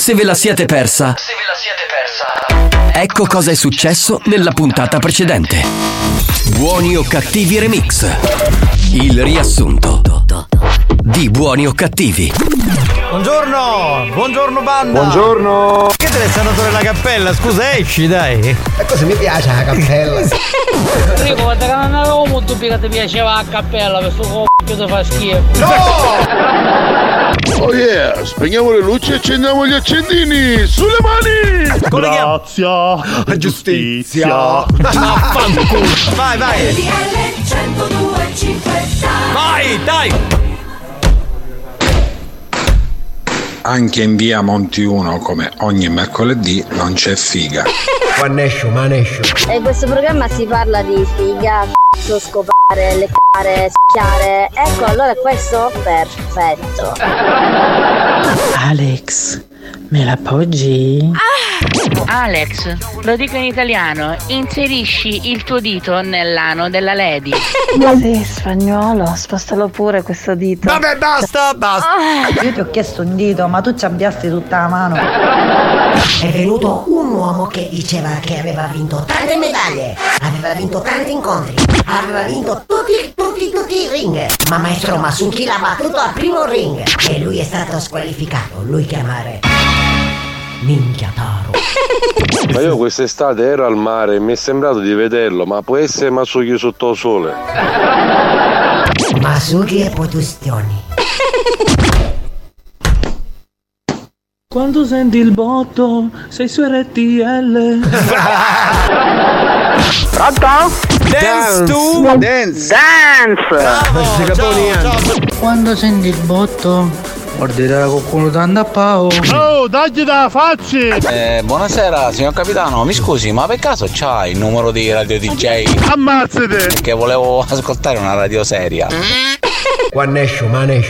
Se ve la siete persa, ecco cosa è successo nella puntata precedente. Buoni o cattivi remix. Il riassunto di Buoni o cattivi. Buongiorno banda. Buongiorno. Che te ne stanno tornando la cappella? Scusa, esci dai. E così mi piace la cappella. Rico, guarda che non avevo molto che ti piaceva la cappella, questo c***o ti fa schifo. No! Oh yeah, spegniamo le luci e accendiamo gli accendini. Sulle mani. Grazie. Giustizia. Vai. Vai, dai. Anche in via Monti 1, come ogni mercoledì, non c'è figa. Manescio. E questo programma si parla di figa, c***o, scopare, leccare, s***are. Ecco, allora questo? Perfetto. Alex, me la appoggi? Alex, lo dico in italiano, inserisci il tuo dito nell'ano della lady. Sì, spagnolo, spostalo pure questo dito. Vabbè, basta. Io ti ho chiesto un dito, ma tu ci abbiasti tutta la mano. È venuto un uomo che diceva che aveva vinto tante medaglie, aveva vinto tanti incontri, aveva vinto tutti i ring. Ma maestro Masucchi l'ha battuto al primo ring e lui è stato squalificato. Lui chiamare Minchia Taro. Ma io quest'estate ero al mare e mi è sembrato di vederlo, ma può essere Masucchi sotto il sole. Masucchi e Potustioni. Quando senti il botto, sei su RTL. Pronto? Dance. Quando senti il botto, ordinare qualcuno tanto a Pao. Oh, dagli da facci. Buonasera signor capitano, mi scusi, ma per caso c'hai il numero di radio DJ? Ammazzate. Perché volevo ascoltare una radio seria. Manescio.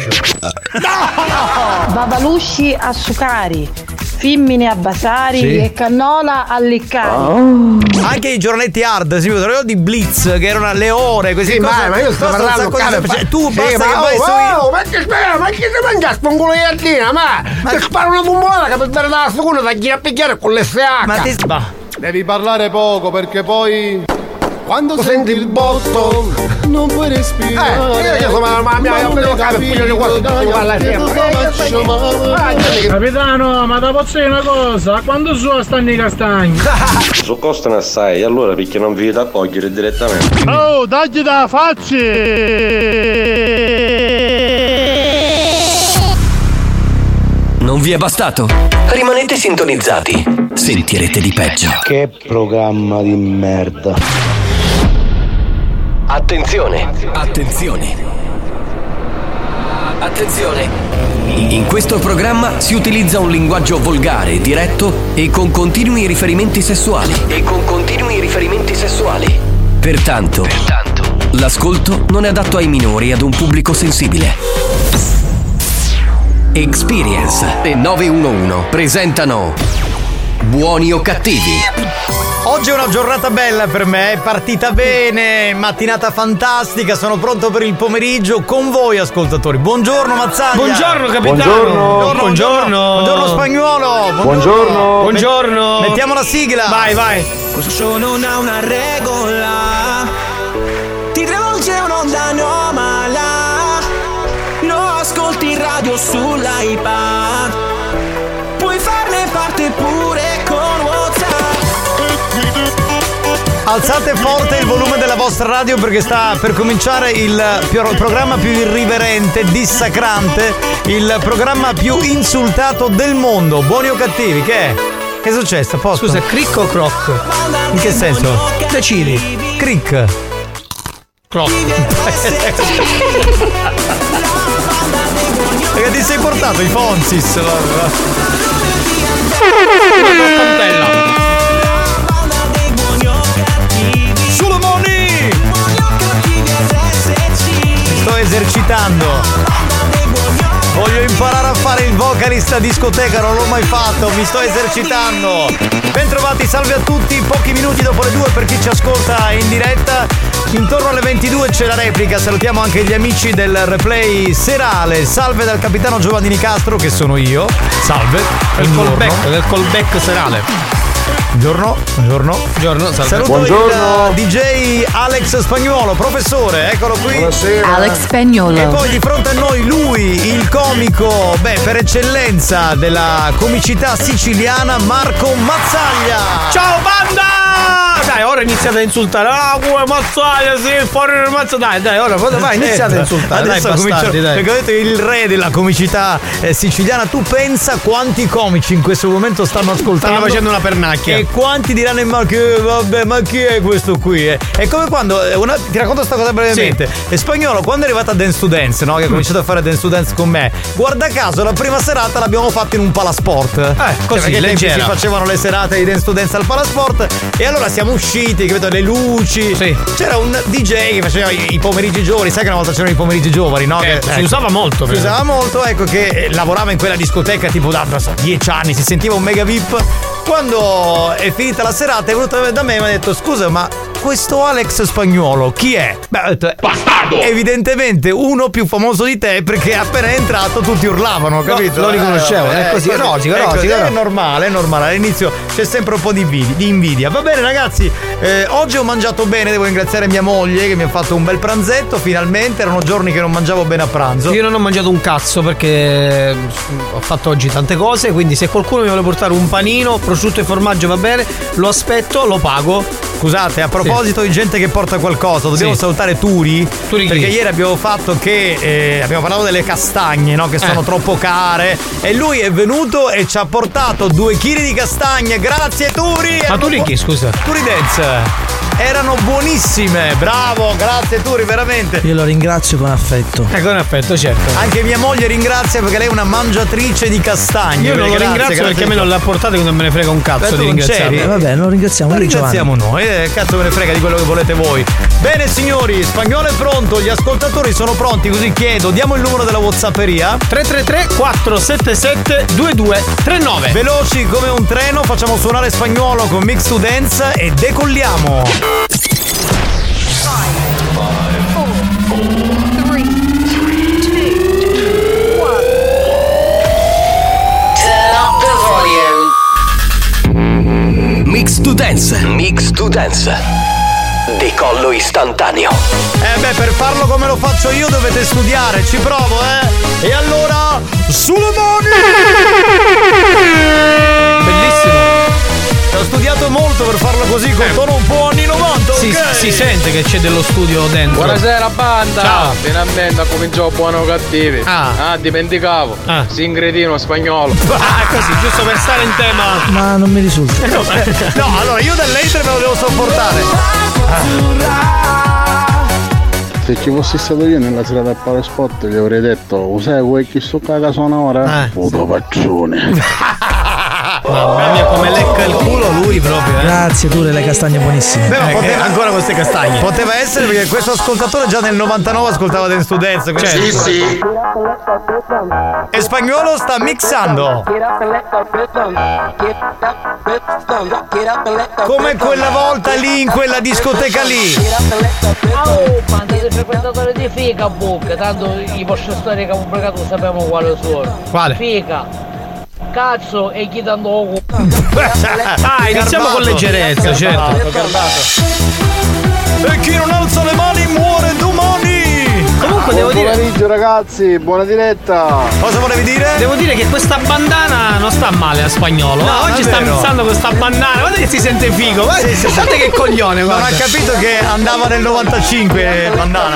Babalusci a Sucari, femmine a Basari Sì. e cannola a Liccari. Anche i giornetti hard, si vedono di Blitz che erano alle ore così. Sì, ma io sto parlando tu sì, basta che ma vai su. ma che spera, ma che ti mangia spongolo di ardina, ma ti spara una bombolata che per dare dalla seconda da gira a picchiare con l'SH. Ma ti Devi parlare poco perché poi quando senti il botto non puoi respirare. io sono la mia Capitano, ma da posso dire una cosa? Quando stanno i castagni? Su costano assai, allora perché non vi da cogliere direttamente. Oh, dagli da facci. Non vi è bastato? Rimanete sintonizzati. Sentirete di peggio. Che programma di merda. Attenzione. In questo programma si utilizza un linguaggio volgare, diretto e con continui riferimenti sessuali. Pertanto, l'ascolto non è adatto ai minori e ad un pubblico sensibile. Experience e 911 presentano Buoni o cattivi. Oggi è una giornata bella per me, è partita bene, mattinata fantastica, sono pronto per il pomeriggio con voi ascoltatori. Buongiorno Mazzaglia. Buongiorno capitano. Buongiorno spagnolo. Buongiorno. Mettiamo la sigla. Vai. Questo show non ha una regola, ti travolge un'onda anomala, lo ascolti in radio sull'iPad, puoi farne parte pure con WhatsApp. Alzate forte il volume della vostra radio perché sta per cominciare il programma più irriverente, dissacrante, il programma più insultato del mondo. Buoni o cattivi, che è? Che è successo? Posto? Scusa, crick o croc? In che senso? Decidi. Crick. Croc. Perché ti sei portato i Fonsis? Solomoni! Mi sto esercitando. Voglio imparare a fare il vocalista a discoteca, non l'ho mai fatto, mi sto esercitando. Bentrovati, salve a tutti, pochi minuti dopo le 2 per chi ci ascolta in diretta. Intorno alle 22 c'è la replica, salutiamo anche gli amici del replay serale. Salve dal capitano Giovanni Nicastro, che sono io. Salve. Del callback serale. Buongiorno, salve. Saluto Buongiorno. il DJ Alex Spagnuolo, professore, eccolo qui. Buonasera. Alex Spagnuolo. E poi di fronte a noi lui, il comico, per eccellenza della comicità siciliana, Marco Mazzaglia. Ciao banda! Dai, ora iniziate a insultare. Mazzaglia, sì, fuori il Mazzaglia. Dai, ora vai, iniziate a insultare. Adesso dai, bastardi, dai. Perché ho detto il re della comicità siciliana. Tu pensa quanti comici in questo momento stanno ascoltando. Stanno facendo una pernacchia. E quanti diranno ma chi è questo qui? È come quando ti racconto questa cosa brevemente. Sì. Spagnolo, quando è arrivata a Dance to Dance, no? Che ha cominciato a fare Dance to Dance con me. Guarda caso, la prima serata l'abbiamo fatta in un palasport. Così, perché leggera. si facevano le serate di Dance to Dance al palasport. E allora siamo usciti, capito? Le luci. Sì. C'era un DJ che faceva i pomeriggi giovani. Sai che una volta c'erano i pomeriggi giovani, no? Si usava molto. Si usava molto, ecco, che lavorava in quella discoteca tipo da 10 anni, si sentiva un mega VIP. Quando è finita la serata è venuto da me e mi ha detto: scusa, ma questo Alex Spagnuolo chi è? Ho detto: bastardo! Evidentemente uno più famoso di te, perché appena è entrato tutti urlavano, capito? Lo riconoscevo, è così, è rosico. È normale. All'inizio c'è sempre un po' di invidia. Va bene ragazzi, oggi ho mangiato bene, devo ringraziare mia moglie che mi ha fatto un bel pranzetto, finalmente, erano giorni che non mangiavo bene a pranzo. Io non ho mangiato un cazzo perché ho fatto oggi tante cose, quindi se qualcuno mi vuole portare un panino, prosciutto e formaggio va bene, lo aspetto, lo pago. Scusate, a proposito di gente che porta qualcosa, dobbiamo salutare Turi perché ieri abbiamo fatto che abbiamo parlato delle castagne, no? Che sono troppo care, e lui è venuto e ci ha portato 2 chili di castagne. Grazie Turi! Ma Turi chi, scusa? Turi Dance. Erano buonissime, bravo, grazie Turi, veramente. Io lo ringrazio con affetto. Con affetto, certo. Anche mia moglie ringrazia perché lei è una mangiatrice di castagne. Io non lo ringrazio perché a me non l'ha portato, che non me ne frega un cazzo di ringraziarlo. Vabbè, lo ringraziamo. Lo ringraziamo noi, cazzo me ne frega di quello che volete voi. Bene signori, Spagnolo è pronto, gli ascoltatori sono pronti, così chiedo, diamo il numero della WhatsApperia. 333-477-2239. Veloci come un treno, facciamo suonare Spagnolo con Mix to Dance e decolliamo. 5, 4, 3, 2, 1. Mix to Dance. Decollo istantaneo. Per farlo come lo faccio io dovete studiare, ci provo, E allora, sulle mani! Bellissimo. Ho studiato molto per farlo così, con tono un po' anni 90. Si sente che c'è dello studio dentro. Buonasera banda. Ciao. Finalmente ha cominciato Buoni o Cattivi. Dimenticavo. Singredino Spagnolo. Così, giusto per stare in tema. Ma non mi risulta. No, allora io dall'hater me lo devo sopportare. Se ci fossi stato io nella serata al Palasport gli avrei detto: sai vuoi chi sto casa suona ora? Puto paccione. Mamma mia, come lecca il culo lui proprio. Grazie Turi, le castagne buonissime. Poteva, ancora queste castagne. Poteva essere perché questo ascoltatore già nel 99 ascoltava Dance to Dance. Sì. E Spagnolo sta mixando. Come quella volta lì in quella discoteca lì. Ma siete frequentatore di Fica Bocca, tanto i vostri storie che abbiamo pregato sappiamo quale suono. Quale? Fica. Cazzo e chi dando iniziamo con leggerezza, certo. E chi non alza le mani muore domani. Comunque devo dire, buon pomeriggio ragazzi, buona diretta. Cosa volevi dire? Devo dire che questa bandana non sta male a Spagnolo. No, oggi sta mixando questa bandana. Guarda che si sente figo. Guarda che coglione, guarda. Non ha capito che andava nel 95 bandana.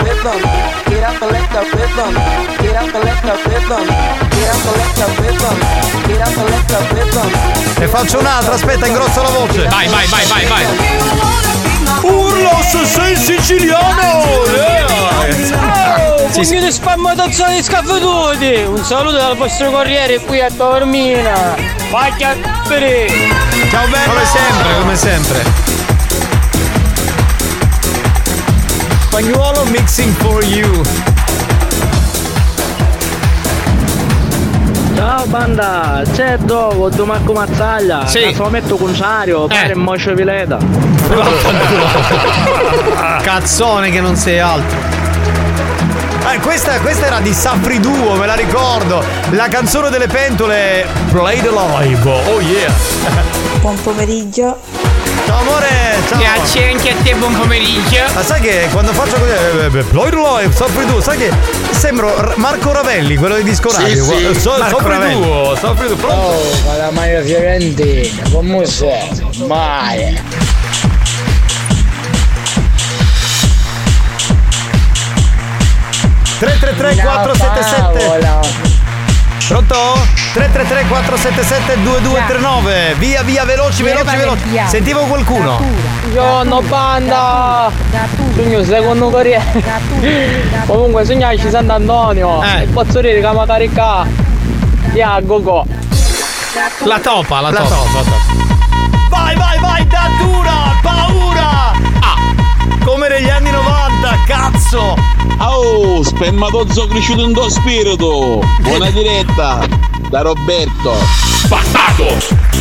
E faccio un'altra, aspetta, ingrosso la voce. Vai. Urlo se sei siciliano! Sì. Di spammatazzato di scaffetuti! Un saluto dal vostro corriere qui a Taormina! Vai a vedere! Ciao bello! Come sempre! Spagnuolo mixing for you! Ciao banda, c'è dopo, Marco Mazzaglia. Sì. Se lo metto contrario, pare mocio Vileta. Cazzone che non sei altro. Questa era di Safri Duo, me la ricordo. La canzone delle pentole, Played Live. Oh yeah. Buon pomeriggio. Ciao amore, ciao. Grazie anche a te, buon pomeriggio. Ma sai che quando faccio così, Played Live, Safri Duo, sai che sembro Marco Ravelli, quello di Disco Radio. Sì. Safri Duo, pronto? Oh, la Maria Fiorentina, come sei? Mai. 333 477. Pronto? 333 477 2239. Via veloci. Sentivo qualcuno. Buongiorno banda. Sogno secondo Corriere. Comunque sognarci Sant'Antonio. Posso dire che mi carica. Via Gogo. La topa. Vai, datura, paura. Come negli anni 90, cazzo. Oh, spermatozzo cresciuto in tuo spirito. Buona diretta da Roberto. Bastardo.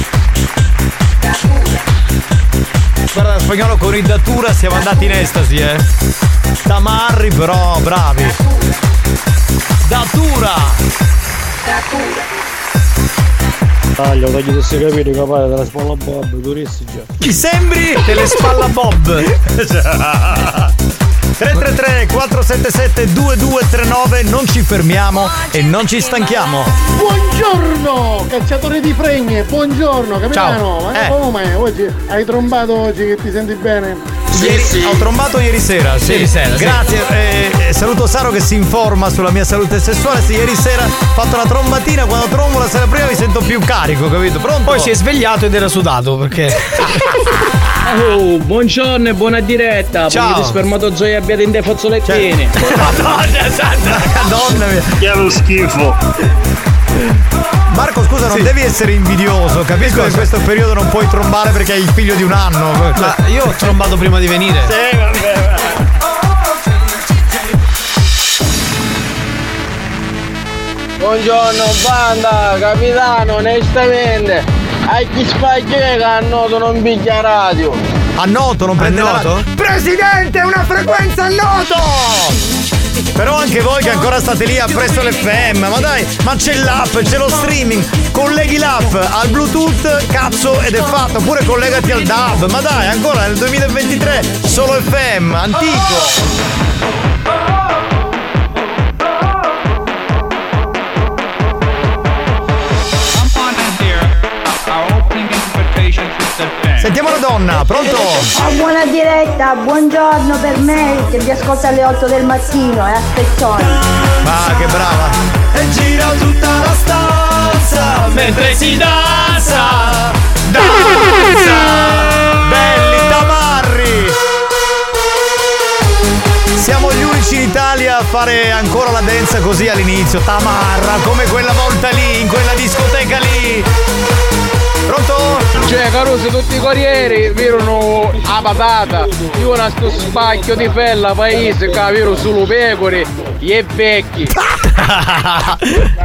Guarda, Spagnolo con il datura siamo andati in estasi, Tamarri però, bravi. Datura. Taglio, voglio se capire che pare della spalla Bob, turisti già. Chi sembri? Te le spalla Bob. 333 477 2239. Non ci fermiamo e non ci stanchiamo. Buongiorno cacciatore di fregne, buongiorno capitano. Ma come oggi hai trombato oggi che ti senti bene? Ho trombato ieri sera, sì. Grazie, saluto Saro che si informa sulla mia salute sessuale. Sì, ieri sera ho fatto una trombatina, quando trombo la sera prima mi sento più carico, capito? Pronto? Poi si è svegliato ed era sudato perché Oh, buongiorno e buona diretta. Ciao. Di spermatozoi abbiate in te fazzolettini. Madonna santa, Madonna mia. Che è lo schifo. Marco, scusa, non devi essere invidioso. Capisco che in questo periodo non puoi trombare perché hai il figlio di 1 anno. Ma io ho trombato prima di venire. Sì, vabbè. Buongiorno banda, capitano, onestamente, a chi spaghetti che a noto non piglia radio. A noto non prende la radio? Presidente, una frequenza a noto! Però anche voi che ancora state lì appresso l'FM, ma dai, ma c'è l'app, c'è lo streaming, colleghi l'app al Bluetooth, cazzo, ed è fatto, oppure collegati al DAB, ma dai, ancora nel 2023, solo FM, antico. Sentiamo la donna, pronto? Buona diretta, buongiorno per me che vi ascolta alle 8 del mattino, aspettone. Ah, che brava! E gira tutta la stanza mentre si danza. Belli tamarri! Siamo gli unici in Italia a fare ancora la danza così all'inizio, tamarra, come quella volta lì, in quella discoteca lì. Pronto? Cioè Caruso, tutti i corrieri virano a patata. Io una sto spacchio di fella paese che viro solo pecore e vecchi. Ha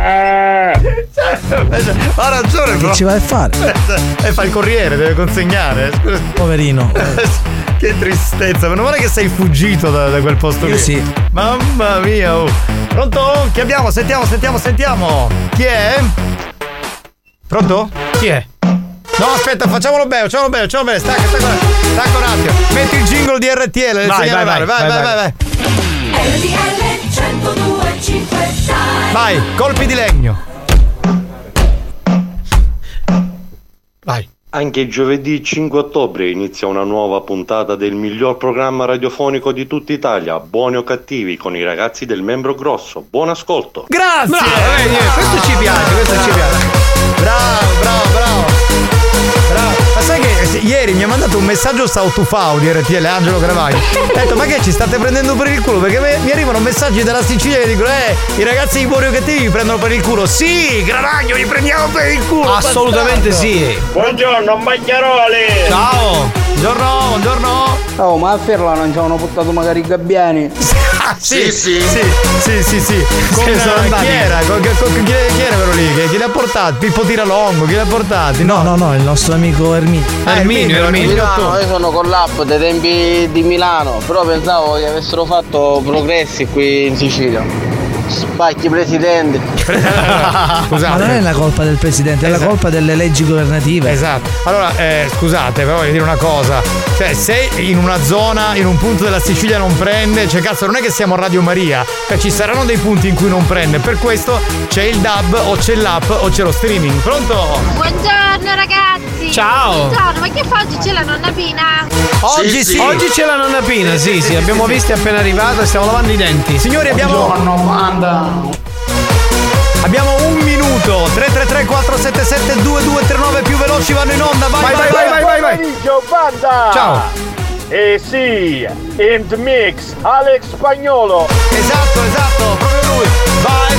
ragione, che ci vai a fare? Fa il corriere, deve consegnare. Poverino. Che tristezza, meno male che sei fuggito da quel posto lì. Sì. Mamma mia. Pronto? Chi abbiamo? Sentiamo. Chi è? Pronto? Chi è? No, aspetta, facciamolo bene. Stacca un attimo. Metti il jingle di RTL. Vai. RTL 102.5. Vai, colpi di legno. Vai. Anche giovedì 5 ottobre inizia una nuova puntata del miglior programma radiofonico di tutta Italia, Buoni o Cattivi, con i ragazzi del Membro Grosso. Buon ascolto. Grazie. Questo ci piace. Bravo. Ma sai che ieri mi ha mandato un messaggio Sautufao di RTL, Angelo Gravaglio. Ha detto, ma che ci state prendendo per il culo? Perché mi arrivano messaggi dalla Sicilia che dicono i ragazzi di Buoni o Cattivi vi prendono per il culo. Sì, Gravaglio, li prendiamo per il culo. Assolutamente sì. Buongiorno, Bagliaroli. Ciao. Buongiorno. Oh, ma a Ferla non ci hanno portato magari i gabbiani. Sì. Con chi era quello lì? Chi li ha portati? Pippo Tiralongo, chi li ha portati? No, il nostro amico Erminio. Milano, io sono con l'app dei tempi di Milano, però pensavo che avessero fatto progressi qui in Sicilia. Spacchi presidente. Scusate. Ma non è la colpa del presidente, è la colpa delle leggi governative. Esatto. Allora, scusate, però voglio dire una cosa. Cioè, se in una zona, in un punto della Sicilia non prende, cioè cazzo, non è che siamo a Radio Maria, ci saranno dei punti in cui non prende. Per questo c'è il DAB o c'è l'app o c'è lo streaming. Pronto? Buongiorno ragazzi. Ciao. Buongiorno, ma che fa oggi c'è la nonna Pina? Oggi sì. Oggi c'è la nonna Pina, sì, abbiamo visto appena arrivata, stiamo lavando i denti. Signori, abbiamo un minuto. 333-477-2239, più veloci vanno in onda. Vai. Banda. Ciao. Sì, in the mix, Alex Spagnolo. Esatto, proprio lui. Vai.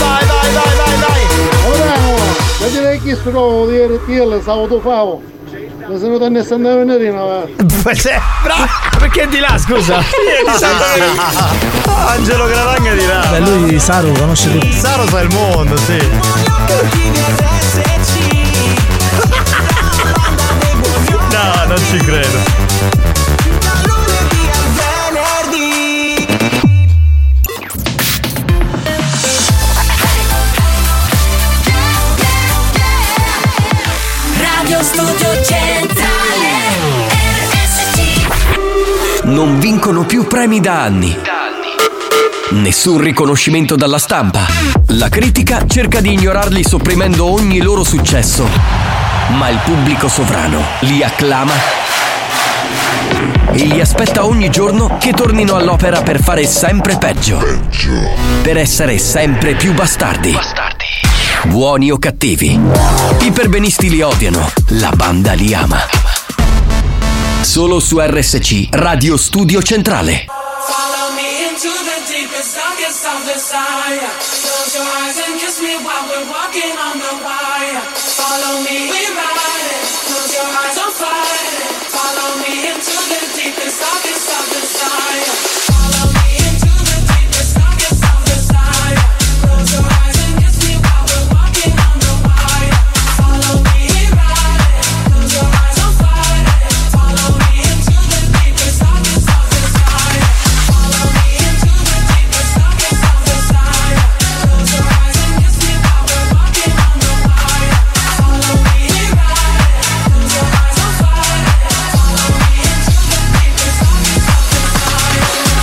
Ma direi che sto nuovo di RTL sabato favo. Ma se non te ne stanno a venire bravo. Perché di là, scusa? Angelo Gravagna di là. Beh, lui Saru conosce tutti. Saru sa il mondo, sì. No, non ci credo. Radio Studio Centrale RSC. Non vincono più premi da anni. Nessun riconoscimento dalla stampa. La critica cerca di ignorarli sopprimendo ogni loro successo. Ma il pubblico sovrano li acclama e li aspetta ogni giorno che tornino all'opera per fare sempre peggio. Per essere sempre più bastardi. Buoni o cattivi. I perbenisti li odiano, la banda li ama. Solo su RSC, Radio Studio Centrale. Follow me into the deepest, darkest of desire. Close your eyes and kiss me while we're walking on the wire. Follow me, we ride it. Close your eyes, don't fight it. Follow me into the deepest, darkest of desire. Follow me into the deepest, darkest of desire. Close your eyes and kiss me while we're walking on the wire. Follow me, we ride it. Close your eyes, don't fight it. Follow me into the deepest, darkest of desire. Follow me into the deepest, darkest of desire. Close your eyes and kiss me while we're walking on the wire. Follow me, we ride it. Close your eyes, don't fight it. Follow me into the deepest, darkest of desire.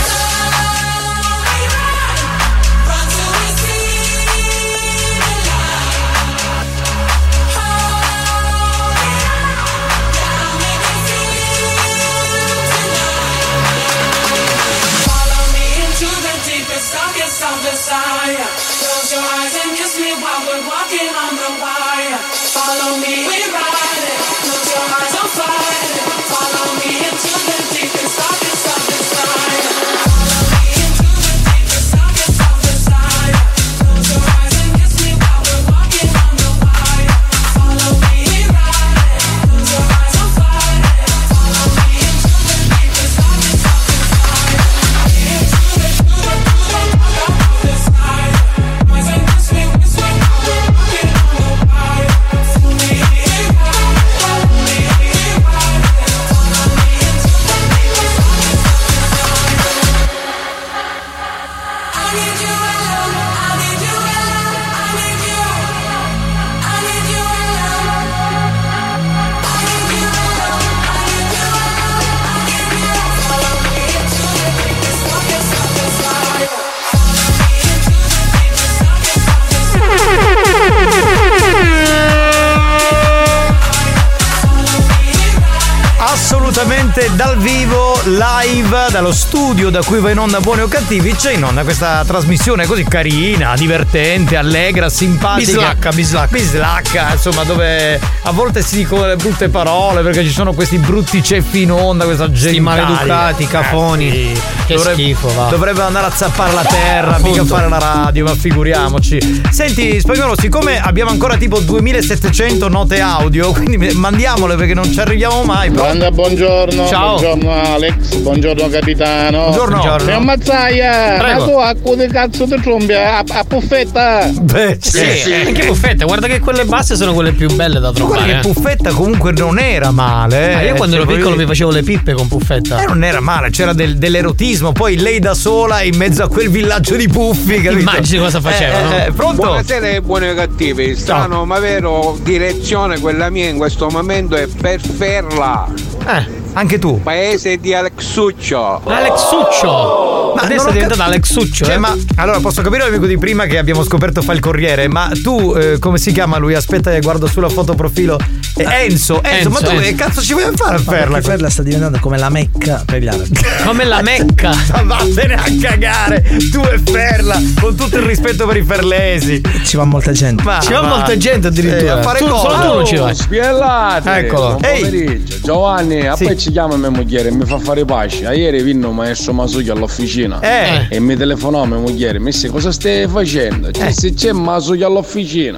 Run till we see the light. Follow me into the deepest, darkest of desire. Close your eyes and kiss me while we're walking on the wire. Follow me, we ride it. Close your eyes, don't fight it. Follow me into the deepest, darkest of desire. Follow me into the deepest, darkest of desire. Close your eyes and kiss me while we're walking on the wire. Follow me, we ride it. Close your eyes, don't fight it. Follow me into the deepest, darkest of desire. Into the eyes and kiss me while we're walking on the wire. Follow me, we ride it. Follow me, we ride it. Follow me into the deepest, darkest of desire. I need you alone. I need you alone. I need you. I need you alone. I need you alone. I need you alone. I need you. Follow me into the deepest, darkest of desire. Follow me into the deepest, darkest of Assolutamente dal vivo, live, dallo studio da cui va in onda Buoni o Cattivi. C'è in onda questa trasmissione così carina, divertente, allegra, simpatica. Bislacca, insomma, dove a volte si dicono le brutte parole perché ci sono questi brutti ceffi in onda, questa gente maleducati, cafoni. Sì. Che schifo, va. Dovrebbero andare a zappare la terra, mica fare la radio, ma figuriamoci. Senti, Spagnolo, siccome abbiamo ancora tipo 2700 note audio, quindi mandiamole perché non ci arriviamo mai. Buongiorno buongiorno. Ciao. Buongiorno Alex, buongiorno capitano. Buongiorno. E ammazzaia, Prego. ma tu a che cazzo ti trombi? A puffetta? Beh, Sì, anche Puffetta, guarda che quelle basse sono quelle più belle da Guarda trovare. che Puffetta comunque non era male. Io quando ero Cioè, piccolo mi facevo le pippe con Puffetta. non era male, c'era dell'erotismo. Poi lei da sola in mezzo a quel villaggio di puffi, capito? Immagini cosa facevano. Pronto? Buonasera e buoni o cattivi. Strano ma vero, direzione quella mia in questo momento è per Ferla. Anche tu. Paese di Alexuccio. Alexuccio! Ma adesso non è ho diventata Alexuccio. Cioè, ma allora posso capire l'amico di prima che abbiamo scoperto fa il corriere, ma tu come si chiama lui? Aspetta che guardo sulla foto profilo. Enzo, ma tu che cazzo ci vuoi fare a Ferla? Ferla sta diventando come la Mecca per gli arabi. Come la Mecca. Ma vattene a cagare, tu e Ferla, con tutto il rispetto per i ferlesi. Ci va molta gente. Ci va molta gente addirittura. A fare Solo tu non ci vai. Spiellate. Eccolo. Buon pomeriggio. Giovanni, a poi ci chiama mia moglie e mi fa fare pace. Ieri vino maestro Masucchi all'officina e mi telefonò mia moglie, mi disse cosa stai facendo? Se c'è Masucchi all'officina.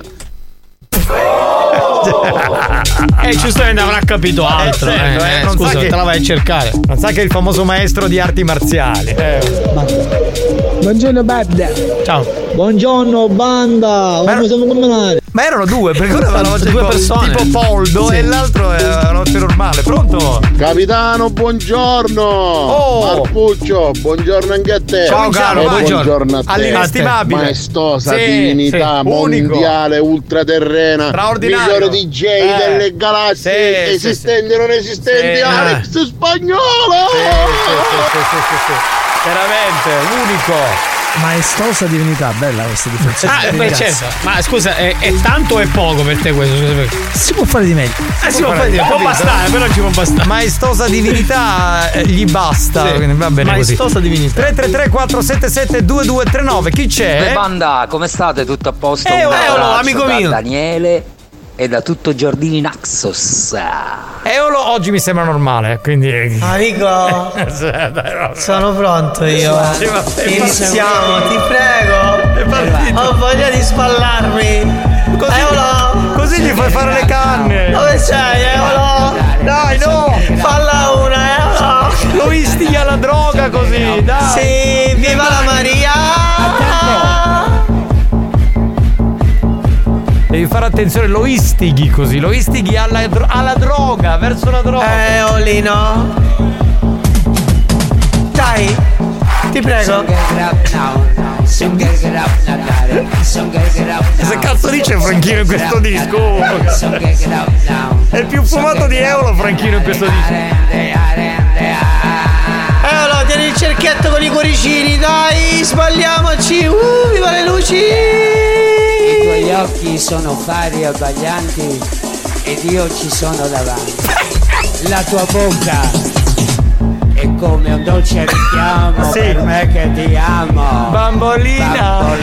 Giustamente avrà capito altro. Non Scusa, sa che te la vai a cercare. Non sa che è il famoso maestro di arti marziali. Buongiorno banda. Ciao. Buongiorno banda. Come siamo combinati? Ma erano due, perché uno aveva la voce Due persone. tipo Poldo e l'altro era una voce normale. Pronto? Capitano, buongiorno. Marcuccio, buongiorno anche a te. Ciao caro, buongiorno a te. all'inestimabile. Maestosa Sì, divinità sì, unico. mondiale, ultraterrena, Straordinario. migliore DJ delle galassie, Sì, esistenti e non esistenti, Sì. Alex Spagnolo. Sì. Veramente, unico. Maestosa divinità, bella questa definizione. Beh, certo. Ma scusa, è tanto o è poco per te questo? Si può fare di meglio. Si può fare di meglio. Può bastare, però ci può bastare. Maestosa divinità gli basta. Sì. Quindi va bene Maestosa così. divinità. 333 477 2239. Chi c'è? Banda, come state? Tutto a posto? Eolo, Un abbraccio amico da mio. Daniele e da tutto Giordini Naxos. Eolo oggi mi sembra normale, quindi. Amico, sono pronto io. Iniziamo, ti prego. Ho voglia di spallarmi. Così gli fai fare le canne. Dove sei, Eolo? Dai, no! Falla una, Eolo. Lo istighi alla droga così, dai! Sì, viva la Maria! Devi fare attenzione, lo istighi così, lo istighi alla droga, verso la droga. Eolino. Dai, ti prego. Che cazzo dice Franchino in questo disco? È il più fumato di Eolo Franchino in questo disco. Eolo, tieni il cerchietto con i cuoricini, dai, sbagliamoci. Viva le luci! I tuoi occhi sono fari e abbaglianti ed io ci sono davanti. La tua bocca è come un dolce richiamo per me che ti amo. Bambolina.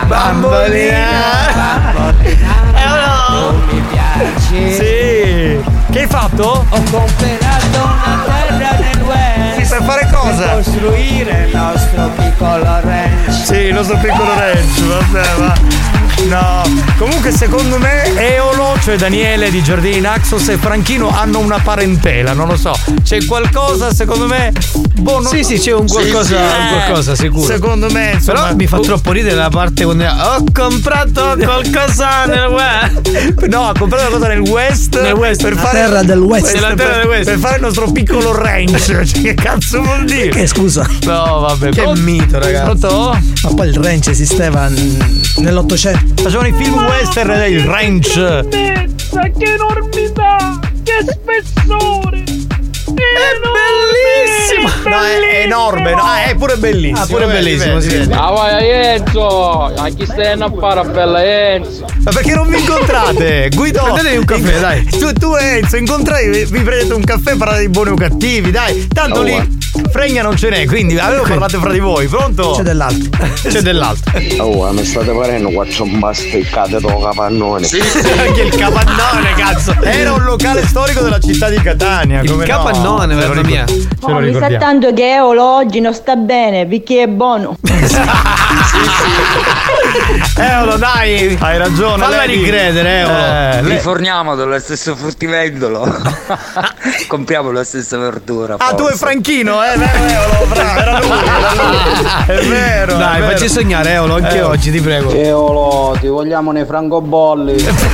Tu mi piaci. Sì. Che hai fatto? Ho comprato una terra nel West. Per fare cosa? Per costruire il nostro piccolo ranch. Sì, il nostro piccolo ranch, vabbè, va. No, comunque secondo me Eolo, cioè Daniele di Giordini Naxos e Franchino hanno una parentela, non lo so. C'è qualcosa, secondo me. Sì, c'è un qualcosa, qualcosa sicuro. Secondo me, insomma. Però mi fa troppo ridere la parte quando ho comprato qualcosa nel West. No, ha comprato una cosa nel West. Nel West, per la fare terra del West. Nella terra del West. Per fare il nostro piccolo ranch. Cioè, che cazzo vuol dire? Che scusa? No, vabbè. Che mito, ragazzi. Pronto? Ma poi il ranch esisteva nell'800. Facevano i film western del ranch. Grandezza, che enormità, che spessore. Bellissimo! No, è enorme, no? È pure bellissimo. Ah, pure bellissimo, sì. Ah, vai Enzo! A chi stai a fare, bella Enzo? Ma perché non vi incontrate? Guido, prendetevi un caffè, dai. Tu e Enzo incontrate, vi prendete un caffè, parlate di buoni o cattivi, dai. Tanto lì fregna non ce n'è, quindi avevo parlate fra di voi, pronto? C'è dell'altro. C'è dell'altro. Oh, mi state parendo quattro basticcate da capannone. Sì, anche il capannone, cazzo. cazzo. Era un locale storico della città di Catania. Il capannone, mamma mia. Mi sa tanto che Eolo oggi non sta bene perché è buono. Eolo, dai, hai ragione. Falla ricredere, Eolo. Riforniamo dallo stesso fruttivendolo. Compriamo la stessa verdura. Ah, tu e Franchino, vero Eolo? Bravo, era lui. È vero. Dai, facci sognare, Eolo, anche oggi, ti prego. Eolo, ti vogliamo nei francobolli.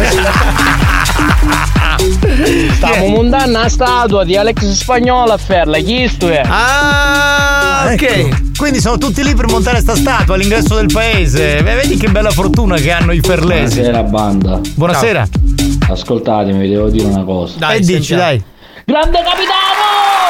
Stiamo montando una statua di Alex Spagnolo a Ferla, chi sto è? Ah, ok. Quindi sono tutti lì per montare sta statua all'ingresso del paese. Vedi che bella fortuna che hanno i ferlesi. Buonasera banda. Buonasera. Ciao. Ascoltatemi, vi devo dire una cosa. Dai, dici, dai. Grande capitano!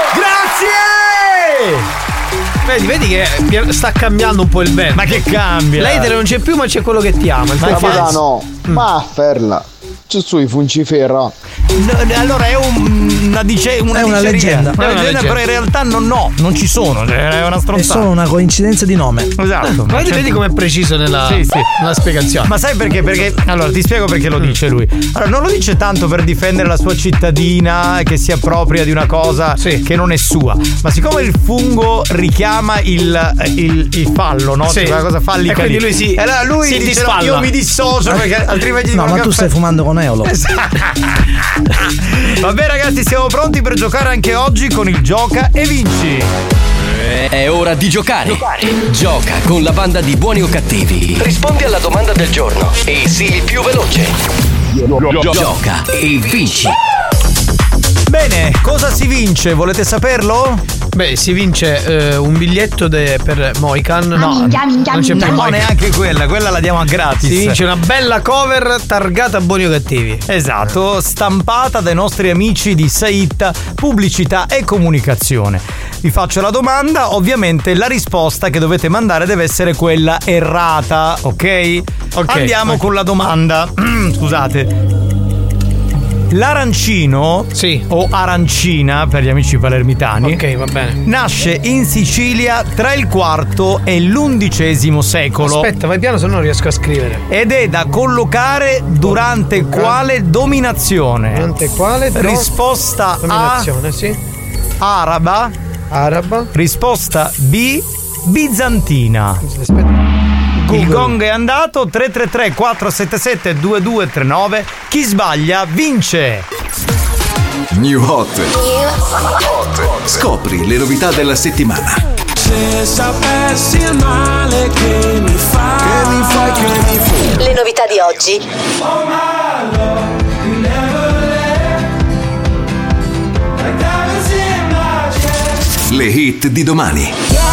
Grazie! Vedi che sta cambiando un po' il vento. Ma che cambia? L'etere non c'è più, ma c'è quello che ti ama. Capitano, ma Ferla, c'è su i Funcifera. Allora è una leggenda. Però in realtà non ci sono, è una stronzata. È solo una coincidenza di nome. Esatto. Ma vedi com'è preciso nella spiegazione. Ma sai perché? Perché allora ti spiego perché lo dice lui. Allora non lo dice tanto per difendere la sua cittadina che si appropria di una cosa che non è sua, ma siccome il fungo richiama il fallo, no? Sì. Quella cosa fallica. E quindi lui allora lui si dice dispalla. io mi dissocio perché altrimenti no, ma tu stai fumando con Eolo. Vabbè ragazzi, siamo pronti per giocare anche oggi con il Gioca e Vinci. È ora di giocare. Gioca con la banda di Buoni o Cattivi. Rispondi alla domanda del giorno e sii il più veloce. Gioca e vinci. Bene, cosa si vince? Volete saperlo? Beh, si vince un biglietto per Moican. No, non c'è più Moican. Neanche quella la diamo a gratis. Si vince una bella cover targata Buoni o Cattivi. Esatto, stampata dai nostri amici di Saitta Pubblicità e Comunicazione. Vi faccio la domanda, ovviamente la risposta che dovete mandare deve essere quella errata, ok? Andiamo con la domanda. Scusate. L'arancino o arancina per gli amici palermitani, ok, va bene, nasce in Sicilia tra il IV e l'XI secolo. Aspetta, vai piano se no non riesco a scrivere. Ed è da collocare durante quale dominazione? Durante quale risposta dominazione, A araba. Risposta B bizantina. Il gong è andato. 333 477 2239. Chi sbaglia vince. New Hot. Scopri le novità della settimana. Se sapessi il male che mi fai. Le novità di oggi. Le hit di domani.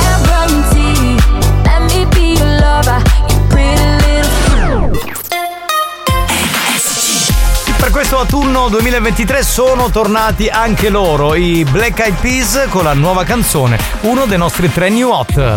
Per questo autunno 2023 sono tornati anche loro, i Black Eyed Peas, con la nuova canzone, uno dei nostri 3 new hot.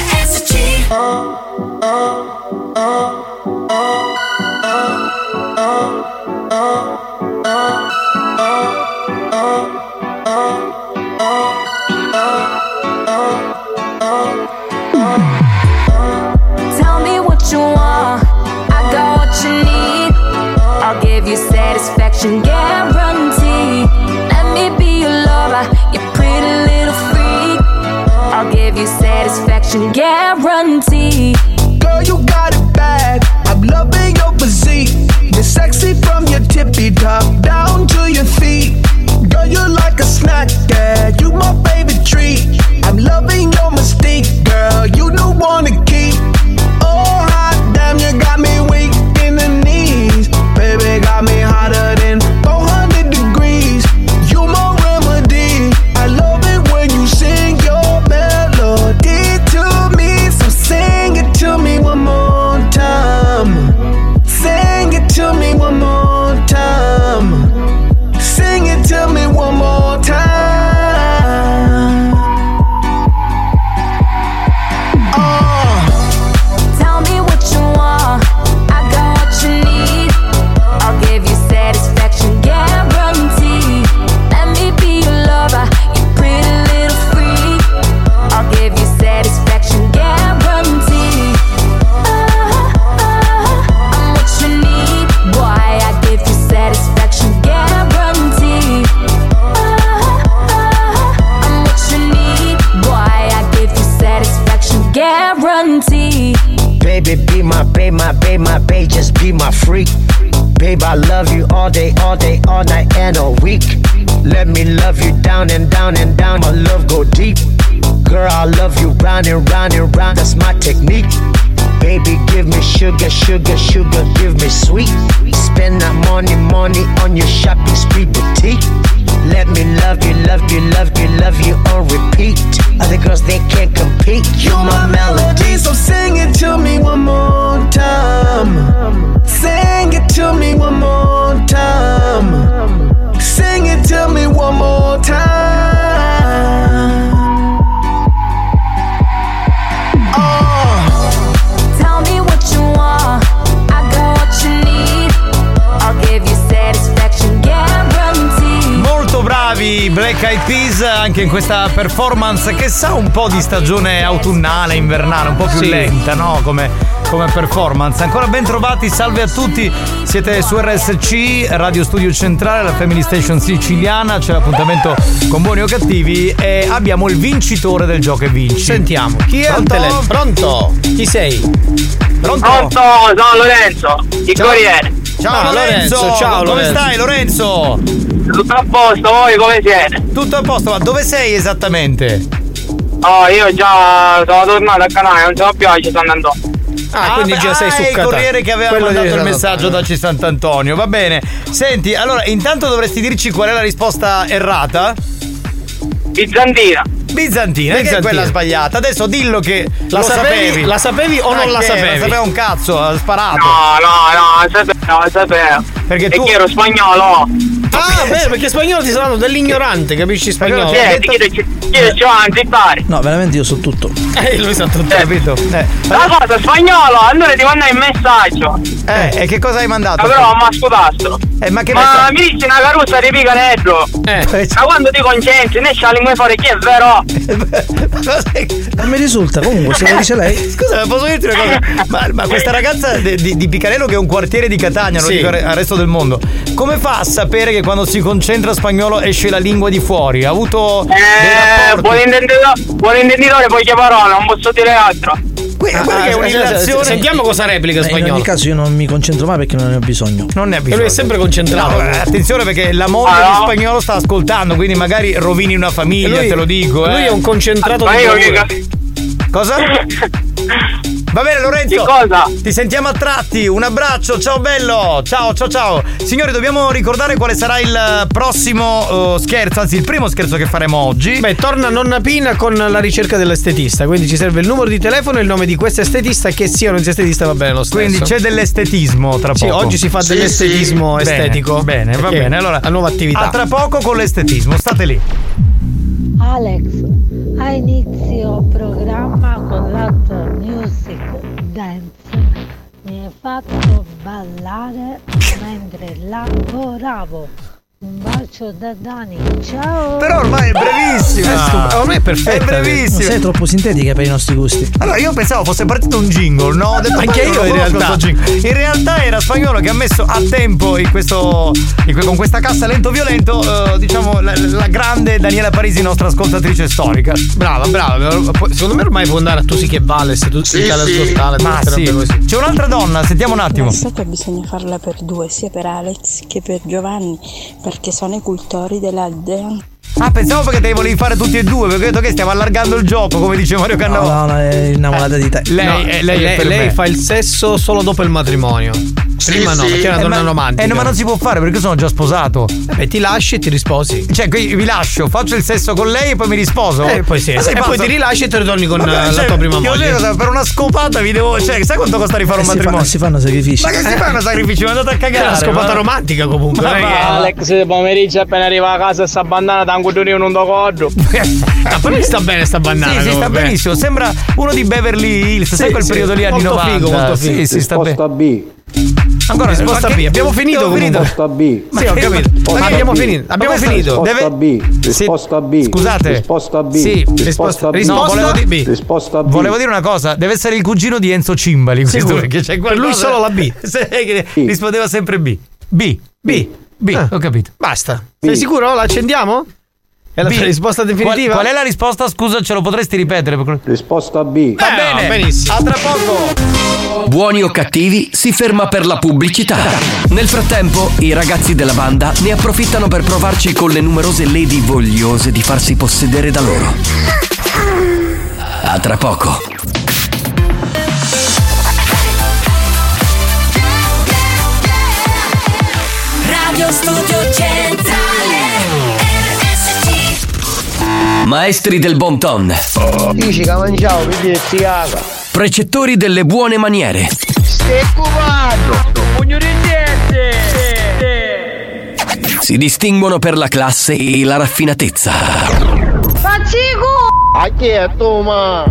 Tell me what you want, I got what you need. I'll give you satisfaction guarantee. Let me be your lover, you pretty little freak. I'll give you satisfaction guarantee. Girl, you got it bad, I'm loving your physique. You're sexy from your tippy top down to your feet. Girl, you're like a snack, yeah, you my favorite treat. I'm loving your mystique, girl, you don't wanna keep. Oh, hot damn, you got me weak in the knees. Baby, got me hotter than 400 degrees. You my remedy, I love it when you sing your melody to me. So sing it to me one more time. Sing it to me one more time. I love you all day, all day, all night and all week. Let me love you down and down and down. My love go deep. Girl, I love you round and round and round. That's my technique. Baby, give me sugar, sugar, sugar, give me sweet. Spend that money, money on your shopping spree boutique. Let me love you, love you, love you, love you on repeat. Other girls, they can't compete. You're my melody. So sing it to me one more time. Sing it to me one more time. Sing it to me one more time. Tell me what you want, I got what you need. I'll give you satisfaction guarantee. Molto bravi Black Eyed Peas anche in questa performance che sa un po' di stagione autunnale, invernale, un po' più lenta, no? Come performance. Ancora ben trovati, salve a tutti. Siete su RSC, Radio Studio Centrale, la Family Station siciliana. C'è l'appuntamento con Buoni o Cattivi e abbiamo il vincitore del Gioco e Vinci. Sentiamo, chi è? Pronto? Pronto? Chi sei? Pronto? Sono Lorenzo, il Corriere. Ciao Lorenzo, ciao come Lorenzo. stai Lorenzo? Tutto a posto, voi come siete? Tutto a posto, ma dove sei esattamente? Oh, io già sono tornato a Canale, non ce la piace, sto andando. Quindi già sei su il Corriere che aveva mandato il messaggio da Sant'Antonio. Va bene. Senti, allora intanto dovresti dirci qual è la risposta errata? Bizantina, che è quella sbagliata. Adesso dillo che la sapevi. La sapevi o non la sapevi? Non sapeva un cazzo, ha sparato. No, non sapevo. Perché tu ero spagnolo. Ah, beh, perché spagnolo ti saranno dell'ignorante, capisci spagnolo? Chiedeci avanti, pare. No, veramente io so tutto. Lui sa tutto, capito? La cosa spagnolo, allora ti mandai il messaggio. E che cosa hai mandato? Però ma scudastro. Ma mi dici una caruzza di picanello. Ma quando ti concentri, ne c'ha lingua fuori, che è vero? Non mi risulta, comunque se lo dice lei. Scusa, posso dirti una cosa? Ma questa ragazza di Picarello, che è un quartiere di Catania, non dico al resto del mondo, come fa a sapere che quando si concentra spagnolo esce la lingua di fuori? Ha avuto buon intenditore, poi che parola, non posso dire altro. È un'illazione. Sentiamo cosa replica spagnolo. In ogni caso io non mi concentro mai perché non ne ho bisogno. Non ne ha bisogno. E lui è sempre concentrato. No, attenzione perché la moglie di spagnolo sta ascoltando, quindi magari rovini una famiglia, te lo dico. Lui è un concentrato di Cosa? Va bene Lorenzo, cosa? Ti sentiamo a tratti, un abbraccio, ciao bello, ciao. Signori, dobbiamo ricordare quale sarà il prossimo scherzo, anzi il primo scherzo che faremo oggi. Beh, torna Nonna Pina con la ricerca dell'estetista, quindi ci serve il numero di telefono e il nome di questo estetista, che sia o non sia estetista va bene lo stesso. Quindi c'è dell'estetismo tra poco. Sì, oggi si fa dell'estetismo estetico. Bene, va bene, allora la nuova attività. A tra poco con l'estetismo, state lì. Alex, a inizio programma con l'Hot Music Dance mi hai fatto ballare mentre lavoravo. Un bacio da Dani, ciao! Però ormai è brevissima! Ormai è perfetta! È brevissima! Non sei troppo sintetica per i nostri gusti. Allora io pensavo fosse partito un jingle, no? Ho detto, anche io in realtà. In realtà era spagnolo che ha messo a tempo con questa cassa lento violento, diciamo, la grande Daniela Parisi, nostra ascoltatrice storica. Brava. Secondo me ormai può andare a Tu sì che vale, se tu sì. Ma sì. C'è un'altra donna, sentiamo un attimo. So che bisogna farla per due, sia per Alex che per Giovanni, perché sono i cultori della dance. Ah, pensavo perché te li volevi fare tutti e due, perché ho detto che stiamo allargando il gioco, come dice Mario Cannavò. No, è innamorata di te. Lei fa il sesso solo dopo il matrimonio. Prima no, perché è una donna romantica. Ma non si può fare perché io sono già sposato. Beh, ti lasci e ti risposi. Cioè, vi lascio, faccio il sesso con lei e poi mi risposo. Poi sì. E poi ti rilasci e ti ritorni con la tua prima moglie. Per una scopata vi devo. Cioè, sai quanto costa rifare un matrimonio? Si fanno sacrifici. Ma che si fanno sacrifici? Ma andate a cagare. È una scopata romantica comunque. Alex, pomeriggio appena arriva a casa sta bandana tanto io non do cordo. Ma poi sta bene sta bandana. Sì, sta benissimo. Sembra uno di Beverly Hills, sai quel periodo lì anni 90. Molto figo. Sì, sta bene. B. Ancora risposta B. Abbiamo finito comunque. Risposta B. Sì, ho capito. Abbiamo finito. Risposta B. Risposta B. Scusate. Risposta B. Sì, risposta B. Risposta B. Volevo dire una cosa, deve essere il cugino di Enzo Cimbali, questo, perché c'è per lui solo la B. Rispondeva sempre B. B. Ho capito. Basta. Sei sicuro? La accendiamo? È la risposta definitiva? Qual è la risposta? Scusa, ce lo potresti ripetere? Risposta B. Va bene, benissimo. A tra poco. Buoni o Cattivi si ferma per la pubblicità. Nel frattempo, i ragazzi della banda ne approfittano per provarci con le numerose lady vogliose di farsi possedere da loro. A tra poco. Radio Studio Centrale RSC. Maestri del bon ton. Dici che mangiavo, mi dici Precettori delle buone maniere. Stai cubando! Pugno di niente! Si distinguono per la classe e la raffinatezza. Pazzico! A chi è tu, ma?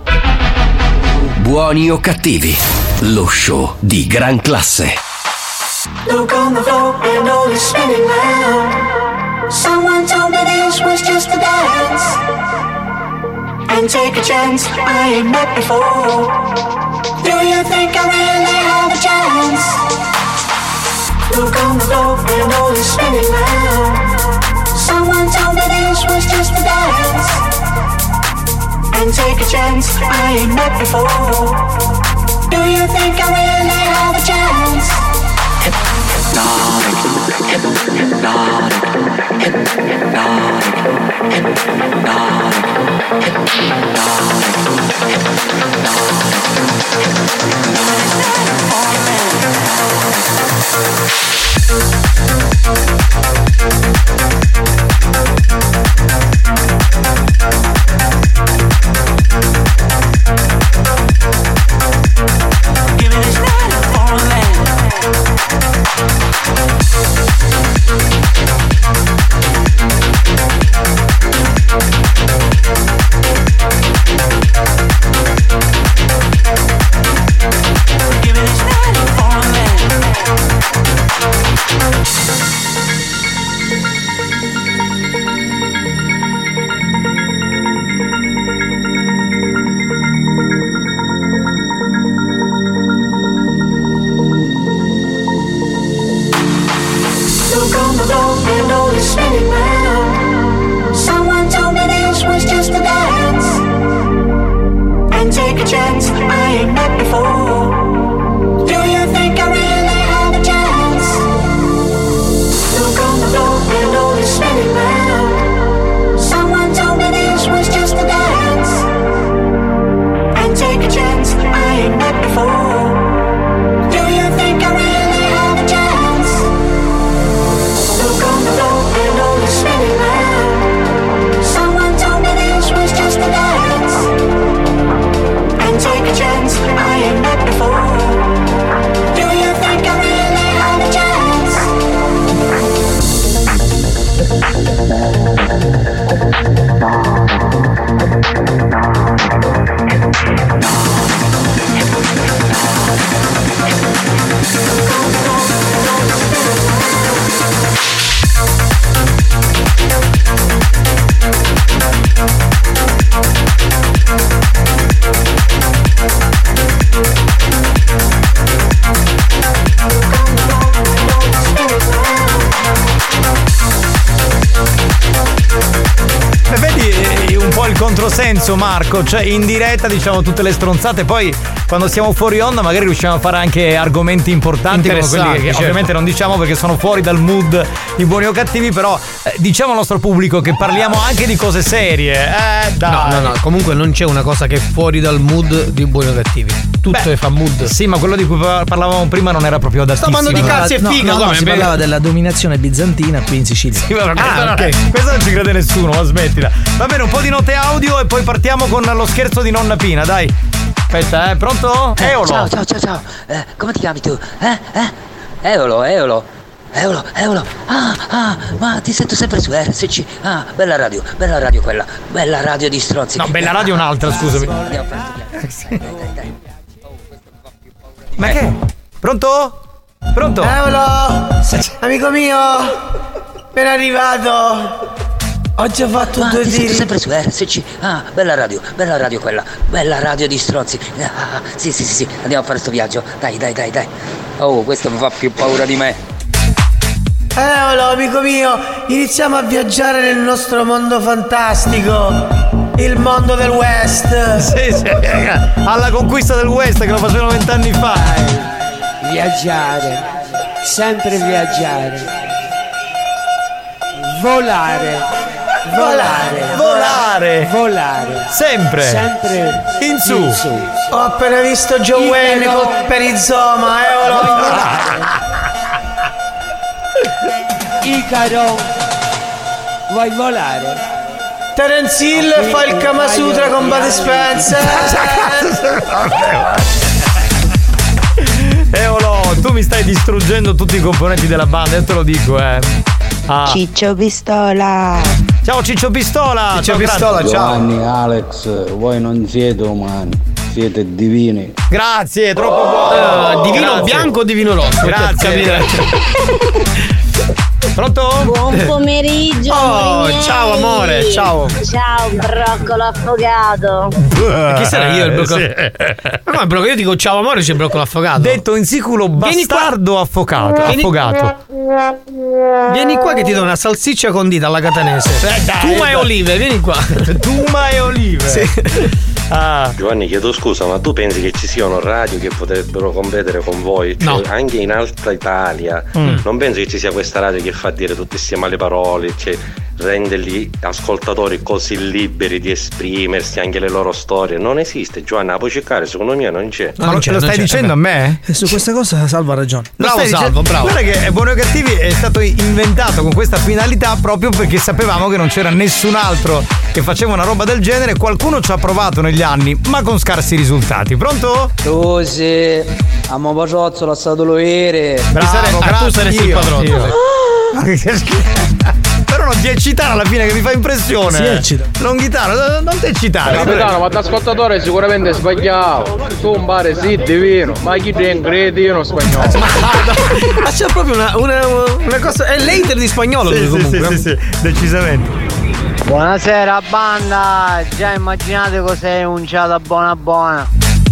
Buoni o Cattivi, lo show di gran classe. Look on the floor and all is spinning round. Someone told me this was just a dance. And take a chance I ain't met before. Do you think I really have a chance? Look on the floor and all is spinning round. Someone told me this was just a dance. And take a chance I ain't met before. Do you think I really have a chance? Hypnotic, hypnotic, hypnotic, give me this night of falling. Controsenso, Marco, cioè in diretta diciamo tutte le stronzate, poi quando siamo fuori onda magari riusciamo a fare anche argomenti importanti come quelli che certo. Ovviamente non diciamo perché sono fuori dal mood di Buoni o Cattivi, però diciamo al nostro pubblico che parliamo anche di cose serie. Dai. No, comunque non c'è una cosa che è fuori dal mood di Buoni o Cattivi. Tutto fa mood. Sì, ma quello di cui parlavamo prima non era proprio adattissimo. Sto parlando di cazzi e figa. No, si parlava della dominazione bizantina qui in Sicilia. Sì, ok. Questo non ci crede nessuno, ma smettila. Va bene, un po' di note audio e poi partiamo con lo scherzo di nonna Pina, dai. Aspetta, pronto? Eolo. Ciao. Come ti chiami tu? Eolo. Ma ti sento sempre su RSC. Bella radio quella. Bella radio di stronzi. No, bella radio è un'altra, scusami. Dai. Ma che? Pronto? Eolo, amico mio, appena arrivato. Oggi ho fatto 2 ti tiri. sento sempre su RSC. Bella radio quella. Bella radio di stronzi. Sì, andiamo a fare sto viaggio. Dai. Oh, questo mi fa più paura di me. Eolo, amico mio, iniziamo a viaggiare nel nostro mondo fantastico. Il mondo del West. Sì, alla conquista del West che lo facevano 20 anni fa. Viaggiare, sempre viaggiare. Volare. Sempre in su. Ho appena visto Joe Wayne col perizoma Icaro, vuoi volare? Terence Hill fa il Kama Sutra con Bud Spencer. Eolo, tu mi stai distruggendo tutti i componenti della banda, io te lo dico, Ciccio Pistola. Ciao Ciccio Pistola. Ciccio Pistola, ciao. Giovanni, Alex, voi non siete umani, siete divini. Grazie, troppo buono. Divino Grazie. bianco o divino rosso? Grazie. Pronto? Buon pomeriggio. Ciao amore, ciao. Ciao broccolo affogato. Ma chi sarà io il broccolo? Sì. Ma come broccolo? Io dico ciao amore, c'è il broccolo affogato. Detto in siculo bastardo affogato. Vieni qua che ti do una salsiccia condita alla catanese. Tuma e olive, vieni qua. Tuma e olive. Sì. Giovanni, chiedo scusa, ma tu pensi che ci siano radio che potrebbero competere con voi? Cioè, No. Anche in alta Italia. Non penso che ci sia questa radio che fa dire tutte queste male parole, cioè rende gli ascoltatori così liberi di esprimersi anche le loro storie. Non esiste, Giovanna, la puoi cercare, secondo me non c'è. Ma lo stai dicendo a me? E su questa cosa Salvo ha ragione. Bravo Salvo, bravo. Guarda che Buoni o Cattivi è stato inventato con questa finalità proprio perché sapevamo che non c'era nessun altro che faceva una roba del genere. Qualcuno ci ha provato negli anni, ma con scarsi risultati. Pronto? Tu sì, amo Pacozzo, l'ha stato loire. Bravo, tu saresti il padrone. Però non ti eccitare alla fine che mi fa impressione. Si eccita. Non ti eccitare. Capitano, ma da ascoltatore sicuramente sbagliato. Tu un pare sì divino, ma chi ti incredino spagnolo? Ma c'è proprio una cosa. È l'hater di spagnolo lui comunque. Sì, decisamente. Buonasera banda, già immaginate cos'è un ciata buona?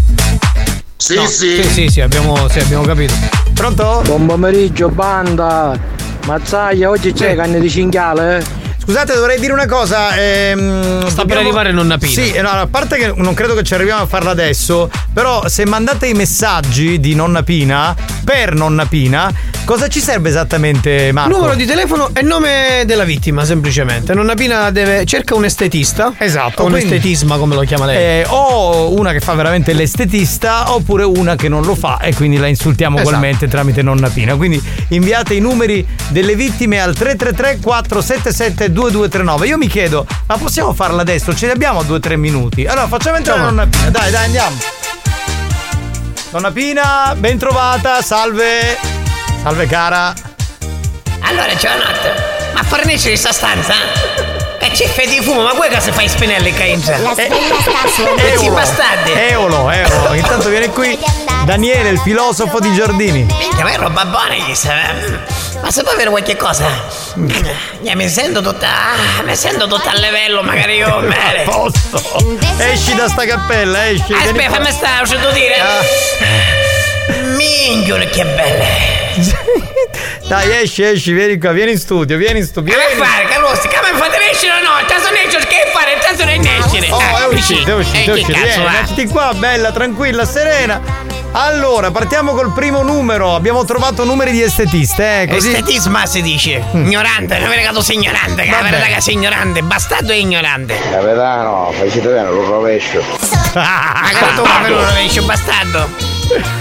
Sì, abbiamo capito. Pronto? Buon pomeriggio banda. Mazzaglia, oggi c'è canne di cinghiale? Scusate, dovrei dire una cosa. Sta per arrivare Nonna Pina. Sì, no, a parte che non credo che ci arriviamo a farla adesso, però se mandate i messaggi di Nonna Pina per Nonna Pina, cosa ci serve esattamente, Marco? Numero di telefono e nome della vittima, semplicemente. Nonna Pina cerca un estetista. Esatto. O un estetisma, come lo chiama lei. O una che fa veramente l'estetista, oppure una che non lo fa e quindi la insultiamo ugualmente tramite Nonna Pina. Quindi inviate i numeri delle vittime al 333 477 2239. Io mi chiedo, ma possiamo farla adesso? Ce ne abbiamo 2-3 minuti. Allora facciamo entrare Nonna Pina. Dai, andiamo. Nonna Pina, ben trovata, salve cara. Allora, buonanotte. Ma fornisci questa stanza? E c'è di fumo, ma guarda se fai spinelli che entra. La spella sta su Ci bastardi. Eolo. Intanto viene qui Daniele, il filosofo di Giardini. Minchia, ma è roba buona che sa. Ma se può avere qualche cosa? Mi sento tutta a livello, magari io bene. Posto. Esci da sta cappella, esci. Aspetta, fammi stare, ho sentito dire. Minchione, che belle. Dai, esci, vieni qua, vieni in studio. Come fare, Carlosi? Come fate escere o no? Tanto ne esce, che fare? Tanto ne escere. È uscito. Vieni, mettiti qua, bella, tranquilla, serena. Allora, partiamo col primo numero. Abbiamo trovato numeri di estetiste, così. Estetisma si dice. Ignorante, mi avete dato sei ignorante. Che la verità che sei ignorante, bastardo e ignorante. Capitano, facete bene, lo rovescio. Ma che tu ma lo rovescio, bastardo.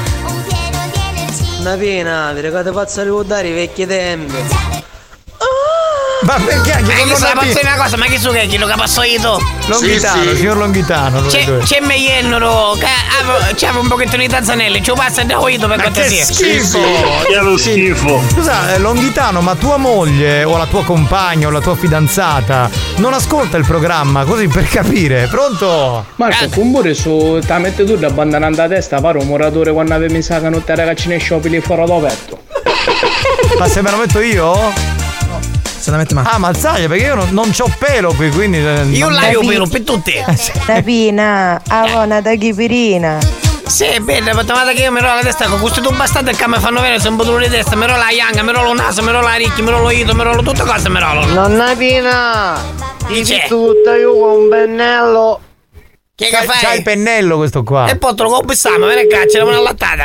Una pena, vi recate pazzo a ricordare i vecchi tempi. Ma perché? Ma chi sa, posso dire una cosa? Ma chi su che? Chi lo capasso io? Longhitano, signor Longhitano. C'è Meiennolo, c'è un pochettino di tazzanelli, ci passa da io per cortesia. Schifo! Che lo schifo! Scusa, Longhitano, ma tua moglie o la tua compagna o la tua fidanzata non ascolta il programma così per capire? Pronto? Marco, pure su te metti tu da abbandonando la testa, pare un muratore quando avevi sa che non te ragazzine sciopili fuori d'aperto. Ma se me lo metto io? Se la mette male. Ah, Mazzaglia, perché io non c'ho pelo qui, quindi. Io l'ho pelo per tutti. Tapina, avona da chipirina. Sì, bene, ma tomata che io mi rola la testa con questo bastardo che mi fanno vedere se un po' dolore di testa, mi rola la yanga, mi rola un naso, mi rola la ricchi, mi rola ito, mi rola tutte cose, mi rola. Nonna Pina, Di tutto io con un pennello. Che fai? C'ha il pennello questo qua. E poi te lo combissamo, me ne caccia, una lattata.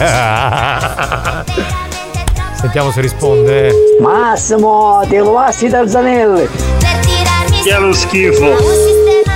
Sentiamo se risponde. Massimo, ti passi dal zanelli. Che è lo schifo.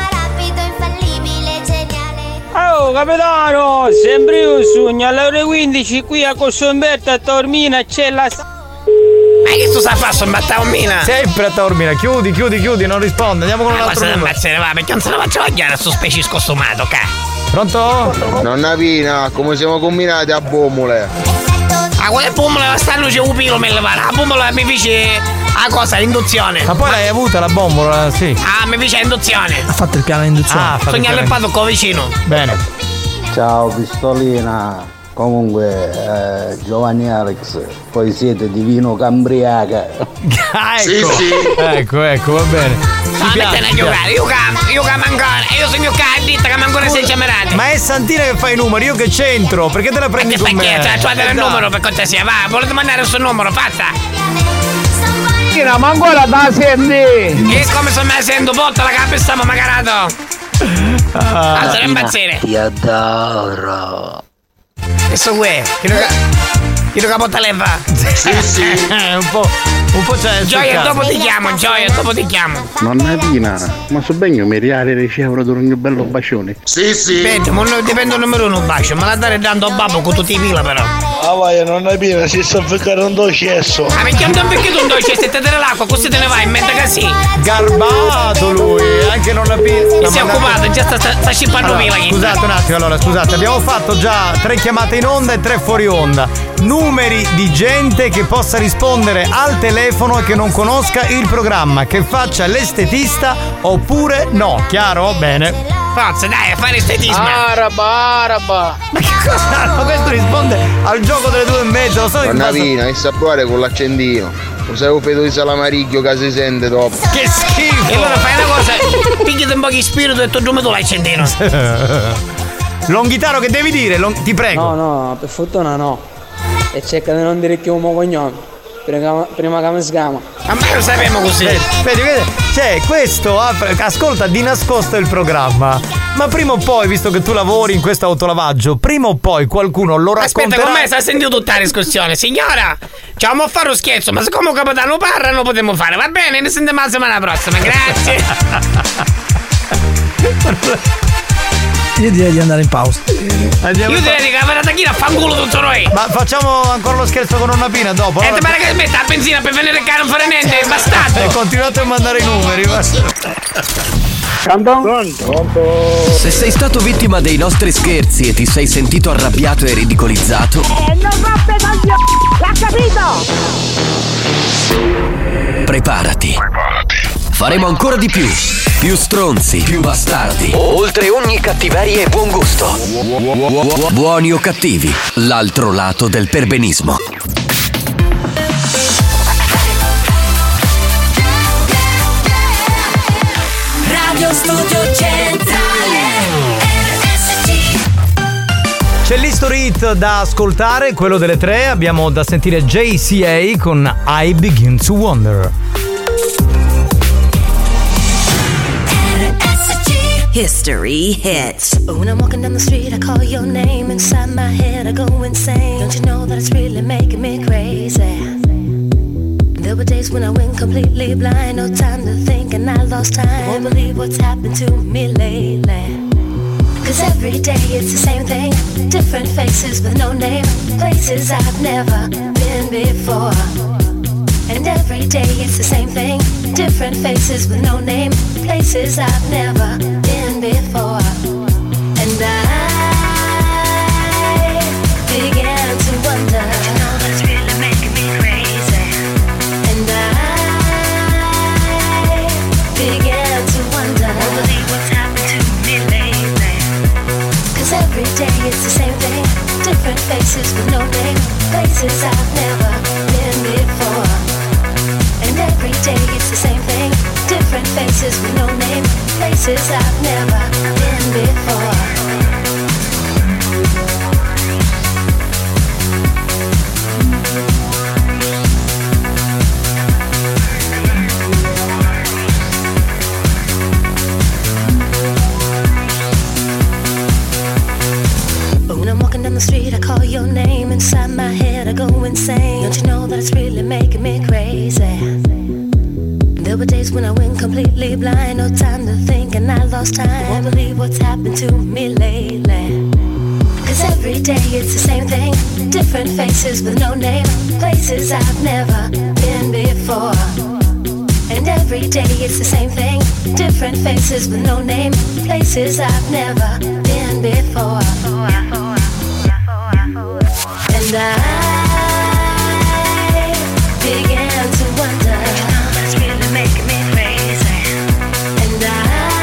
Oh capitano, sempre io sogno alle ore 15 qui a Cossomberto a Taormina c'è la... Ma che tu sai fare a Taormina? Sempre a Taormina, chiudi, non risponde, andiamo con un altro numero. Va, perché non se la faccio chiara sto specie scostumato, Pronto? Nonna Pina, come siamo combinati a bommole? Quale bombola stanno c'è un pilo me levare? La bombola mi fece la cosa, l'induzione. Ma poi l'hai avuta la bombola, sì. Mi fece l'induzione. Ha fatto il piano di induzione. Sogno alleppato con vicino. Bene. Ciao pistolina. Comunque Giovanni Alex, poi siete di vino cambriaca. Ecco. Sì. Ecco, va bene. Mettene a giocare, io camo ancora, io sono ditta che ancora 6 camerate. Ma è Santina che fa i numeri, io che c'entro, perché te la prendi con me? Cioè il numero per cortesia, va, volete mandare il suo numero, fatta. Ma ancora da senti! E come se me sento, porta la capa e stiamo magarato. Allora impazzire. Ti adoro. Questo qui, chi lo capotta leva? Sì. un po' c'è. Gioia, dopo ti chiamo. Nonna Pina, ma so bene mi reale 10 euro per ogni bello bacione. Sì. Aspetta, ma non dipende il numero uno bacio, ma la dare dando a babbo con tutti i pila però. Vai, Nonna Pina, si sta ficcando un docesso. Perché non perché tu un docesso e te ne l'acqua, così te ne vai in mente che sì. Garbato lui, anche Nonna Pina. Si è occupato, già sta scippando pila. Scusate un attimo, scusate, abbiamo fatto già 3 chiamate in onda e 3 fuori onda. Numeri di gente che possa rispondere al telefono e che non conosca il programma, che faccia l'estetista oppure no, chiaro? Bene. Forza, dai, a fare estetismo. Araba. Ma che cosa? Ma questo risponde al gioco delle 2:30, lo so. Nonna Pina, e sa provare con l'accendino. Lo sai un feto di salamariglio che si sente dopo. Che schifo! E allora fai una cosa, picchiati un po' di spirito e tu giù tu l'accendino. Longhitaro, che devi dire? Ti prego. No, per fortuna no. E cerca di non dire più un cognome. Prima che mi sgama. Ma mai lo sappiamo così. Vedi, cioè, questo ascolta di nascosto il programma. Ma prima o poi, visto che tu lavori in questo autolavaggio, prima o poi qualcuno lo racconterà. Aspetta, con me sta sentendo tutta la discussione. Signora, ci vamo a fare lo scherzo, ma siccome capitano parla non potremo fare. Va bene, ne sentiamo la settimana prossima. Grazie. Io direi di andare in pausa. Io direi di cavare da chi a fanculo tutto noi. Ma facciamo ancora lo scherzo con Nonna Pina dopo. E te pare che smetta la benzina per venire caro non fare niente, bastardo. E continuate a mandare i numeri. Pronto? Se sei stato vittima dei nostri scherzi e ti sei sentito arrabbiato e ridicolizzato, non roppe coglioni, l'ha capito? preparati. Faremo ancora di più. Più stronzi, più bastardi. Oltre ogni cattiveria e buon gusto. Buoni o cattivi, l'altro lato del perbenismo. Radio Studio Centrale RSC. C'è l'History Hit da ascoltare, quello delle 3. Abbiamo da sentire JCA con I Begin to Wonder. History Hits. When I'm walking down the street, I call your name. Inside my head, I go insane. Don't you know that it's really making me crazy? There were days when I went completely blind. No time to think and I lost time. Won't believe what's happened to me lately. Cause every day it's the same thing. Different faces with no name. Places I've never been before. And every day it's the same thing. Different faces with no name. Places I've never been before. And I began to wonder. You know that's really making me crazy. And I began to wonder. Won't believe what's happened to me lately. Cause every day it's the same thing. Different faces with no name. Places I've never been before. And every day it's the same thing. Different faces with no name. Places I've never been before. were days when I went completely blind. No time to think and I lost time. Won't believe what's happened to me lately. Cause every day it's the same thing. Different faces with no name. Places I've never been before. And every day it's the same thing. Different faces with no name. Places I've never been before. And I began to wonder what's really making me crazy. And I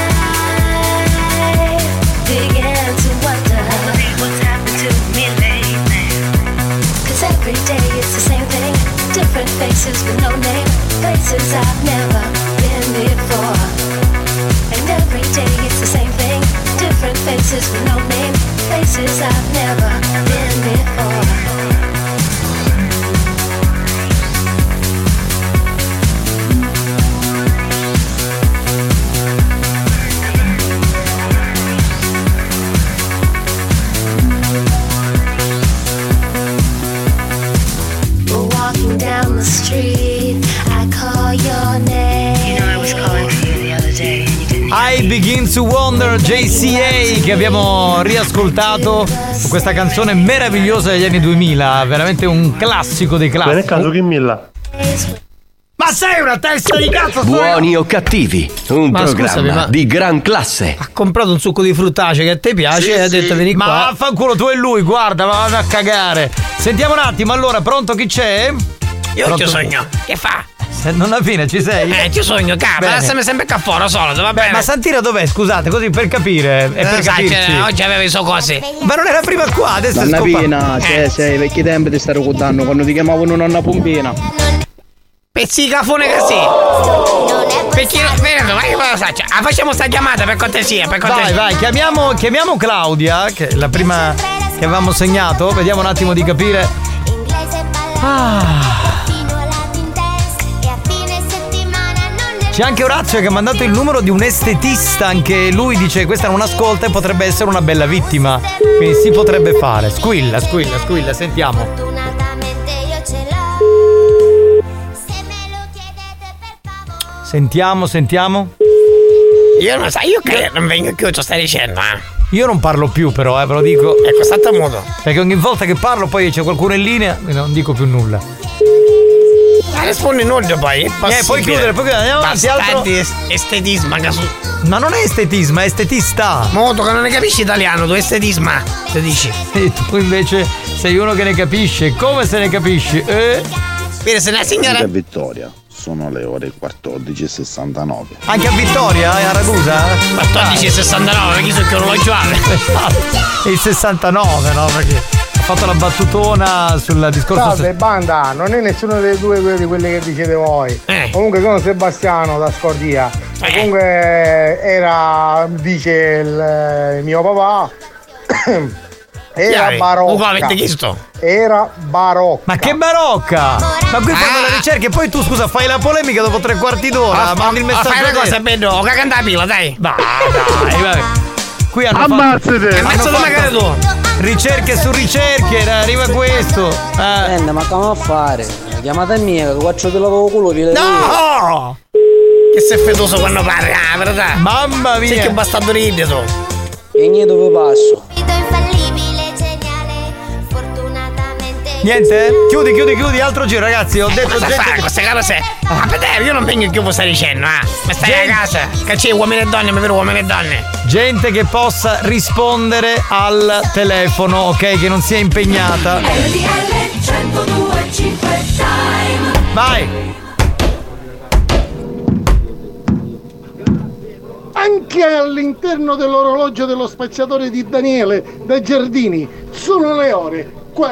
began to wonder what's happened to me lately. Cause every day it's the same thing. Different faces with no name. Places I've never been before. And every day it's the same thing. Different faces with no name. Places I've never been before. We're walking down the street. I call your name. You know I was calling for you the other day. I Begin to Wonder, JCA, che abbiamo riascoltato su questa canzone meravigliosa degli anni 2000, veramente un classico dei classici. Nel caso che Milla. Ma sei una testa di cazzo! Buoni o cattivi, un programma di gran classe. Ha comprato un succo di fruttace che a te piace e ha detto vieni qua. Ma vaffanculo, tu e lui, guarda, vado a cagare. Sentiamo un attimo, allora, pronto, chi c'è? Io ci sogno. Che fa? Non alla fine ci sei? Ci sogno, capa, lasciami sempre qua fuori solo, va bene? Ma Santino dov'è? Scusate, così per capire e per capirci. Oggi avevo i suoi cose. Ma non era prima qua, adesso è Pina, sei vecchi tempi ti stai ricordando quando ti chiamavano nonna Pompina. Pezzi di cafone così. Perché facciamo sta chiamata per cortesia, Vai, chiamiamo Claudia, che è la prima che avevamo segnato. Vediamo un attimo di capire. C'è anche Orazio che ha mandato il numero di un estetista, anche lui dice questa non ascolta e potrebbe essere una bella vittima, quindi si potrebbe fare. Squilla, sentiamo. Sentiamo. Io non so, io non vengo più, tu stai dicendo, Io non parlo più però, ve lo dico. Ecco, stato muto. Perché ogni volta che parlo poi c'è qualcuno in linea e non dico più nulla. Rispondi nulla poi. Puoi chiudere, andiamo avanti. Altro estetisma, ma non è estetisma, è estetista. Moto che non ne capisci italiano, tu estetisma, ti dici. E tu invece sei uno che ne capisce. Come se ne capisci? Vedi, se la signora a Vittoria sono le ore 14:69. Anche a Vittoria, a Ragusa? 14:69, chi so che orologio ha? Il 69, no? Perché ha fatto la battutona sul discorso. No, banda, non è nessuno dei due di quelli che dicete voi. Comunque sono Sebastiano da Scordia. Comunque era, dice il mio papà. Era barocca. Era barocca. Ma che barocca? Ma qui fanno la ricerca e poi tu scusa fai la polemica dopo 3/4 d'ora. Mandi il messaggio. Fai una cosa bello, ho cagato la pila, dai. Dai. Qui hanno ammazzate. Ammazzate magari tu. Ricerche su ricerche, arriva questo. Ma come a fare? Chiamata mia, che faccio te la culo. No! Che sei fetoso quando parli, verità? Mamma mia! Sei che bastardo ride tu. E niente dove passo. Niente? Chiudi, altro giro, ragazzi. Ho detto cosa fare queste cose? Ma vedere, io non vengo più, stai dicendo, Ma stai a casa, che c'è uomini e donne, mi vedo uomini e donne. Gente che possa rispondere al telefono, ok? Che non sia impegnata. Vai! Anche all'interno dell'orologio dello spaziatore di Daniele da Giardini sono le ore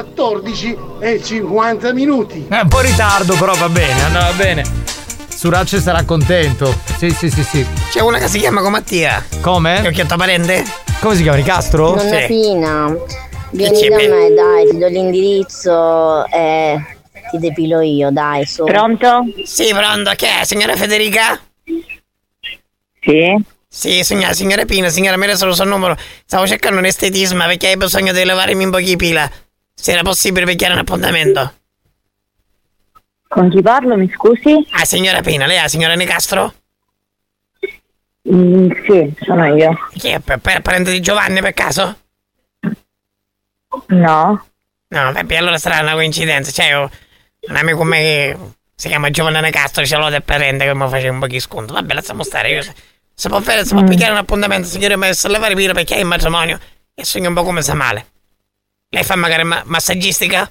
14:50. È un po' in ritardo, però va bene, andava bene. Suraccio sarà contento. Sì. C'è una che si chiama come Mattia. Come? Che ho chiesto parente? Come si chiama? Nicastro? Nonna Pina, vieni da me, dai, ti do l'indirizzo e ti depilo io, dai, su. Pronto? Sì, pronto, che è? Signora Federica? Sì. Sì, signora Pina, signora, mi solo il suo numero. Stavo cercando un estetisma perché hai bisogno di levarmi un po' di pila. Se era possibile per chiedere un appuntamento. Con chi parlo, mi scusi? Ah, signora Pina, lei è la signora Nicastro? Sì, sono io. Chi è? Parente di Giovanni per caso? No. No, vabbè, allora sarà una coincidenza. C'è un amico con me che si chiama Giovanni Nicastro, ce l'ho del parente che mi faceva un po' di sconto. Vabbè, lasciamo stare. Io, se può picchiare un appuntamento, signore, ma se levare pira perché è in matrimonio e sogno un po' come sta male. Lei fa magari massaggistica?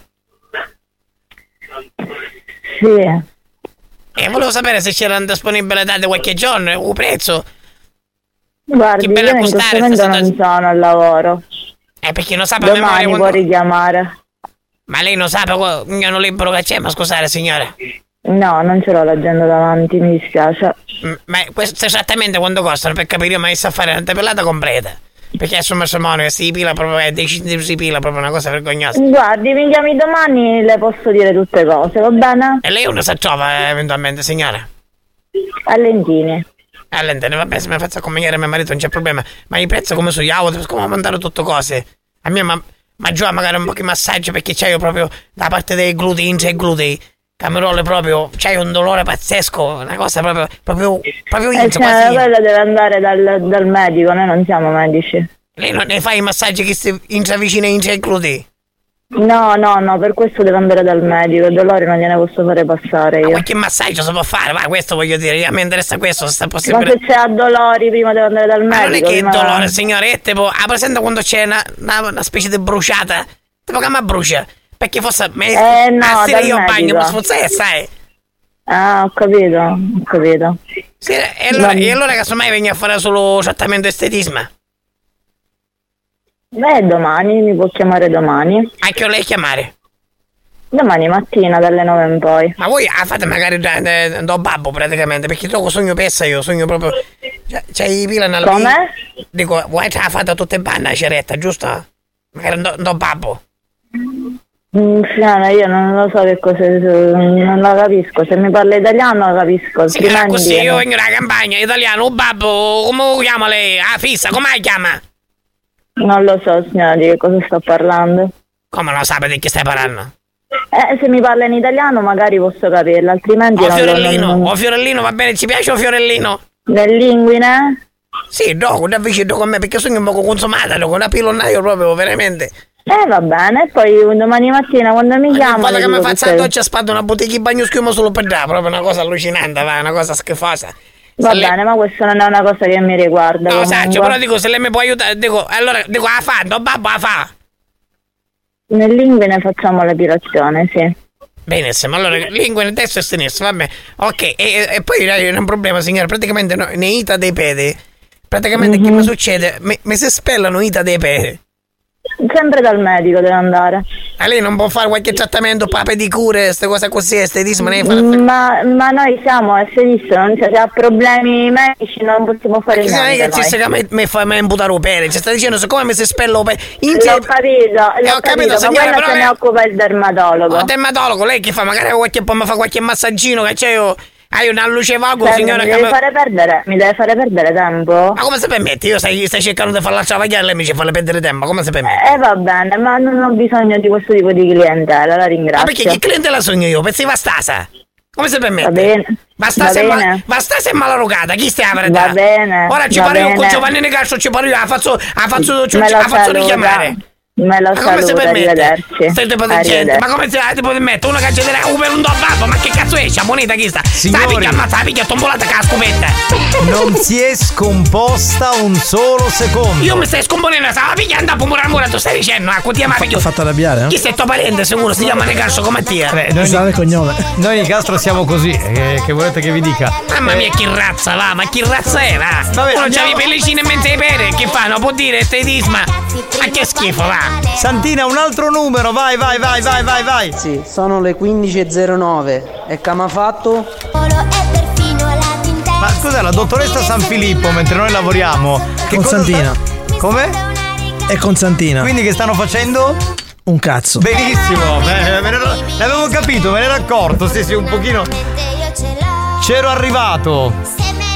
Sì. E volevo sapere se c'era una disponibilità di qualche giorno, un prezzo. Guardi, io in questo momento non sono al lavoro. Perché non sa per domani memoria può richiamare. Ma lei non sa per ogni libro che c'è, ma scusate signore. No, non ce l'ho l'agenda davanti, mi dispiace. Ma questo esattamente quanto costano per capire, ma sa fare una tepellata completa. Perché sul matrimonio si pila proprio, si pila proprio una cosa vergognosa. Guardi, mi chiami domani, le posso dire tutte cose, va bene? E lei uno si trova eventualmente, signora? A Lentini. A Lentini, vabbè, se mi faccio accompagnare mio marito non c'è problema. Ma i prezzi come sugli auto, come mandare tutte cose? A me ma già magari un po' di massaggio perché c'hai proprio da parte dei glutei, in i glutei. Camerole proprio, c'hai un dolore pazzesco, una cosa proprio quasi. Quella deve andare dal medico, noi non siamo medici. Lei non ne fa i massaggi che si intravicina in i glutei? No, per questo deve andare dal medico, il dolore non gliene posso fare passare io. Ma qualche massaggio si può fare, va, questo voglio dire, a me interessa questo, se sta possibile. Ma se c'è dolori prima deve andare dal medico. Ma non è che è dolore, signore, è tipo, presente quando c'è una specie di bruciata? Tipo che mi brucia? Perché forse no, io bagno, mi sfuzzare, sai? Ah, ho capito. Sì, e allora casomai vengo a fare solo trattamento estetismo? Domani, mi può chiamare domani. A che lei chiamare? Domani mattina, dalle 9 in poi. Ma voi fate magari do babbo praticamente, perché dopo sogno pessa io, sogno proprio... C'hai i pila nella... Come? Dico, vuoi ce la fate tutte banne a ceretta, giusto? Magari do babbo. No, io non lo so che cosa, non la capisco. Se mi parla italiano la capisco. Sì, così io vengo dalla campagna, italiano, babbo, come lo chiama lei? Ah, fissa, come la chiama? Non lo so, signora, di che cosa sto parlando. Come non sapete di che stai parlando? Se mi parla in italiano magari posso capirlo, altrimenti... O fiorellino, va bene, ci piace o fiorellino? Nell'inguine? Sì, dopo, da vicino con me, perché sono un po' consumata, con una pillonaio proprio, veramente. Va bene, poi domani mattina quando mi chiamo... Guarda che mi faccio la doccia, spado una bottiglia di bagno schiuma solo per dare, proprio una cosa allucinante, va, una cosa schifosa. Va bene, ma questa non è una cosa che mi riguarda. No, saggio, però dico, se lei mi può aiutare, dico, la fa, babbo la fa. Nell'inguine facciamo l'epirazione, sì. Benissimo, allora lingue destra e sinistra, vabbè. Ok, e poi è un problema, signora, praticamente nei ita dei piedi, praticamente che mi succede? Mi si spellano ita dei piedi. Sempre dal medico deve andare. A lei non può fare qualche trattamento, pedicure, queste cose così, estetismo? Ma noi siamo estetisti, non se ha problemi medici non possiamo fare niente. Non è che mi fa imputare un pere, ci sta dicendo siccome mi si spella un pere. L'ho capito, signora, ma quello se ne occupa il dermatologo. Il dermatologo, lei che fa? Magari mi fa qualche massaggino che c'è io. Hai una luce vago, signora. Mi deve fare perdere tempo. Ma come si permette? Io stai cercando di farla travagliare e lei mi ci fa perdere tempo. Come si permette? Va bene, ma non ho bisogno di questo tipo di clientela, la ringrazio. Ma perché che clientela sogno io? Pensi vastasa? Come si permette? Va bene. Vastasa è malarugata, chi stai a vedere? Va bene. Ora ci parlo io con Giovanni Nicastro, ci parlo io, la faccio richiamare. Me lo saluto, arrivederci. Ma come si permette? Uno che ci deve per un babbo, ma che cazzo è? C'ha moneta chi sta? Signori, sta picchia tombolata con la scopetta. Non si è scomposta un solo secondo. Io mi stai scomponendo, stava picchiando a mura, tu stai dicendo, Ho fatto arrabbiare, Chi sei tuo parente sicuro? Si chiama Nicastro come te? Noi sa il cognome. Noi Nicastro siamo così, che volete che vi dica? Mamma mia, che razza va, ma che razza è, va? Vabbè, uno c'ha i pellicini in mezzo ai pere, che fa? Non può dire estetisma? Ma che schifo, va? Santina, un altro numero, vai. Sì, sono le 15.09 e che mi ha fatto? Ma scusa, la dottoressa San Filippo mentre noi lavoriamo che con Santina. Come? È con Santina. Quindi che stanno facendo? Un cazzo. Benissimo, l'avevo capito, me ne ero accorto, sì, un pochino. C'ero arrivato.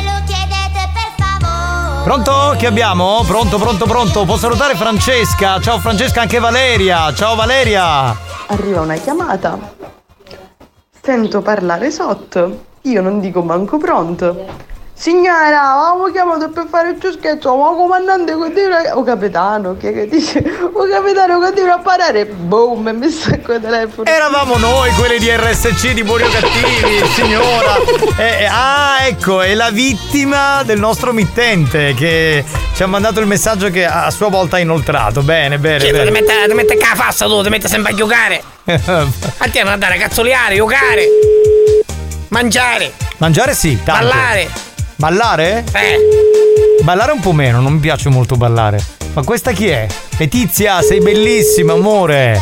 Pronto? Chi abbiamo? Pronto. Può salutare Francesca. Ciao Francesca, anche Valeria. Ciao Valeria. Arriva una chiamata. Sento parlare sotto. Io non dico manco pronto. Signora, avevo chiamato per fare il tuo scherzo, ma comandante continua. O capitano, che dice? O capitano continua a parare. Boom, mi ha messo il telefono. Eravamo noi, quelli di RSC di Buoni o Cattivi, signora. Ecco, è la vittima del nostro mittente che ci ha mandato il messaggio che a sua volta ha inoltrato. Bene. Ti mette la fassa tu, ti mette sempre a giocare. Andiamo ad andare a cazzoliare, giocare. Mangiare. Mangiare sì, tanto. Ballare. Ballare? Ballare un po' meno, non mi piace molto ballare. Ma questa chi è? Letizia, sei bellissima, amore.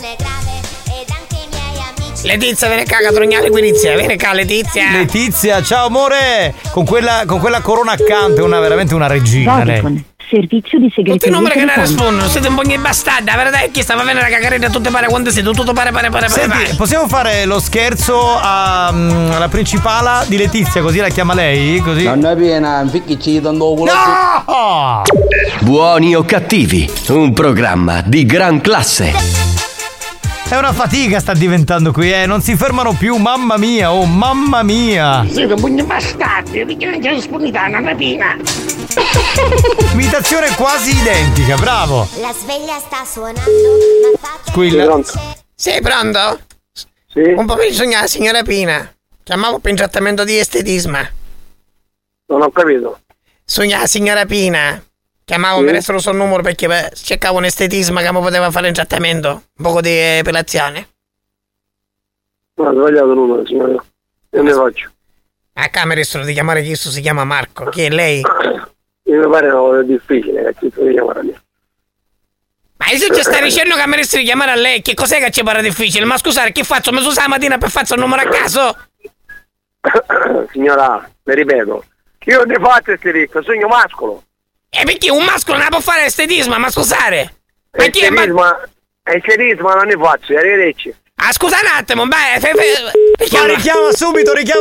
Letizia, viene qua, catrognale Letizia, viene qua Letizia. Letizia, ciao amore. Con quella corona accanto, è veramente una regina lei. Servizio di segreteria. Tutti i numeri che ne rispondono, siete un po' di bastardi. La verità è che stava venendo la cacaretta, tutte pare quando siete, tutto pare. Senti, possiamo fare lo scherzo alla principala di Letizia, così la chiama lei? Così? Non è piena, ficchici dando culo. No! Buoni o cattivi, un programma di gran classe. È una fatica sta diventando qui, non si fermano più, mamma mia, oh mamma mia. Siete un pugno bastardi, perché non sponitana rapina. Imitazione quasi identica, bravo. La sveglia sta suonando. Squilla. Sei pronto? Sì. Un pomeriggio la signora Pina. Chiamavo per un trattamento di estetisma. Non ho capito. Sogna la signora Pina. Chiamavo per essere il suo numero perché cercavo un estetisma che mi poteva fare un trattamento. Un poco di epilazione. No, ho sbagliato il numero, signore. Io ne faccio. A cameristro di chiamare chi si chiama Marco. Chi è lei? Io mi pare una difficile che ci devi chiamare a me. Ma se ci stai dicendo che ameresti di chiamare a lei, che cos'è che ci pare difficile? Ma scusate, che faccio? Mi sono la mattina per fare il numero a caso? Signora, le ripeto, io ne faccio estetismo, sono mascolo. E perché un mascolo non può fare estetismo, ma scusate? Ma chi è estetismo non ne faccio, arrivederci. Ah, scusa un attimo, richiama subito, richiama.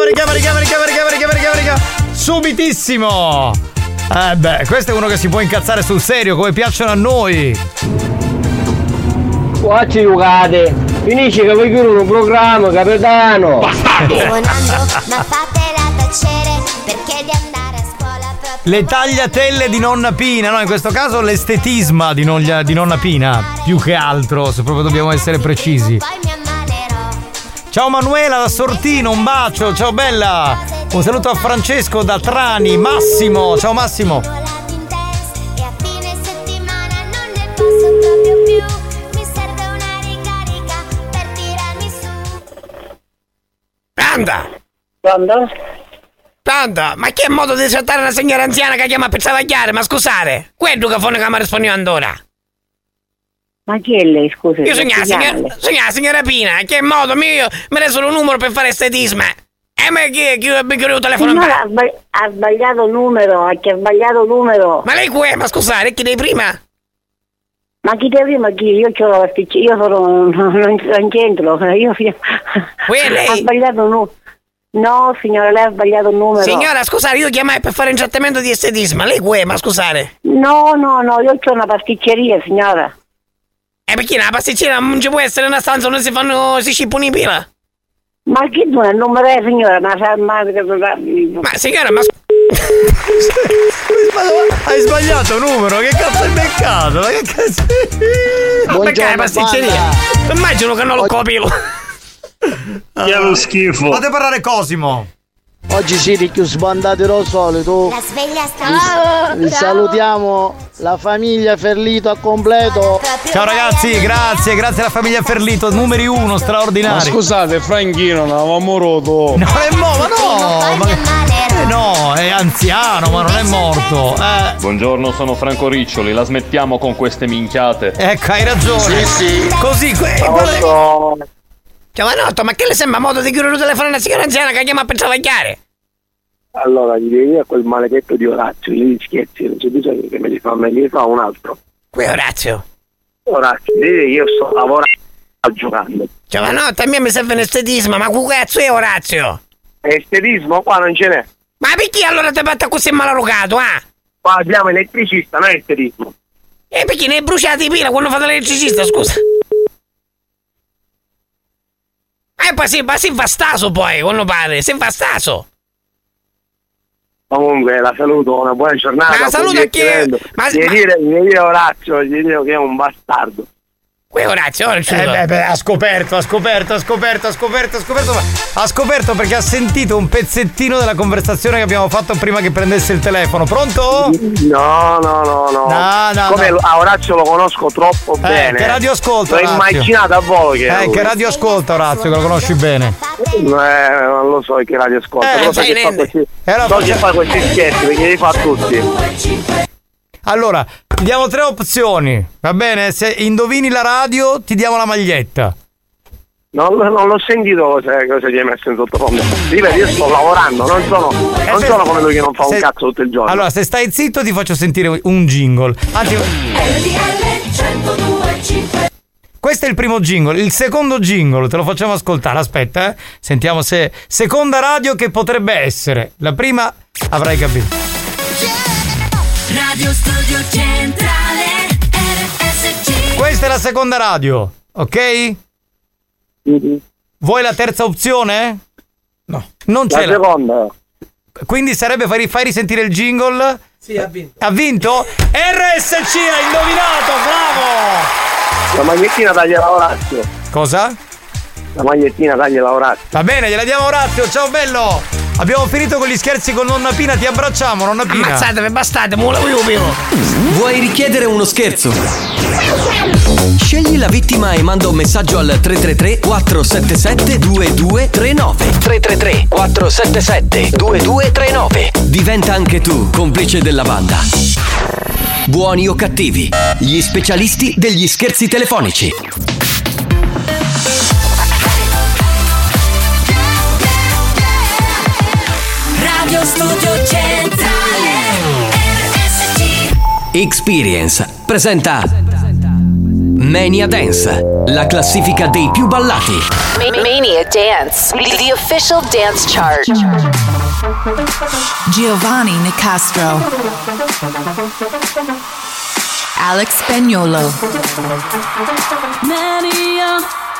Subitissimo. Questo è uno che si può incazzare sul serio, come piacciono a noi. Qua ci giocate, finisce che vuoi chiudere un programma, capitano. Ma fatela tacere perché di andare a scuola proprio. Le tagliatelle di nonna Pina, no, in questo caso l'estetisma di nonna Pina, più che altro, se proprio dobbiamo essere precisi. Ciao Manuela da Sortino, un bacio, ciao bella. Un saluto a Francesco da Trani, Massimo, ciao Massimo. Pronto? Ma che modo di saltare una signora anziana che chiama per travagliare? Ma scusate, quello che fa che mi risponde ora. Ma chi è lei, scusa? Io sogno la signora Pina, che modo mio mi ha solo un numero per fare estetismo. E ma chi ha il telefono? Signora, ha sbagliato numero, ha sbagliato numero. Ma lei qui è? Ma scusate, chi dei prima? Ma chi te prima chi? Io sono un centro, io lei? Ha sbagliato numero. No, signora, lei ha sbagliato il numero. Signora, scusate, io chiamai per fare un trattamento di estetismo. Lei qui è? Ma scusate. No, io ho una pasticceria, signora. E perché la pasticceria non ci può essere una stanza dove si scippano i pila? Ma che non è il numero è, signora? Ma signora, ma hai sbagliato numero, che cazzo hai beccato? Ma che cazzo? Ma perché la pasticceria? Immagino che non lo copilo. Che è lo schifo. Fate parlare Cosimo. Oggi siete più sbandati lo solito. La sveglia sta. Vi salutiamo, la famiglia Ferlito a completo. Ciao ragazzi, grazie alla famiglia Ferlito, numeri 1 straordinari. Ma scusate, Franchino, non avevamo rotto. No, è no, è anziano, ma non è morto. Buongiorno, sono Franco Riccioli, la smettiamo con queste minchiate. Ecco, hai ragione. Sì. Così, Giovanotto, ma che le sembra modo di chiudere il telefono a una signora anziana che chiama per travagliare? Allora, gli devi a quel maledetto di Orazio, gli scherzi, non c'è bisogno che me li fa un altro. Qui è Orazio? Orazio, vedi che io sto lavorando, giocando. Giovanotto, a me mi serve un estetismo, ma che cazzo è Orazio? Estetismo qua non ce n'è. Ma perché allora ti batta così malarugato, Qua abbiamo elettricista, non estetismo. E perché ne hai bruciati i pila quando fate l'elettricista, scusa? poi sì, ma si fa staso poi, quando pare, si fa staso. Comunque la saluto, una buona giornata. Ma la saluto a chi? Gli dire Orazio, gli dico che è un bastardo. Orazio, ha scoperto perché ha sentito un pezzettino della conversazione che abbiamo fatto prima che prendesse il telefono. Pronto? No. Come a Orazio lo conosco troppo bene. Che radio ascolta? L'ho immaginato a voi che radio ascolta Orazio, che lo conosci bene. Non lo so che radio ascolta, però so che fa questi scherzi perché li fa tutti. Allora, ti diamo 3 opzioni, va bene? Se indovini la radio, ti diamo la maglietta. Non l'ho sentito cosa ti hai messo in sottofondo. Ripeto, io sto lavorando, non sono come lui che non fa un cazzo tutto il giorno. Allora, se stai zitto ti faccio sentire un jingle. Anzi, questo è il primo jingle. Il secondo jingle te lo facciamo ascoltare. Aspetta, sentiamo se seconda radio che potrebbe essere. La prima avrai capito. Radio Studio Centrale RSC. Questa è la seconda radio, ok? Vuoi la terza opzione? No. Non c'è la seconda. Quindi sarebbe fai risentire il jingle? Sì, ha vinto. Ha vinto? RSC ha indovinato, bravo! La magliettina tagliela Orazio. Cosa? La magliettina tagliela Orazio. Va bene, gliela diamo Orazio, ciao bello! Abbiamo finito con gli scherzi con nonna Pina, ti abbracciamo, nonna Pina. Ammazzatevi, bastate, muoio. Vuoi richiedere uno scherzo? Scegli la vittima e manda un messaggio al 333 477 2239. 333 477 2239. Diventa anche tu complice della banda. Buoni o cattivi, gli specialisti degli scherzi telefonici. Radio Studio Centrale RSC. Experience presenta Mania Dance, la classifica dei più ballati. Mania Dance, the official dance chart. Giovanni Nicastro, Alex Spagnolo, Mania.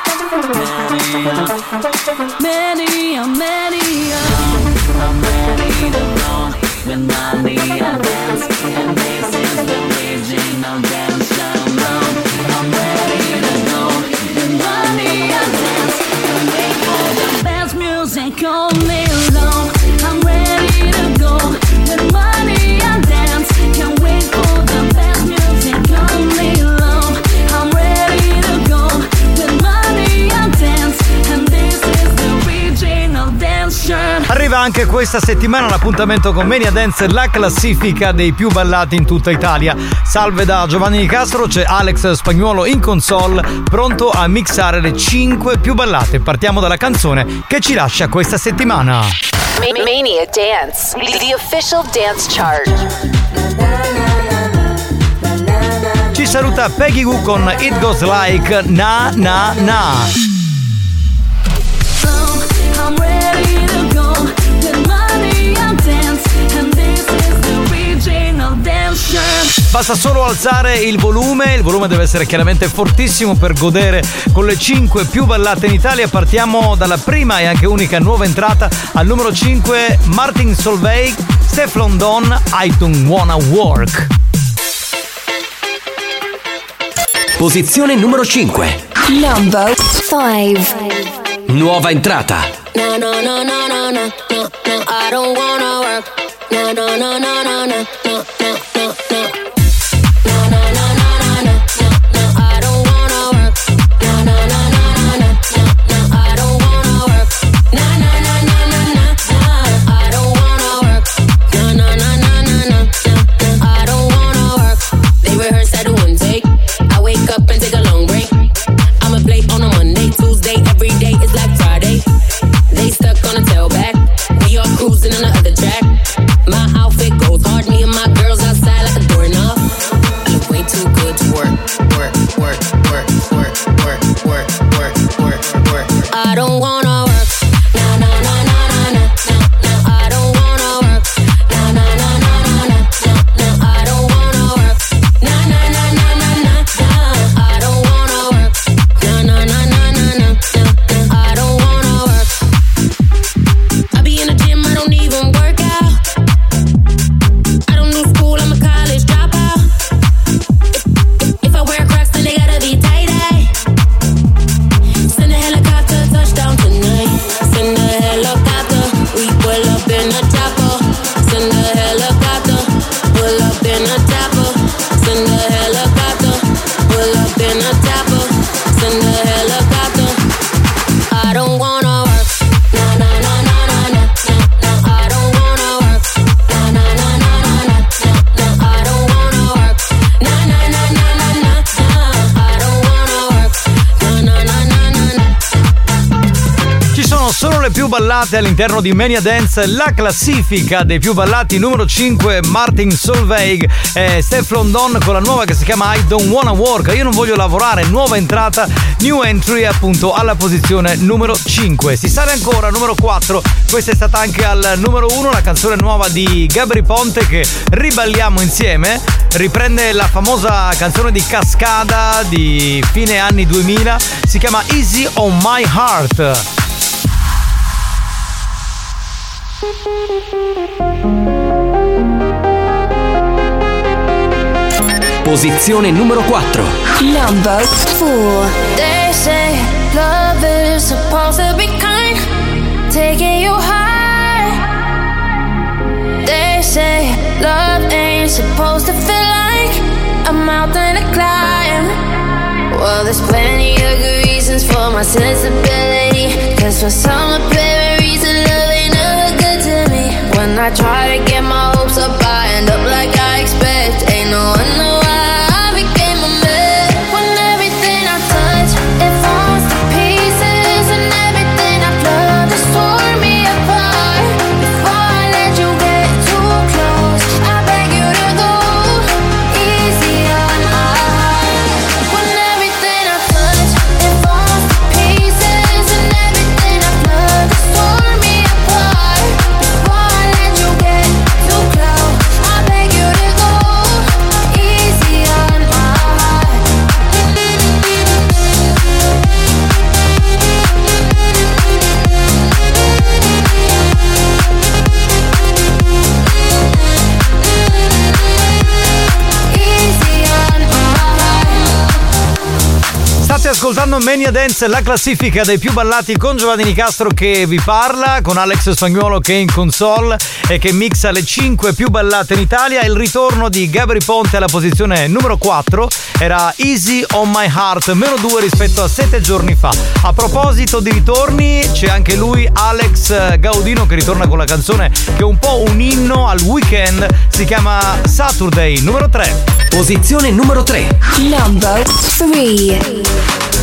I'm ready to go with Mania Dance, and this is the original dance sound. I'm ready to go with Mania Dance, and wait for the best music all day long. I'm ready to go with Mania Dance, can't wait for the best music all day long. I'm ready to go with Mania Dance, and this is the original dance shirt. Arriva anche questa settimana l'appuntamento con Mania Dance, la classifica dei più ballati in tutta Italia. Salve da Giovanni Nicastro, c'è Alex Spagnuolo in console, pronto a mixare le 5 più ballate. Partiamo dalla canzone che ci lascia questa settimana. Mania Dance, the official dance chart. Ci saluta Peggy Goo con It Goes Like Na Na Na. I'm ready to go with Mania Dance, and this is the original dance shirt. Basta solo alzare il volume deve essere chiaramente fortissimo per godere con le 5 più ballate in Italia. Partiamo dalla prima e anche unica nuova entrata al numero 5, Martin Solveig, Stefflon Don, I Don't Wanna Work. Posizione numero 5. Number 5. Nuova entrata. No, no, no, no, no, no, no, no, I don't wanna work. No, no, no, no, no, no, no, no, no, no. No, no, no, no, no, no, no, I don't wanna work. No, no, no, no, no, no, no, I don't wanna work. No, no, no, no, no, no, I don't wanna work. No, no, no, no, no, no, no, I don't wanna work. They rehearse at a one take. I wake up and take a long break. I'ma play on a Monday, Tuesday, every day is like Friday. They stuck on a tailback. We all cruising on the other track. My outfit goes hard, me and my le più ballate all'interno di Mania Dance, la classifica dei più ballati. Numero 5 Martin Solveig e Steph London con la nuova che si chiama I Don't Wanna Work, io non voglio lavorare, nuova entrata, new entry appunto alla posizione numero 5. Si sale ancora, numero 4, questa è stata anche al numero 1, la canzone nuova di Gabry Ponte che riballiamo insieme, riprende la famosa canzone di Cascada di fine anni 2000, si chiama Easy on My Heart. Posizione numero 4. Number 4. They say love is supposed to be kind, taking you high. They say love ain't supposed to feel like a mountain to climb. Well, there's plenty of good reasons for my sensibility, 'cause for some apparent reason love ain't never good to me. When I try to get my hopes up, I end up like I expect. Ain't no wonder why I became a mess. When everything I touch, it falls to pieces, and everything I've loved has torn me apart. Before I let you get too close, I beg you to go easy on my heart. When everything I touch, it falls to pieces, and everything I've loved has torn me apart. Before I let you get too close, I beg you to go easy on my heart. Easy on my heart. State ascoltando Mania Dance, la classifica dei più ballati con Giovanni Nicastro che vi parla, con Alex Spagnuolo che è in console e che mixa le 5 più ballate in Italia. Il ritorno di Gabry Ponte alla posizione numero 4 era Easy on My Heart, meno 2 rispetto a 7 giorni fa. A proposito di ritorni, c'è anche lui, Alex Gaudino, che ritorna con la canzone che è un po' un inno al weekend, si chiama Saturday, numero 3. Posizione numero 3. Number 3.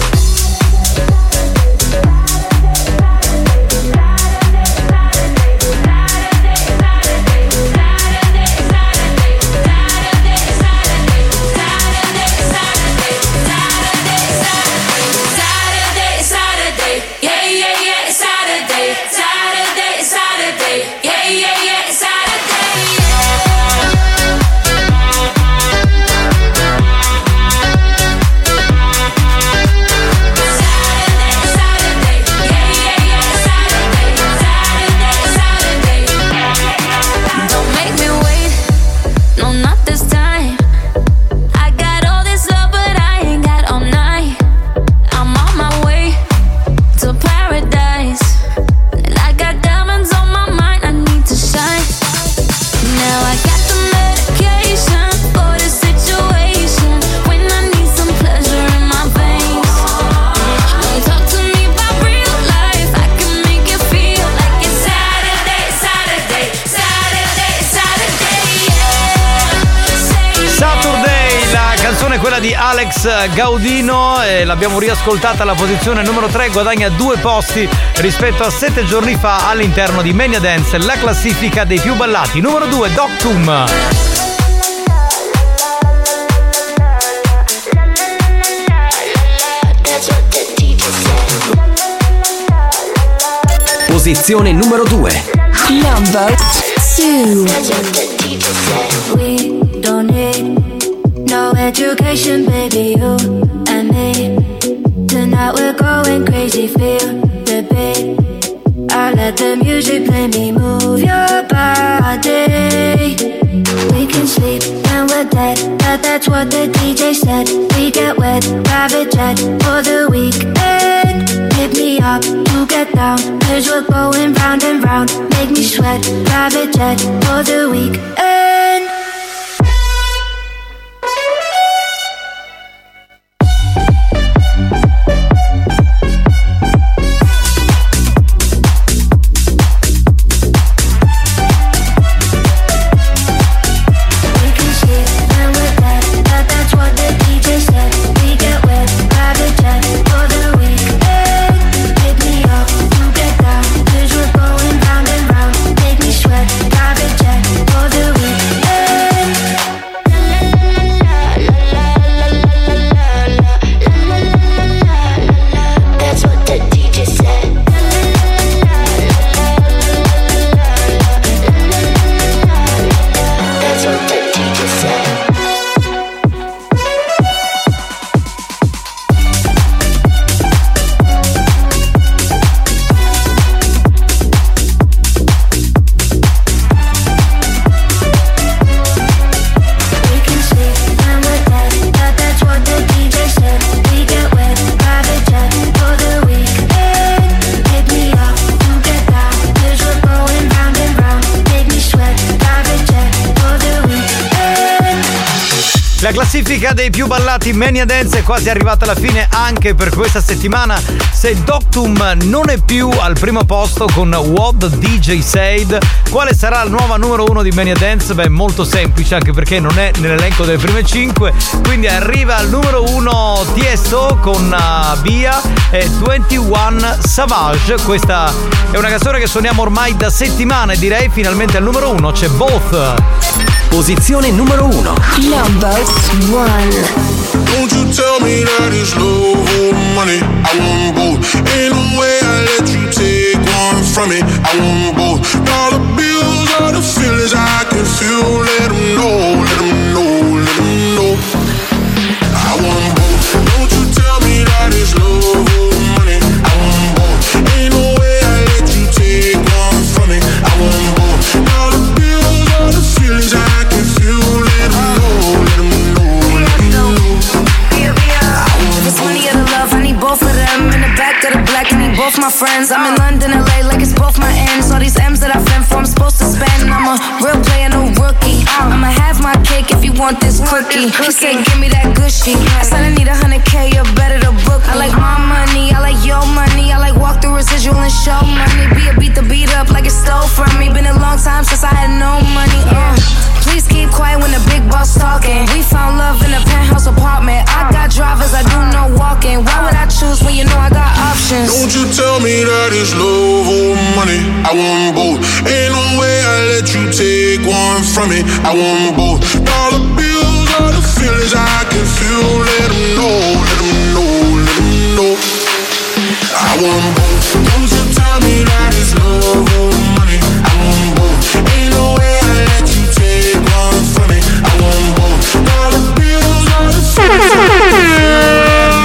Quella di Alex Gaudino, e l'abbiamo riascoltata alla posizione numero 3, guadagna 2 posti rispetto a 7 giorni fa all'interno di Mania Dance, la classifica dei più ballati. Numero 2 Doctum. Posizione numero 2. Number 2. We don't need no education, baby, you and me. Tonight we're going crazy, feel the beat. I let the music play me, move your body. We can sleep when we're dead, but that's what the DJ said. We get wet, private jet for the weekend. Hit me up to get down, 'cause we're going round and round. Make me sweat, private jet for the weekend. La classifica dei più ballati Mania Dance è quasi arrivata alla fine anche per questa settimana. Se Doctum non è più al primo posto con What the DJ Said, quale sarà la nuova numero 1 di Mania Dance? Beh, molto semplice, anche perché non è nell'elenco delle prime 5. Quindi arriva al numero 1 Tiesto con Bia e 21 Savage. Questa è una canzone che suoniamo ormai da settimane, direi. Finalmente al numero 1 c'è Both. Posizione numero 1. Number 1. Don't you tell me that it's love or money. I want both. Ain't no way I let you take one from me. I want both. All the bills, all the feelings I can feel. Let them know, let them know, let them know. I want both. Don't you tell me that it's love or money. I want both. Ain't no way I let you take one from me. I want both. All the bills, all the feelings I can feel. Let them know, let them know, let them know. If it's money or the love, I need both of them. In the back of the black, I need both my friends. I'm in London, LA, like it's both my ends. All these M's that I've been for, I'm supposed to spend. I'm a real player, no rookie. I'ma have my cake if you want this cookie. He said, give me that gushy. I said, I need 100K, you're better to book me. I like my money, I like your money. I like walk through residual and show money. Beat the beat up like it stole from me. Been a long time since I had no money. Please keep quiet when the big boss talking. We found love in a penthouse apartment. I got drivers, I do no walking. Why would I choose when you know I got options? Don't you tell me that it's love or money. I want both. Ain't no way I let you take one from me. I want both. All the bills, all the feelings I can feel. Let them know, let them know, let them know. I want both. Don't you tell me that it's love or money. I want both. Ain't no way I let you take one from me. I want both. All the bills, all the feelings I can feel.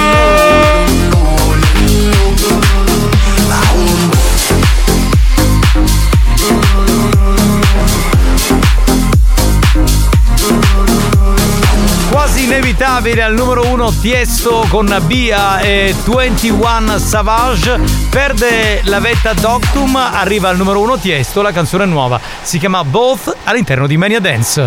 Quasi inevitabile al numero 1 Tiesto con Bia e 21 Savage. Perde la vetta Doctum, arriva al numero 1 Tiesto, la canzone nuova si chiama Both all'interno di Mania Dance.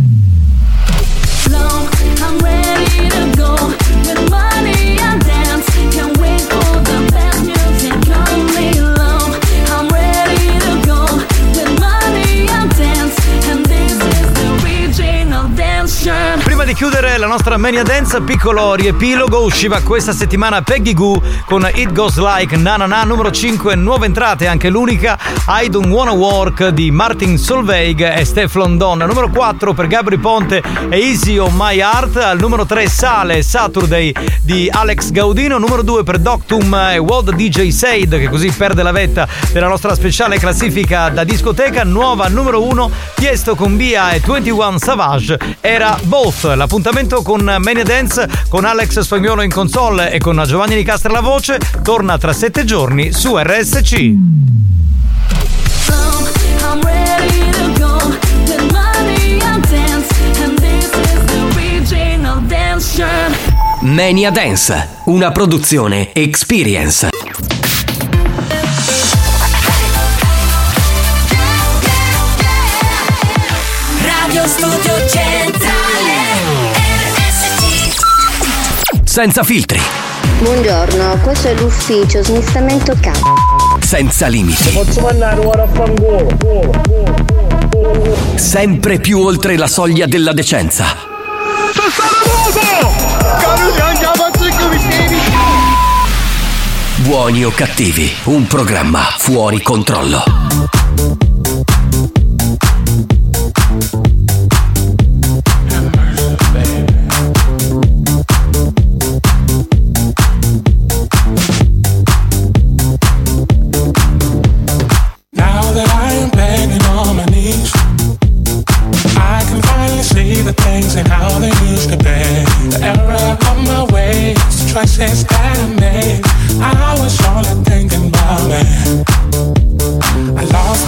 Prima di chiudere la nostra Mania Dance, piccolo riepilogo. Usciva questa settimana Peggy Goo con It Goes Like Na Na Na. Numero 5, nuove entrate, anche l'unica, I Don't Wanna Work di Martin Solveig e Steph London. Numero 4 per Gabri Ponte e Easy on My Heart. Al numero 3 sale Saturday di Alex Gaudino. Numero 2 per Doctum e What the DJ Said, che così perde la vetta della nostra speciale classifica da discoteca. Nuova numero 1 Tiesto con Bia e 21 Savage era Both. L'appuntamento con Mania Dance con Alex Spagnuolo in console e con Giovanni Nicastra alla voce torna tra 7 giorni su RSC. Mania Dance, una produzione Experience. Radio Studio Centrale RSC. Senza filtri. Buongiorno, questo è l'ufficio smistamento Senza limiti. Posso mandare ora a fangolo. Sempre più oltre la soglia della decenza. Buoni o cattivi, un programma fuori controllo. Now that I am begging on my knees, I can finally see the things and how they used to be. The error of my ways, the choices that I made, I was only thinking about me. I lost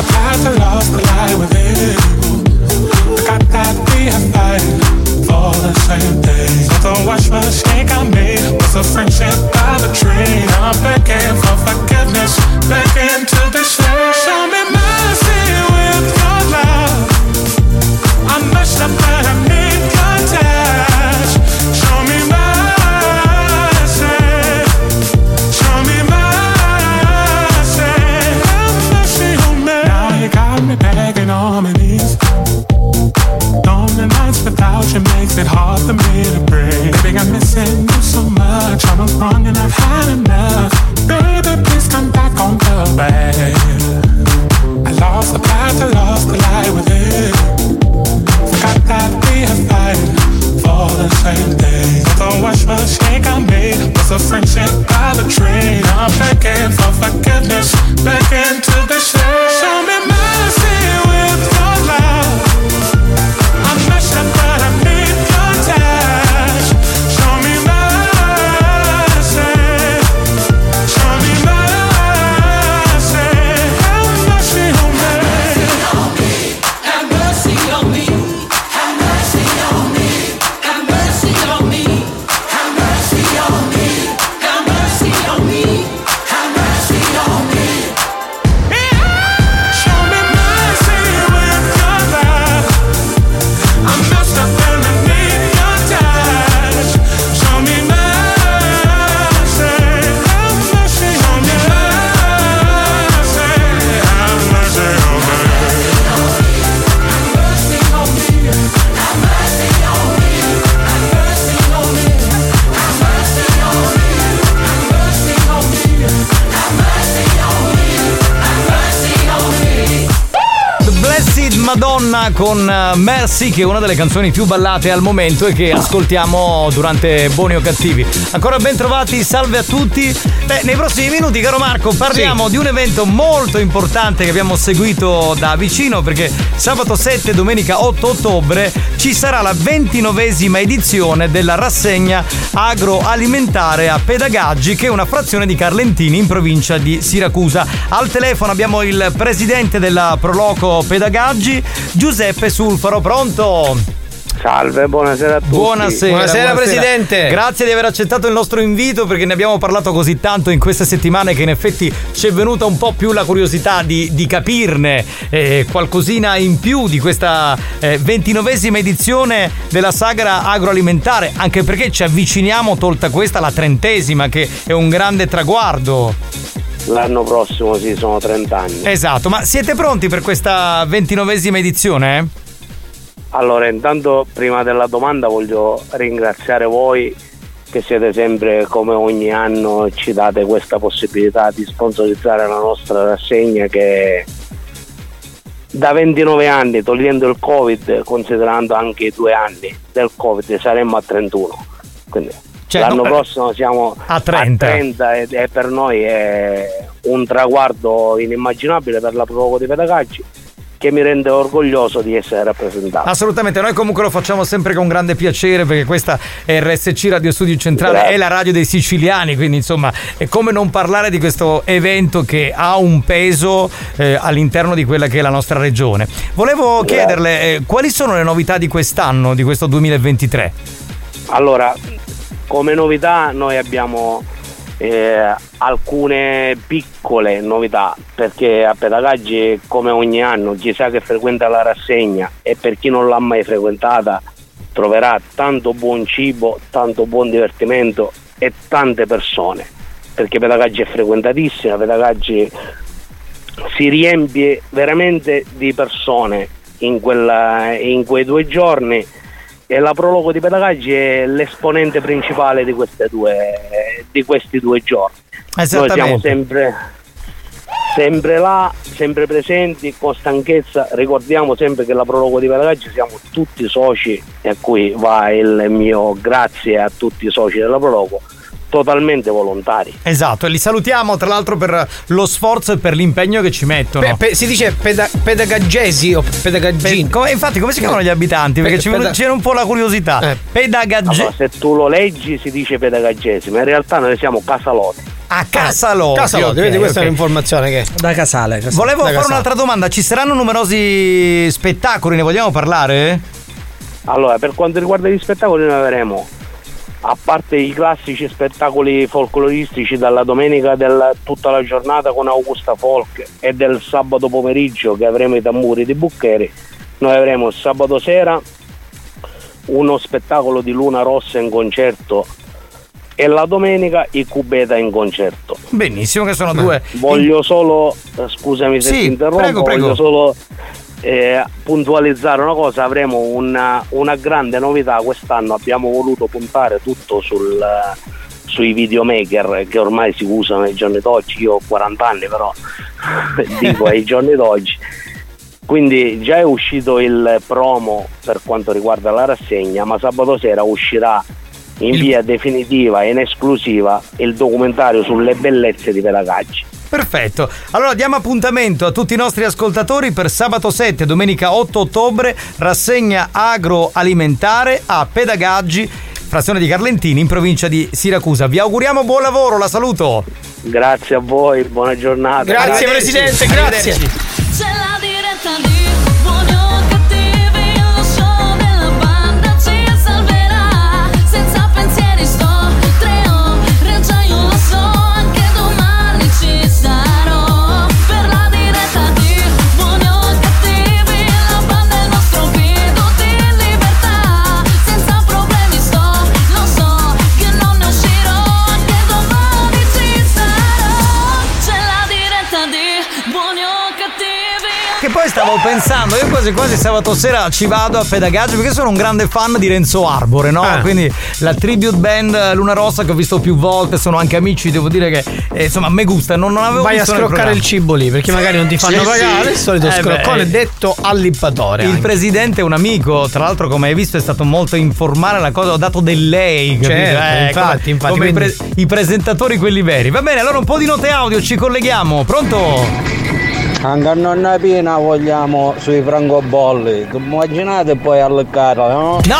Madonna con Mercy, che è una delle canzoni più ballate al momento e che ascoltiamo durante Buoni o Cattivi. Ancora ben trovati, salve a tutti. Nei prossimi minuti, caro Marco, parliamo di un evento molto importante che abbiamo seguito da vicino, perché sabato 7 domenica 8 ottobre ci sarà la 29esima edizione della rassegna agroalimentare a Pedagaggi, che è una frazione di Carlentini in provincia di Siracusa. Al telefono abbiamo il presidente della Proloco Pedagaggi, Giuseppe Sulfaro. Pronto? Salve, buonasera a tutti. Buonasera presidente. Grazie di aver accettato il nostro invito, perché ne abbiamo parlato così tanto in queste settimane che in effetti ci è venuta un po' più la curiosità di capirne qualcosina in più di questa 29esima edizione della sagra agroalimentare, anche perché ci avviciniamo, tolta questa, alla 30esima, che è un grande traguardo. L'anno prossimo sì, sono 30 anni. Esatto, ma siete pronti per questa 29esima edizione? Allora, intanto prima della domanda voglio ringraziare voi che siete sempre, come ogni anno, ci date questa possibilità di sponsorizzare la nostra rassegna, che da 29 anni, togliendo il Covid, considerando anche i 2 anni del Covid, saremmo a 31. Quindi l'anno prossimo siamo a 30 e per noi è un traguardo inimmaginabile per la Proloco di Pedagaggi, che mi rende orgoglioso di essere rappresentato. Assolutamente, noi comunque lo facciamo sempre con grande piacere, perché questa è RSC Radio Studio Centrale. Grazie. È la radio dei siciliani, quindi insomma è come non parlare di questo evento che ha un peso all'interno di quella che è la nostra regione. Volevo chiederle quali sono le novità di quest'anno, di questo 2023? Allora, come novità noi abbiamo alcune piccole novità, perché a Pedagaggi, come ogni anno, chi sa che frequenta la rassegna, e per chi non l'ha mai frequentata troverà tanto buon cibo, tanto buon divertimento e tante persone, perché Pedagaggi è frequentatissima. Pedagaggi si riempie veramente di persone in quei 2 giorni, e la Proloco di Pedagaggi è l'esponente principale di questi 2 giorni. Noi siamo sempre là, sempre presenti, con stanchezza. Ricordiamo sempre che la Proloco di Pedagaggi siamo tutti soci, e a cui va il mio grazie a tutti i soci della Proloco, totalmente volontari. Esatto, e li salutiamo tra l'altro per lo sforzo e per l'impegno che ci mettono. Si dice pedagaggesi o pedagaggini? Infatti come si chiamano gli abitanti? Perché c'era un po' la curiosità. Pedagaggi. Allora, se tu lo leggi si dice pedagaggessi, ma in realtà noi siamo casaloti. A Casaloti. Vedi, questa è un'informazione che da Casale. Volevo fare un'altra domanda: ci saranno numerosi spettacoli, ne vogliamo parlare? Allora, per quanto riguarda gli spettacoli, noi avremo, a parte i classici spettacoli folcloristici, dalla domenica tutta la giornata con Augusta Folk, e del sabato pomeriggio che avremo i tamburi di Buccheri, noi avremo il sabato sera uno spettacolo di Luna Rossa in concerto, e la domenica i Cubeta in concerto. Benissimo, che sono 2. Voglio solo, scusami se ti interrompo, prego. voglio solo puntualizzare una cosa. Avremo una grande novità quest'anno. Abbiamo voluto puntare tutto sui videomaker che ormai si usano ai giorni d'oggi. Io ho 40 anni, però dico ai giorni d'oggi. Quindi già è uscito il promo per quanto riguarda la rassegna, ma sabato sera uscirà in via definitiva e in esclusiva il documentario sulle bellezze di Pedagaggi. Perfetto, allora diamo appuntamento a tutti i nostri ascoltatori per sabato 7, domenica 8 ottobre, rassegna agroalimentare a Pedagaggi, frazione di Carlentini in provincia di Siracusa. Vi auguriamo buon lavoro, la saluto. Grazie a voi, buona giornata. Grazie presidente, grazie. C'è la diretta di Buoni o Cattivi, lo show della banda ci salverà. Senza pensieri sto, 3 ore, già io lo so, anche domani ci sarò. Per la diretta di Buoni o Cattivi, la banda è il nostro grido di libertà. Senza problemi sto, lo so, che non ne uscirò, anche domani ci sarò. C'è la diretta di Buoni o Cattivi. Che poi stavo pensando pensando, io quasi sabato sera ci vado a Pedagaggio perché sono un grande fan di Renzo Arbore, no? Quindi la tribute band Luna Rossa che ho visto più volte, sono anche amici, devo dire che insomma a me gusta, non avevo vai visto a scroccare il cibo lì perché magari non ti fanno pagare, il solito scroccone detto all'ippatore. Il presidente è un amico, tra l'altro come hai visto è stato molto informale, la cosa ho dato del lei, certo, infatti come i presentatori quelli veri. Va bene, allora un po' di note audio, ci colleghiamo. Pronto? Anche a nonna Pina vogliamo sui francobolli. Immaginate poi all'caro, no? No.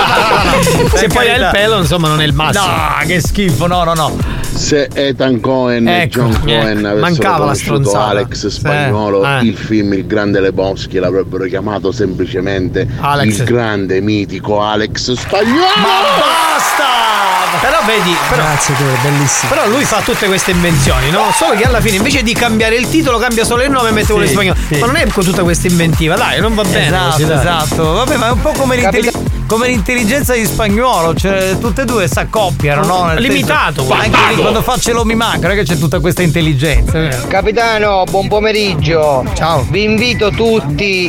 Se poi hai il pelo, insomma, non è il massimo. No, che schifo, no. Se Ethan Cohen e John Cohen avessero mancava la stronzata. Alex Spagnolo, il film Il Grande Lebowski l'avrebbero chiamato semplicemente Alex. Il grande mitico Alex Spagnolo. Ma basta! Però vedi, grazie, bellissimo. Però lui fa tutte queste invenzioni, no? Solo che alla fine invece di cambiare il titolo cambia solo il nome e mette quello in spagnolo. Ma non è con tutta questa inventiva, dai, non va bene. Esatto. Vabbè, ma è un po' come l'intelligenza di Spagnuolo, cioè tutte e due s'accoppiano, no? Limitato. Anche lì quando faccio lo mi manca, non è che c'è tutta questa intelligenza. Capitano, buon pomeriggio. Ciao. Vi invito tutti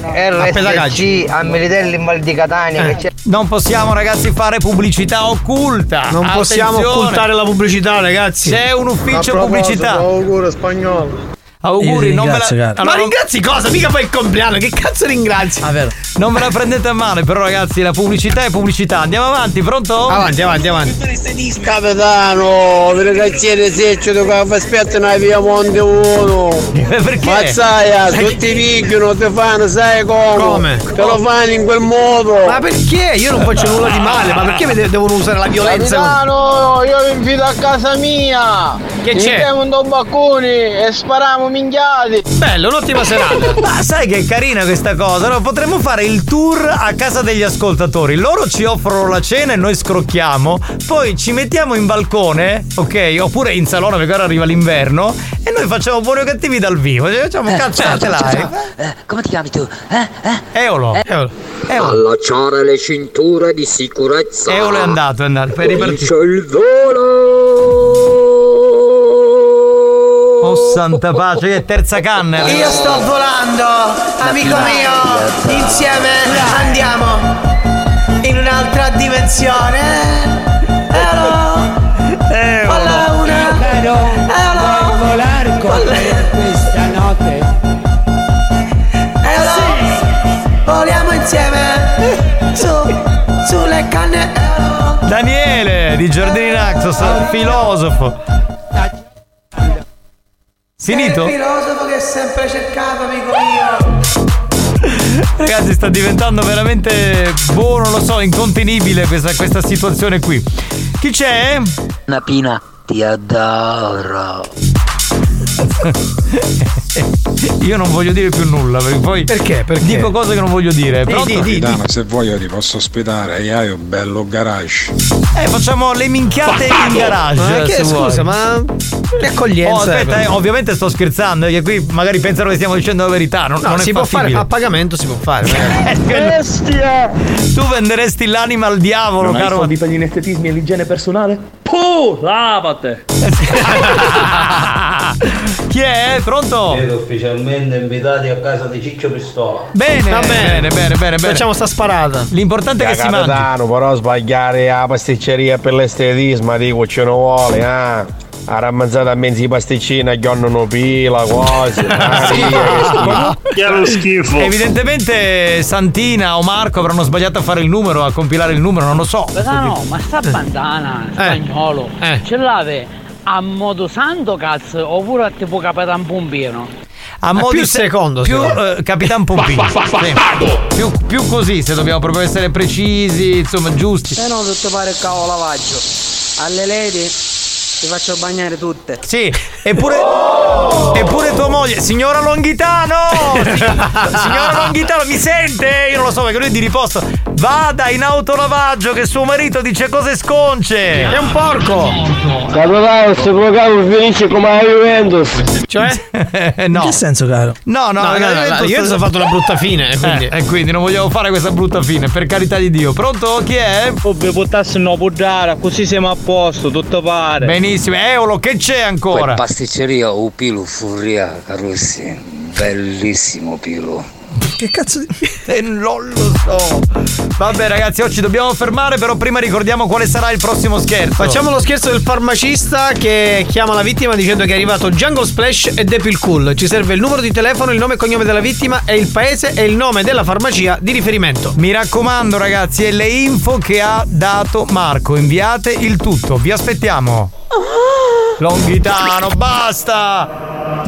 RSC a Militello in Val di Catania. Che c'è. Non possiamo, ragazzi, fare pubblicità occulta. Non possiamo occultare la pubblicità, ragazzi. C'è un ufficio pubblicità. Auguro Spagnolo. Auguri, non me la. Ma ringrazi cosa? Mica fai il compleanno, che cazzo ringrazi? Vero. Non ve la prendete a male, però, ragazzi, la pubblicità è pubblicità. Andiamo avanti, pronto? Avanti. Capitano, vi ringraziate seccio che aspetta una via Monte 1. Perché? Mazzaia, tutti i picchiano, ti fanno, sai come? Te lo fanno in quel modo. Ma perché? Io non faccio nulla di male, ma perché devono usare la violenza? Capitano, io vi invito a casa mia. Che c'è? Mettiamo un bacconi e spariamo minchiati. Bello, un'ottima serata. Ma sai che è carina questa cosa? No? Potremmo fare il tour a casa degli ascoltatori. Loro ci offrono la cena e noi scrocchiamo. Poi ci mettiamo in balcone, ok? Oppure in salone perché ora arriva l'inverno. E noi facciamo Buoni o Cattivi dal vivo. Ci facciamo cazzate live. Come ti chiami tu? Eolo. Allacciare le cinture di sicurezza. Eolo è andato. Per Comincia il volo. Oh santa pace, che terza canna. Io sto volando, amico mio. Insieme andiamo in un'altra dimensione. Alla una. Vuoi volare con me questa notte? Voliamo insieme sulle canne. Daniele di Giardini Naxos, filosofo. Finito? Sei il filosofo che hai sempre cercato, amico mio. Ragazzi, sta diventando veramente non lo so, incontenibile questa situazione qui. Chi c'è? Una Pina, ti adoro. Io non voglio dire più nulla perché poi dico cose che non voglio dire. Capitano, se vuoi ti posso ospitare, io hai un bello garage. Facciamo le minchiate in garage. Che scusa, ma che accoglienza. Aspetta, ovviamente sto scherzando, che qui magari pensano che stiamo dicendo la verità. Non si è può fare, fattibile. a pagamento si può fare. Bestia! Tu venderesti l'anima al diavolo, non caro. Hai soldi per gli estetismi e l'igiene personale? Lavate! Chi è? Pronto? Siete ufficialmente invitati a casa di Ciccio Pistola. Bene. Facciamo sta sparata. L'importante è che si mangi. Capitano, però sbagliare la pasticceria per l'estetismo, dico, ce ne vuole, A rammazzata a mezzi pasticcini, ghionnono pila, cose. Che lo schifo. Evidentemente Santina o Marco avranno sbagliato a fare il numero, a compilare il numero, non lo so. No, ma sta bandana Spagnolo ce l'ave a modo santo cazzo oppure a tipo Capitan Pompino? A modo più secondo più Capitan Pompino. Più così, se dobbiamo proprio essere precisi, insomma, giusti. No, tutto pare il cavolo lavaggio. Alle lady ti faccio bagnare tutte. Sì, eppure tua moglie, signora Longhitano! Signora Longhitano, mi sente? Io non lo so perché lui è di riposto. Vada in autolavaggio che suo marito dice cose sconce. È un porco. Capitano, questo programma finisce come la Juventus. Cioè? No. In che senso, caro? No, la Juventus ha fatto una brutta fine, quindi. E quindi non vogliamo fare questa brutta fine, per carità di Dio. Pronto? Chi è? Vi portassi una puddara, così siamo a posto, tutto pare. Benissimo, Eolo, che c'è ancora? Pasticceria o Pilo Furria, Carossi. Bellissimo Pilo. Che cazzo di... non lo so. Vabbè ragazzi, oggi dobbiamo fermare, però prima ricordiamo quale sarà il prossimo scherzo. Facciamo lo scherzo del farmacista che chiama la vittima dicendo che è arrivato Jungle Splash e Depil Cool. Ci serve il numero di telefono, il nome e cognome della vittima e il paese e il nome della farmacia di riferimento. Mi raccomando ragazzi, e le info che ha dato Marco, inviate il tutto, vi aspettiamo. Longhitano, basta!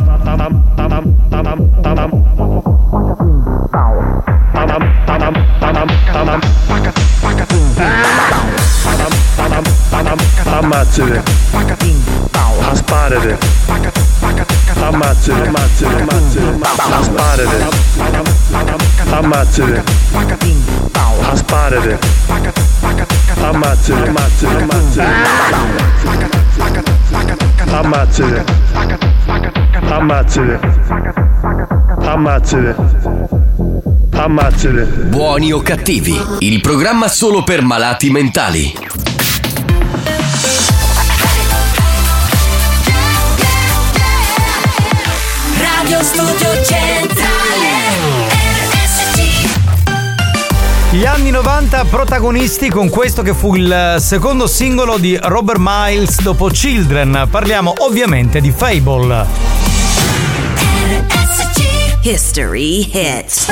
Ammazzate, asparate, ammazzate, asparate, ammazzate, asparate, ammazzate, ammazzate, ammazzate, ammazzate, ammazzate. Buoni o cattivi, il programma solo per malati mentali. Radio Studio Centrale RSC. Gli anni 90 protagonisti con questo che fu il secondo singolo di Robert Miles dopo Children. Parliamo ovviamente di Fable. History hits.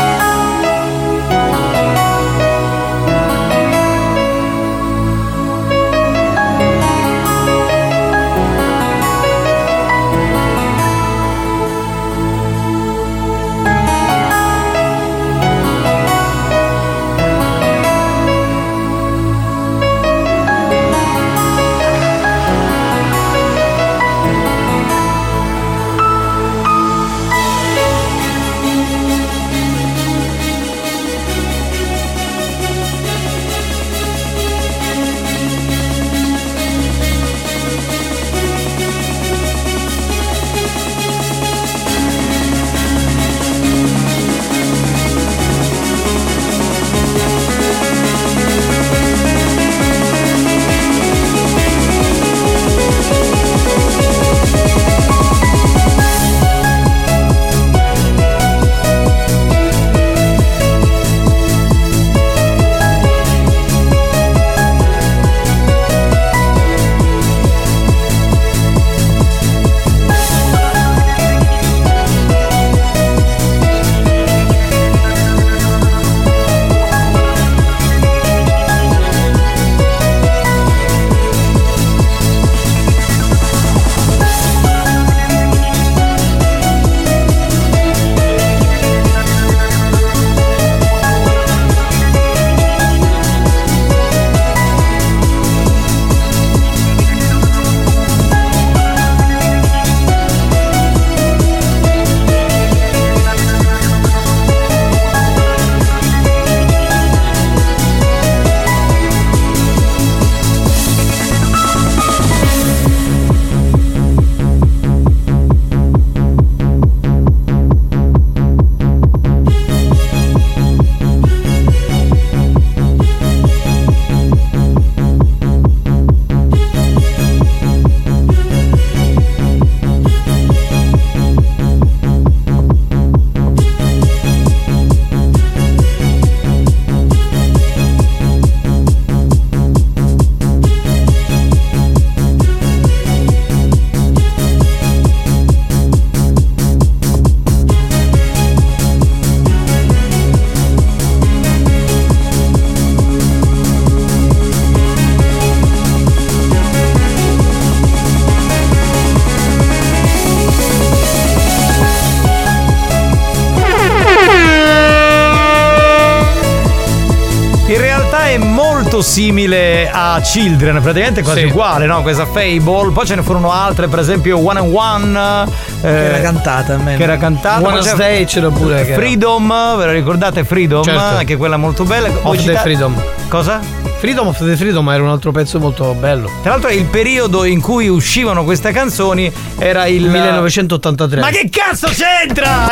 Simile a Children, praticamente quasi uguale, no? Questa Fable. Poi ce ne furono altre, per esempio One and One, che era cantata almeno. Che era cantata. One Day c'era pure. Freedom, ve la ricordate Freedom? Certo. Anche quella molto bella. Of the Freedom. Cosa? Freedom of the Freedom era un altro pezzo molto bello. Tra l'altro il periodo in cui uscivano queste canzoni era il 1983. Ma che cazzo c'entra?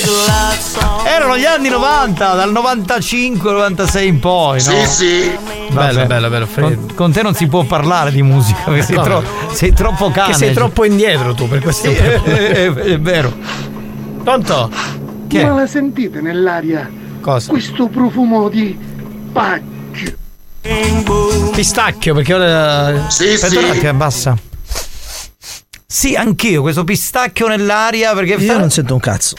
Erano gli anni 90, dal 95-96 in poi, no? Sì, sì. Bello. Con te non si può parlare di musica, perché sei troppo cane. Che sei troppo indietro tu per questo. È vero. Pronto? Che? Ma la sentite nell'aria? Cosa? Questo profumo di pacchio. Pistacchio, perché ora. Aspetta un attimo, abbassa. Sì, anch'io, questo pistacchio nell'aria, perché io non sento un cazzo.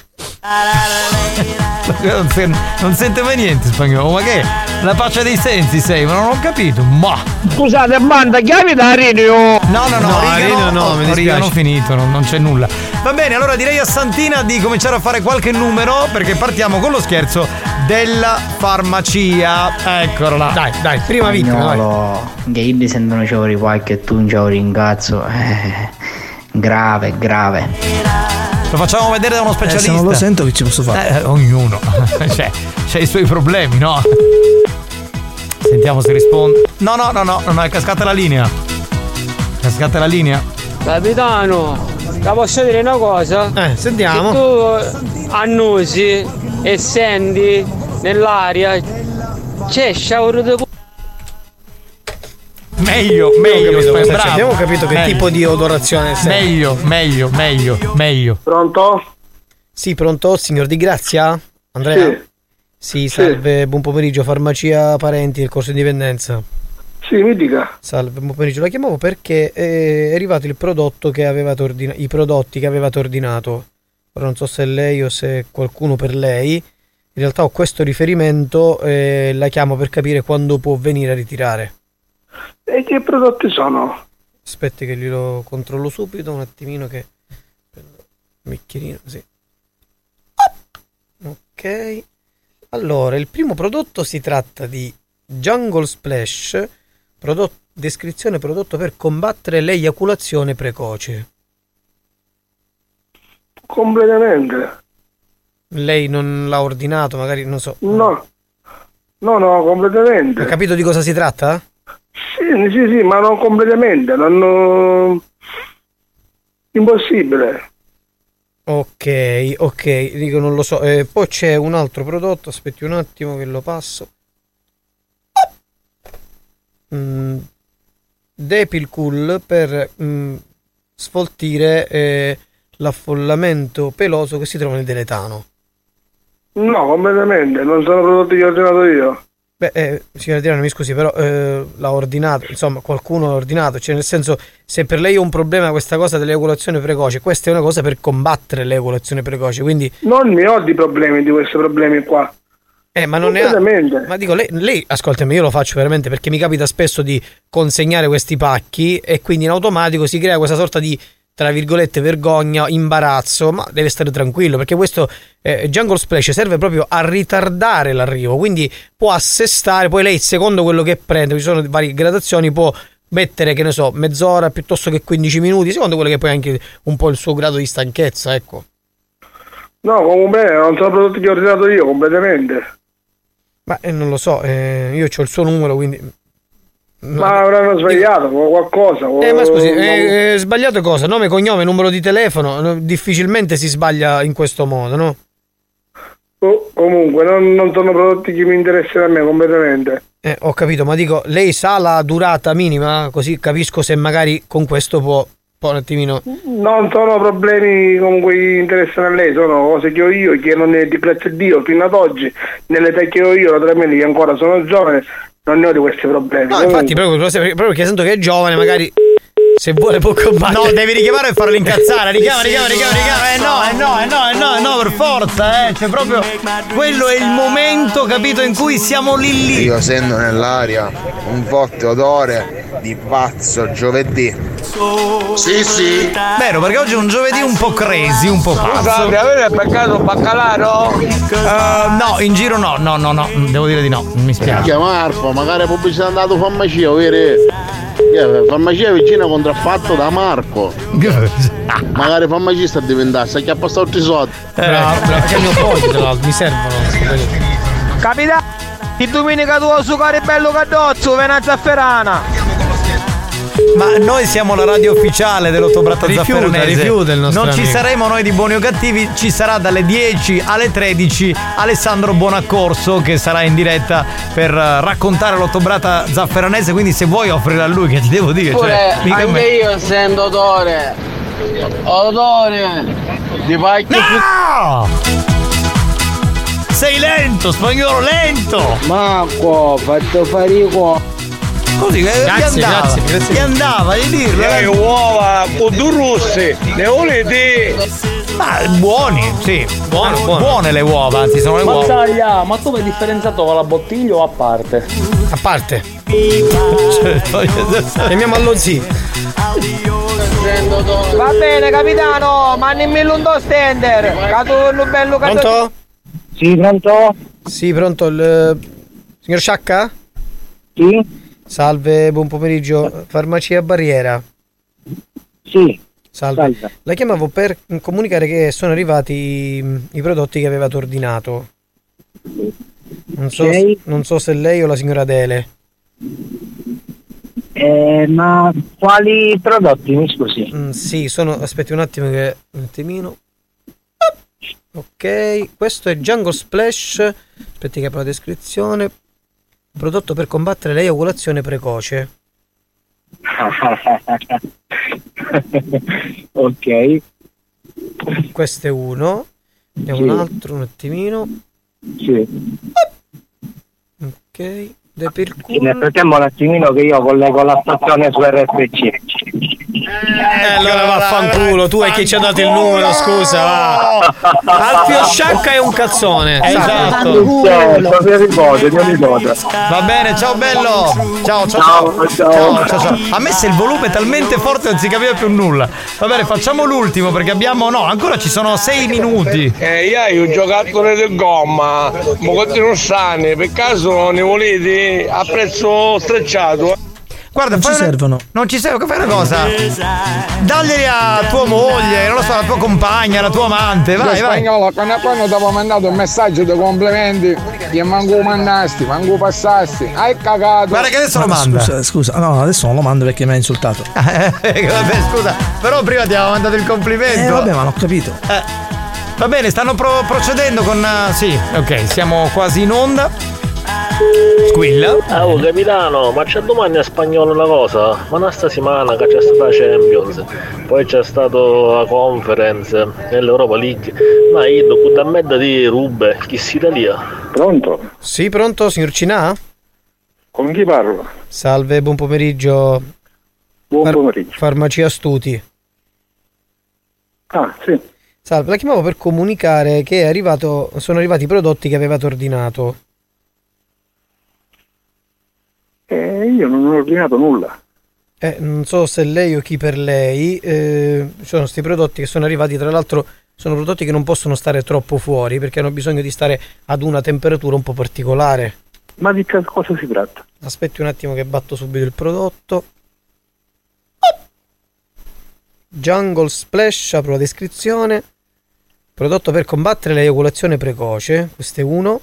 Non sente mai niente spagnolo, ma che? La pace dei sensi sei, ma non ho capito. Ma scusate, manda chiavi da Rinio. No, Riga no, mi dispiace. Hanno finito, non c'è nulla. Va bene, allora direi a Santina di cominciare a fare qualche numero, perché partiamo con lo scherzo della farmacia. Eccolo là. Dai, prima vittima. Che io mi sentono ciò qualche tu un ciò ringazzo. Grave. Lo facciamo vedere da uno specialista. Se non lo sento, che ci posso fare? Ognuno c'è i suoi problemi, no? Sentiamo se risponde. No, è cascata la linea. Capitano, la posso dire una cosa? Sentiamo. Se tu annusi e senti nell'aria c'è shower di Meglio, bravo. Abbiamo capito che tipo di odorazione sei. Meglio. Pronto? Sì, pronto, signor Di Grazia? Andrea? Sì, salve, buon pomeriggio, farmacia Parenti del Corso Indipendenza. Sì, mi dica. Salve, buon pomeriggio, la chiamavo perché è arrivato il prodotto che avevate i prodotti che avevate ordinato. Ora non so se è lei o se è qualcuno per lei. In realtà ho questo riferimento e la chiamo per capire quando può venire a ritirare. E che prodotti sono? Aspetti che glielo controllo subito, un attimino che prendo un bicchierino, sì. Ok. Allora, il primo prodotto si tratta di Jungle Splash, descrizione prodotto per combattere l'eiaculazione precoce. Completamente. Lei non l'ha ordinato, magari, non so. No, completamente. Ha capito di cosa si tratta? Sì, ma non completamente, impossibile. Ok, dico non lo so. Poi c'è un altro prodotto, aspetti un attimo che lo passo. Depilcool per sfoltire l'affollamento peloso che si trova nel deletano. No, completamente, non sono prodotti che ho ordinato io. Signora Tirano, mi scusi, però l'ha ordinato, insomma, qualcuno l'ha ordinato, cioè nel senso, se per lei è un problema questa cosa dell'eiaculazione precoce, questa è una cosa per combattere l'eiaculazione precoce, quindi non ne ho di problemi, di questi problemi qua. Ma non ne ha. Ma dico, lei ascoltami, io lo faccio veramente perché mi capita spesso di consegnare questi pacchi e quindi in automatico si crea questa sorta di, tra virgolette, vergogna, imbarazzo, ma deve stare tranquillo perché questo Jungle Splash serve proprio a ritardare l'arrivo, quindi può assestare, poi lei secondo quello che prende, ci sono varie gradazioni, può mettere, che ne so, mezz'ora piuttosto che 15 minuti, secondo quello che poi anche un po' il suo grado di stanchezza, ecco. No, comunque non sono prodotti che ho ordinato io, completamente. Ma non lo so, io ho il suo numero, quindi... Ma avranno sbagliato qualcosa. Ma scusi, sbagliato cosa? Nome, cognome, numero di telefono? Difficilmente si sbaglia in questo modo, no? Comunque, non sono prodotti che mi interessano a me completamente. Ho capito, ma dico, lei sa la durata minima? Così capisco se magari con questo può un attimino... Non sono problemi comunque che interessano a lei, sono cose che ho io, che non è di grazie a Dio fino ad oggi, nell'età che ho io, naturalmente che ancora sono giovane, non ne ho di questi problemi. No, infatti, proprio perché sento che è giovane, magari se vuole può combattere. No, devi richiamare e farlo incazzare. Richiama. No, per forza, Cioè, proprio quello è il momento, capito, in cui siamo lì. Io sento nell'aria un forte odore di pazzo giovedì. Sì. Vero, perché oggi è un giovedì un po' crazy, un po' pazzo. Scusa, avete beccato un baccalaro? No, in giro no, devo dire di no, mi spiace. Chiama Marco, magari pubblicità andato farmacia, farmacia vicina contraffatto da Marco. Magari farmacista diventasse, che ha passato tutti i soldi. Bravo, che il mio posto, mi servono. Capitano, di domenica tu su Caribello Cadozzo, Venanza Ferrana. Ma noi siamo la radio ufficiale dell'Ottobrata Zafferanese. Rifiuta il nostro Non amico. ci saremo noi di Buoni o Cattivi, ci sarà dalle 10 alle 13 Alessandro Buonaccorso che sarà in diretta per raccontare l'Ottobrata Zafferanese, quindi se vuoi offrire a lui, che ti devo dire. Pure anche io sento odore di pacchio. No! sei lento, spagnolo lento! Marco, fatto fare qua. Così, grazie. Gli andava di dirlo. Uova, rosse, ne volete? Buoni, sì. Buone le uova, anzi sono le uova. Mazzaglia, ma tu mi hai differenziato con la bottiglia o a parte? A parte. Chiamiamo allo zio. Va bene capitano, ma nemmeno un stender. Cato bello. Pronto? Sì, pronto? Sì, pronto. Il signor Sciacca? Sì. Salve, buon pomeriggio. Farmacia Barriera. Sì. Salve. La chiamavo per comunicare che sono arrivati i prodotti che avevate ordinato. Non so se lei o la signora Adele. Ma quali prodotti, mi scusi? Sì, aspetti un attimo che... Un attimino. Ok, questo è Jungle Splash. Aspetti che apro la descrizione. Prodotto per combattere l'eiaculazione precoce. Ok. Questo è uno. E un altro, un attimino. Sì. Ok. Nel frattempo un attimino che io collego la stazione su RSC. Allora vaffanculo, tu hai chi ci ha dato il numero, scusa, va. Alfio Sciacca è un cazzone. Esatto. Mio nipote. Va bene, ciao bello. Ciao. A me se il volume è talmente forte non si capiva più nulla. Va bene, facciamo l'ultimo perché abbiamo ancora ci sono 6 minuti. Io hai un giocattolo di gomma, ma continuo sane, per caso ne volete a prezzo strecciato? Guarda, non ci servono. Non ci serve, fai una cosa. Daglieli a tua moglie, non lo so, la tua compagna, la tua amante. Vai. Spagnolo, quando ti avevo mandato un messaggio di complimenti, gli manco mandasti, manco passasti. Hai cagato. Guarda che adesso lo manda. Scusa, no, adesso non lo mando perché mi ha insultato. Vabbè, scusa, però prima ti avevo mandato il complimento. Vabbè, ma l'ho capito. Va bene, stanno procedendo con. Sì, ok, siamo quasi in onda. Squilla. Oh capitano, ma c'è domani a Spagnolo una cosa? Ma non sta settimana che c'è stata la Champions, poi c'è stato la Conference nell'Europa League, ma io da me di rube, chi si Italia? Pronto? Sì, pronto, signor Cinà? Con chi parlo? Salve, buon pomeriggio. Buon pomeriggio. Farmacia Stuti. Ah, sì. Salve, la chiamavo per comunicare che sono arrivati i prodotti che avevate ordinato. Io non ho ordinato nulla. Non so se lei o chi per lei. Sono questi prodotti che sono arrivati, tra l'altro sono prodotti che non possono stare troppo fuori perché hanno bisogno di stare ad una temperatura un po' particolare. Ma di che cosa si tratta? Aspetti un attimo che batto subito il prodotto. Jungle Splash, apro la descrizione. Prodotto per combattere l'eiaculazione precoce. Questo è uno.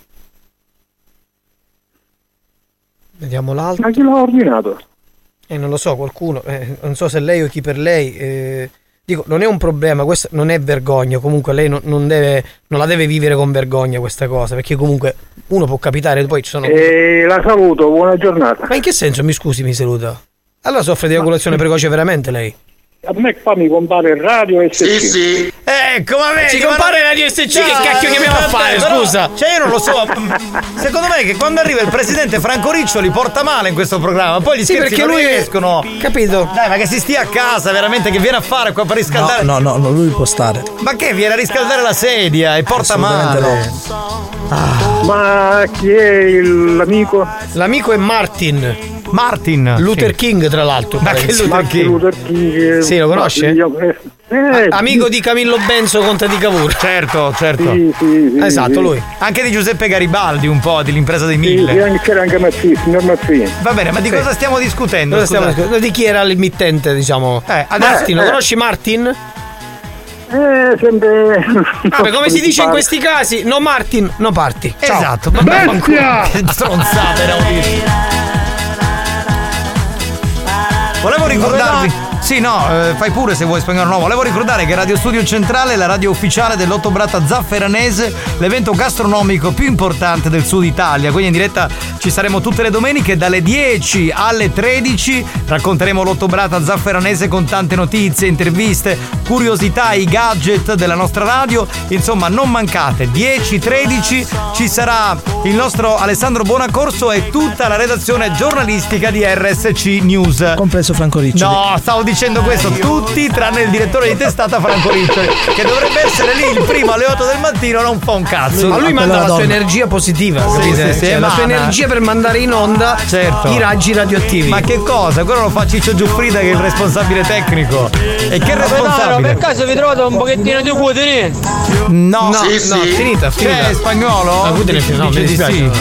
Vediamo l'altro. Ma chi l'ha ordinato? Non lo so, qualcuno. Non so se lei o chi per lei. Dico, non è un problema, questo non è vergogna. Comunque lei non la deve vivere con vergogna questa cosa, perché comunque uno può capitare, poi ci sono. La saluto, buona giornata. Ma in che senso? Mi scusi, mi saluta. Allora soffre di eiaculazione precoce veramente lei? A me qua mi compare il radio SC. Sì. Ecco, ma vedi. Ci compare il radio SC, che cacchio chiamiamo a fare, scusa? Cioè io non lo so. Secondo me che quando arriva il presidente Franco Riccioli porta male in questo programma. Poi gli scherzi perché non lui riescono. Capito? Dai, ma che si stia a casa, veramente, che viene a fare qua per riscaldare. No, lui può stare. Ma che viene a riscaldare la sedia e porta male? No. Ma chi è l'amico? L'amico è Martin Luther King, tra l'altro. Ma che Luther King? Sì, lo conosce? Amico di Camillo Benso, conte di Cavour. Certo. Sì, esatto, lui. Anche di Giuseppe Garibaldi, un po' dell'impresa dei Mille. Sì, c'era anche Mazzini, signor Mazzini. Va bene, ma di cosa stiamo discutendo? Di chi era l'emittente, diciamo? Martin, lo conosci Martin? Sempre. Vabbè, come si dice in questi casi? No Martin, no parti. Ciao. Esatto. Bestia! Che stronzate, no? Volevo ricordarvi. Sì, no, fai pure se vuoi spagnolo. No, volevo ricordare che Radio Studio Centrale è la radio ufficiale dell'Otto Brata Zafferanese, l'evento gastronomico più importante del Sud Italia, quindi in diretta ci saremo tutte le domeniche dalle 10 alle 13. Racconteremo l'Ottobrata Zafferanese con tante notizie, interviste, curiosità, i gadget della nostra radio. Insomma, non mancate. 10-13 ci sarà il nostro Alessandro Buonacorso e tutta la redazione giornalistica di RSC News. Compreso Franco Riccioli. No, stavo dicendo questo, tutti tranne il direttore di testata Franco Riccioli, che dovrebbe essere lì il primo alle 8 del mattino, non fa un cazzo. Ma lui manda la sua energia positiva, capite? Sì, la sua energia per mandare in onda i raggi radioattivi. Ma che cosa? Quello lo fa Ciccio Giuffrida, che è il responsabile tecnico. E che responsabile? Per caso vi trovate un pochettino di cutine? No, finita. C'è Spagnolo? La cutine no, mi dispiace.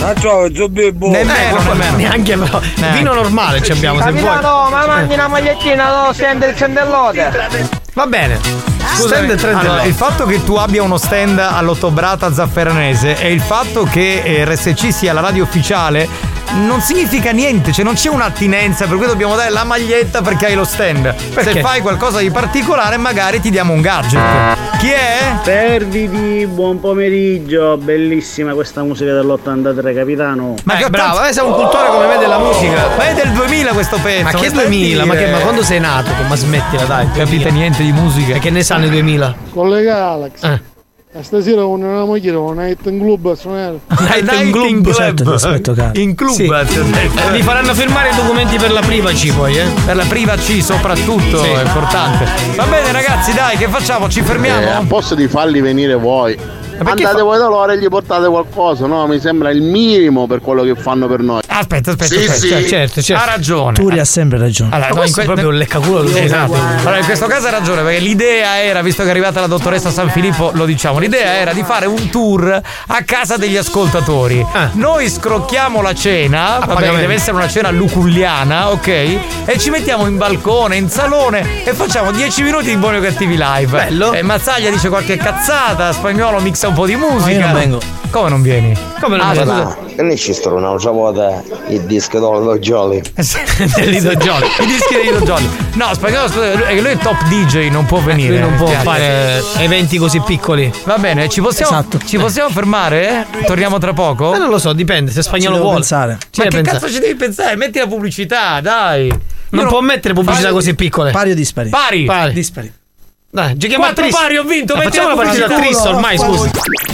Nemmeno. Neanche però. Vino normale ci abbiamo, se vuoi. No, ma mangi una magliettina, no, sente il cendellote. Va bene. Stand allora, il fatto che tu abbia uno stand all'Ottobrata Zafferanese e il fatto che RSC sia la radio ufficiale non significa niente, cioè non c'è un'attinenza per cui dobbiamo dare la maglietta perché hai lo stand. Perché? Se fai qualcosa di particolare magari ti diamo un gadget. Chi è? Perditi, buon pomeriggio, bellissima questa musica dell'83, capitano. Ma che bravo, sei un cultore come me della musica. Ma è del 2000 questo pezzo. Ma che 2000? Ma quando sei nato? Ma smettila, dai. Capite niente di musica. E che ne sanno i 2000? Collega Alex. Stasera con una moglie un night in club a suonare. Night in club. Certo, in club. Sì. Mi faranno firmare i documenti per la privacy poi, Per la privacy soprattutto, è importante. Va bene ragazzi, dai, che facciamo? Ci fermiamo? A posto di farli venire voi, andate voi da loro e gli portate qualcosa, no? Mi sembra il minimo per quello che fanno per noi. Aspetta. Certo. Ha ragione. Turi ha sempre ragione. Allora, questo è proprio un leccaculo. Esatto. Allora, in questo caso ha ragione, perché l'idea era, visto che è arrivata la dottoressa San Filippo, lo diciamo, l'idea era di fare un tour a casa degli ascoltatori. Noi scrocchiamo la cena, vabbè, deve essere una cena luculliana, ok? E ci mettiamo in balcone, in salone e facciamo 10 minuti di Buoni o Cattivi live. Bello. Mazzaglia dice qualche cazzata, Spagnolo mixa un po' di musica. Ma io non vengo. Come non vieni? Come non vengo? E lì ci sto un'altra volta il disco dello Jolly. Lido Jolly. I dischi di Lido Jolly. No, Spagnolo, scusa, lui è top DJ, non può venire. Lui non può fare eventi così piccoli. Va bene, ci possiamo fermare? Torniamo tra poco? Non lo so, dipende, se Spagnolo Ci devo vuole. pensare. Ma che cazzo ci devi pensare? Metti la pubblicità, dai. Non può mettere pubblicità così piccole. Pari o dispari? Pari. Dispari. Dai, giochiamo a 4 pari, ho vinto. Facciamo la partita a tris ormai, scusa.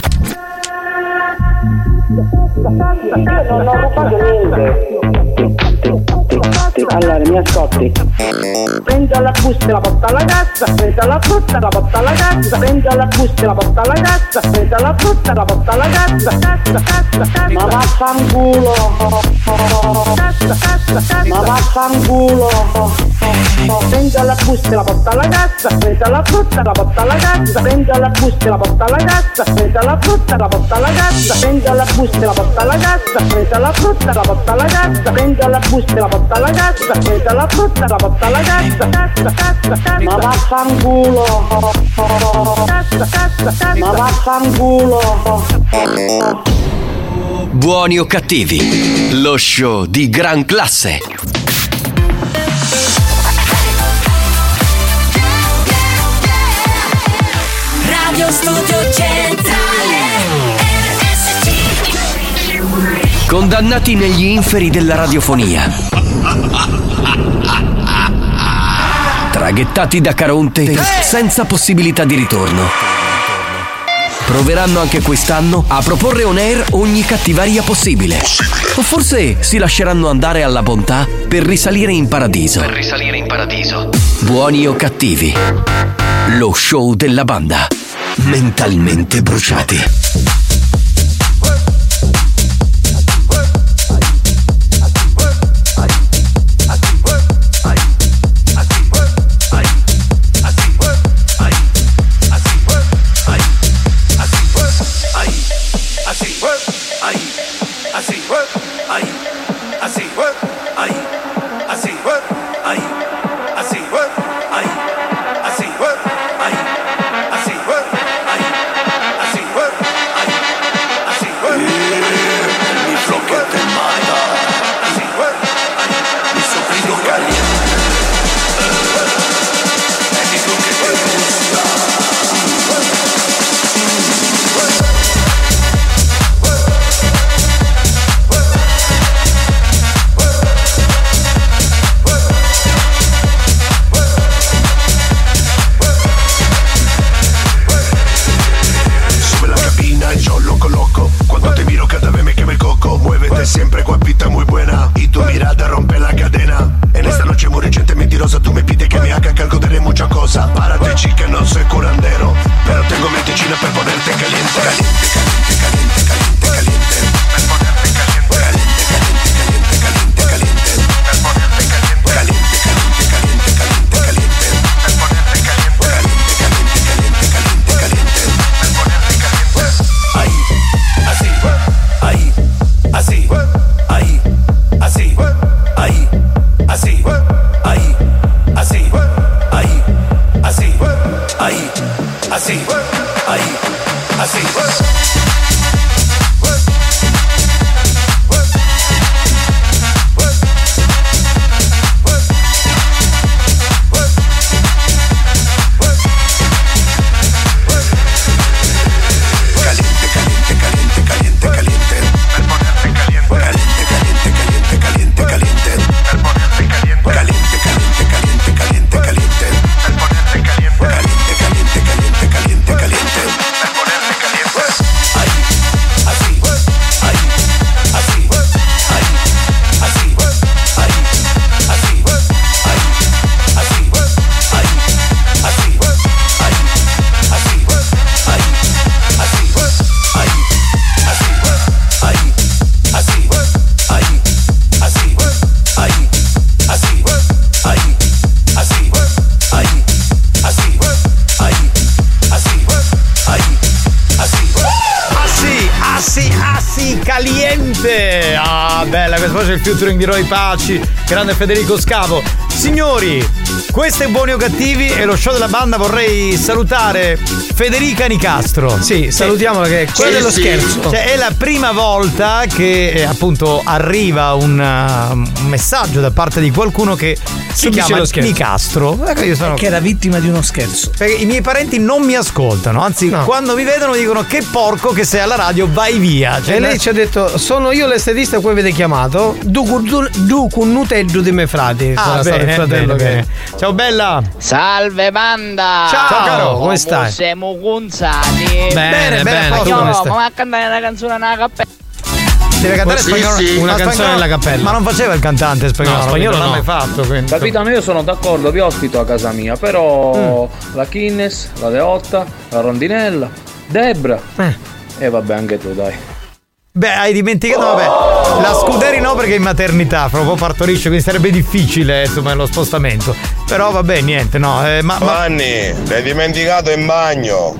Non ho rubato niente. Allora, mi ascolti. Prendo la busta e la porta alla cassa, prendo la frutta e la porta alla cassa, prendo la busta e la porta alla cassa, prendo la frutta e la porta alla cassa, cassa. Ma vaffanculo. Ma vaffanculo. Prendo la busta e la porta alla cassa, prendo la frutta e la porta alla cassa, prendo la busta e la porta alla cassa, prendo la frutta e la porta alla cassa, prendo la busta e la porta alla cassa, prendo la frutta e la porta alla cassa, prendo la busta e la porta alla cassa, prendo la frutta e la porta alla cassa, ma vaffanculo. Ma vaffanculo. Buoni o Cattivi, lo show di gran classe. Radio Studio Centrale RSC. Condannati negli inferi della radiofonia, traghettati da Caronte senza possibilità di ritorno, proveranno anche quest'anno a proporre on air ogni cattiveria possibile. O forse si lasceranno andare alla bontà per risalire in paradiso. Buoni o Cattivi, lo show della banda mentalmente bruciati. pita muy buena y tu mirada rompe la cadena. En esta noche muy reciente mentirosa tú me pides que me haga que algo de mucha cosa. Párate chica, no soy curandero, pero tengo medicina para ponerte caliente. Caliente, caliente, caliente, caliente, caliente. Per ponerte caliente. Caliente, caliente, caliente, caliente, caliente. Per ponerte caliente. Caliente, caliente, caliente, caliente, caliente. Per ponerte caliente. Caliente, caliente, caliente, caliente, caliente. Per ponerte caliente. Ahí, así, ahí, así, ahí, así, ahí, así, ahí, así, ahí, así, ahí, así, ahí, así. Caliente! Ah, bella, questa voce è il featuring di Roy Paci, grande Federico Scavo. Signori, questo è Buoni o Cattivi e lo show della banda. Vorrei salutare Federica Nicastro. Sì, salutiamola, che è quella dello scherzo. Cioè, è la prima volta che appunto arriva un messaggio da parte di qualcuno che si chiama Nicastro. Io sono... Che era vittima di uno scherzo. Perché i miei parenti non mi ascoltano, anzi, quando mi vedono dicono che porco che sei alla radio, vai via. Cioè, e lei ci ha detto: sono io l'estetista, poi avete chiamato. Du con nutello di me frati. Ah, bene, fratello bene. Ciao bella. Salve banda. Ciao caro, come stai? Siamo gonzati. Bene. Ma a cantare una canzone nella cappella. Deve cantare una canzone nella cappella. Ma non faceva il cantante spagnolo? No, spagnolo non l'ha mai fatto. Quindi. Capitano, io sono d'accordo, vi ospito a casa mia, però la Guinness, la Deotta, la Rondinella, Debra. E vabbè, anche tu, dai. Beh, hai dimenticato, vabbè. La Scuderi no, perché è in maternità, proprio partorisce, quindi sarebbe difficile, insomma, lo spostamento. Però vabbè, niente, no. Vanni, l'hai dimenticato in bagno.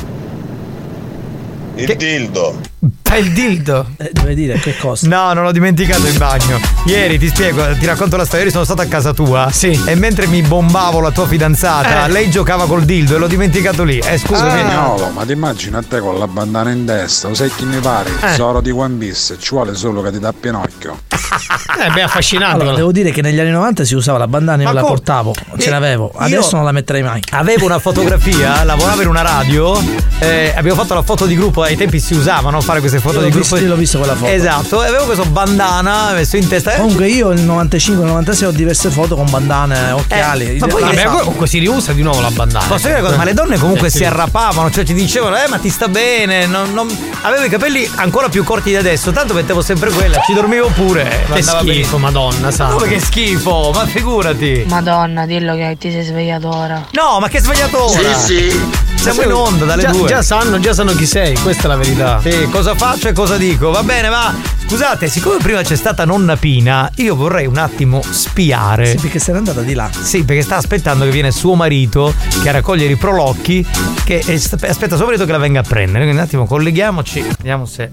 Il dildo. Il dildo? Deve dire che cosa? No, non l'ho dimenticato in bagno. Ieri ti spiego, ti racconto la storia. Ieri sono stato a casa tua. Sì. E mentre mi bombavo la tua fidanzata, lei giocava col dildo e l'ho dimenticato lì. Scusami. No, ma ti immagini a te con la bandana in testa, lo sai chi mi pare? Zoro di One Piece, ci vuole solo che ti dà Pinocchio. Beh, affascinante. Allora, devo dire che negli anni 90 si usava la bandana e io la portavo, ce l'avevo. Adesso non la metterei mai. Avevo una fotografia, lavoravo in una radio, abbiamo fatto la foto di gruppo, ai tempi si usavano fare queste foto di gruppo. Io l'ho visto quella foto. Esatto, e avevo questo bandana messo in testa. Comunque io nel 95-96 ho diverse foto con bandane, occhiali. Ma poi si riusa di nuovo la bandana. Posso dire una cosa? Ma le donne comunque si arrapavano, cioè ti dicevano ma ti sta bene. Avevo i capelli ancora più corti di adesso, tanto mettevo sempre quella, ci dormivo pure. Che schifo, madonna, sai. Come che schifo? Ma figurati. Madonna, dillo che ti sei svegliato ora. No, ma che svegliato ora? Sì. Siamo in onda dalle 2. Già sanno chi sei, questa è la verità. Sì, cosa faccio e cosa dico. Va bene, ma scusate, siccome prima c'è stata nonna Pina, io vorrei un attimo spiare. Sì, perché se n'è andata di là. Sì, perché sta aspettando che viene suo marito che a raccogliere i prolocchi, che aspetta suo marito che la venga a prendere. Quindi un attimo colleghiamoci, vediamo se.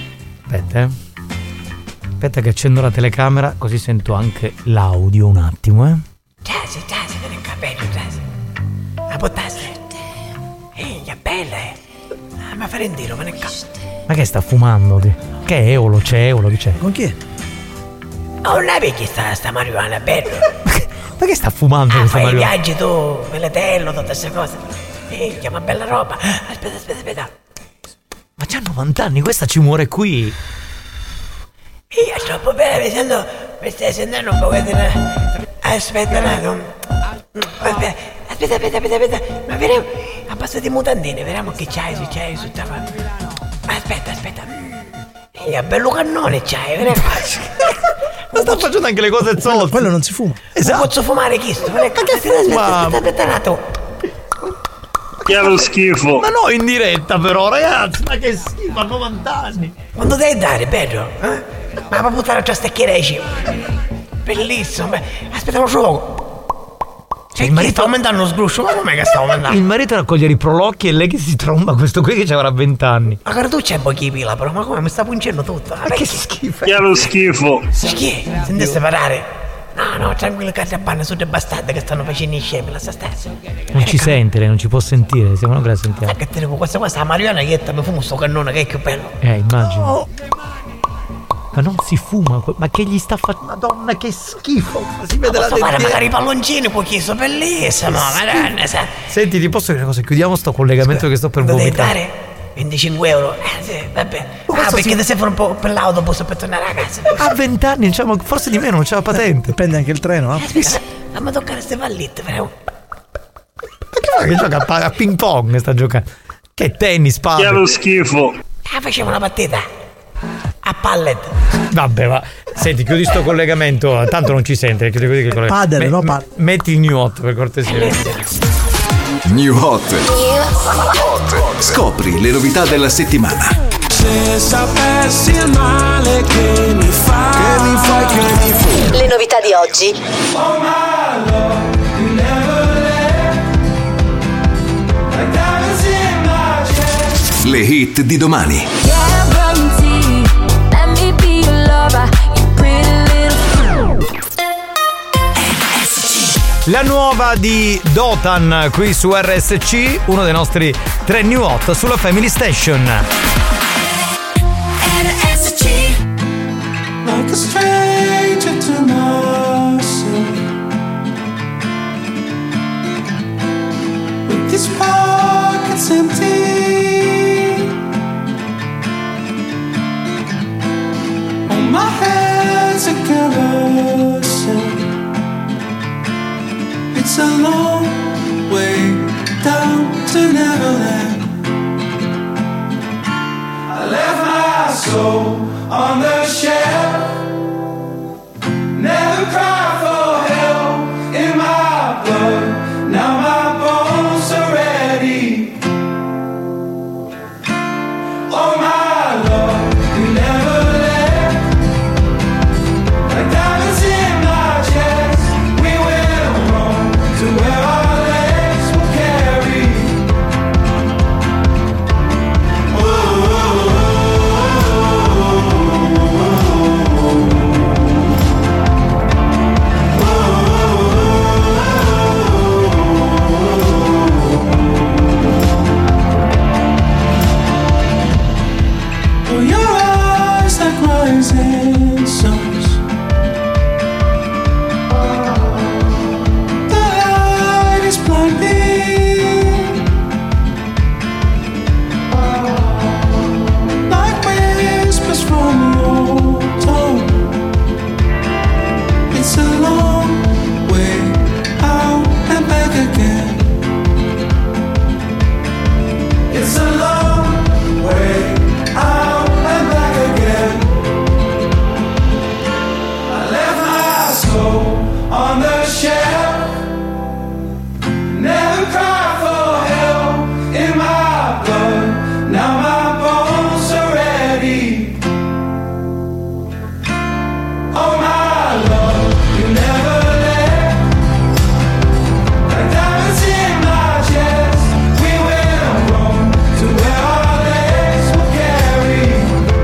Aspetta che accendo la telecamera, così sento anche l'audio un attimo, Giasi, per il capello, Giasi. La potasse. Che bella, ma fare in tiro, ma ne cazzo. Ma che sta fumando? Che è Eolo? C'è Eolo? Chi c'è? Con chi è? Oh, non vedi sta marijuana, bello. Ma che sta fumando questa fai marijuana? I viaggi tu, veletello, tutte queste cose. Chiama bella roba. Aspetta. Ma c'ha 90 anni, questa ci muore qui. Io troppo bene, mi stai sentendo un po' di. Aspetta un attimo. Aspetta. Ma vediamo. A passo di mutandine, vediamo che c'hai su tavola. Aspetta. È bello cannone, c'hai, ma sta facendo anche le cose zozze. Quello non si fuma. Esatto. Non posso fumare questo. Ma che fuma? Aspetta. Che è lo schifo. Ma no, in diretta però, ragazzi, ma che schifo, a 90 anni. Quando devi dare, bello? Ma per buttare già stecchiera di cibo. Bellissimo, aspetta un gioco. Cioè, il marito sta aumentando lo sgruscio, ma com'è che sta aumentando? Il marito raccoglie i prolocchi e lei che si tromba questo qui che ci avrà 20 anni. Ma guarda, tu c'hai pochi pila, però, ma come mi sta puncendo tutto? Ma che schifo. Che è lo schifo. Chi? Sentiste parlare? No, tranquillo, cazzo a panna, sono dei bastardi che stanno facendo i scemi, lascia stare. Non ci sente, lei non ci può sentire, siamo noi che la sentiamo. Che te dico, questa la Mariana Ietta mi fumo sto cannone che è più bello. Immagino. Oh. Ma non si fuma, ma che gli sta facendo? Madonna, che schifo! Si vede la fare magari i palloncini, poi chiesto bellissimo, madonna. Senti, ti posso dire una cosa? Chiudiamo sto collegamento che sto per vomitare. Devi dare 25 euro. Sì, vabbè. Perché ti serve un po' per l'autobus per tornare a casa. A 20 anni, diciamo, forse di meno, non c'è la patente. Prende anche il treno, no? Fammi toccare queste pallette, però. Ma che gioca a ping pong sta giocando? Che tennis, padre? Che è lo schifo. Facciamo una partita. A pallet. Vabbè, va. Senti, chiudi sto collegamento. Tanto non ci sente. Padel, no? Metti il new hot per cortesia. New hot. Scopri le novità della settimana. Se sapessi il male che mi fai. Le novità di oggi. Oh my love, you never left. Like diamonds in my chest. Le hit di domani. La nuova di Dotan qui su RSC, uno dei nostri 3 new hot sulla Family Station. RSC. Like a stranger to myself. With these pockets empty. On my hands together. It's a long way down to Neverland. I left my soul on the shelf. Never cried for help in my blood. Now my bones are ready. Oh my love, you never left. Like diamonds in my chest. We will run to where our legs will carry. Oh, your eyes like rising suns. The light is blinding, like whispers from your tongue. It's a long way out and back again. It's a long way out and back again. I left my soul on the shelf. Never cried for help in my blood. Now my bones are ready. Oh my love, you never left. Like diamonds in my chest. We will run to where our legs will carry.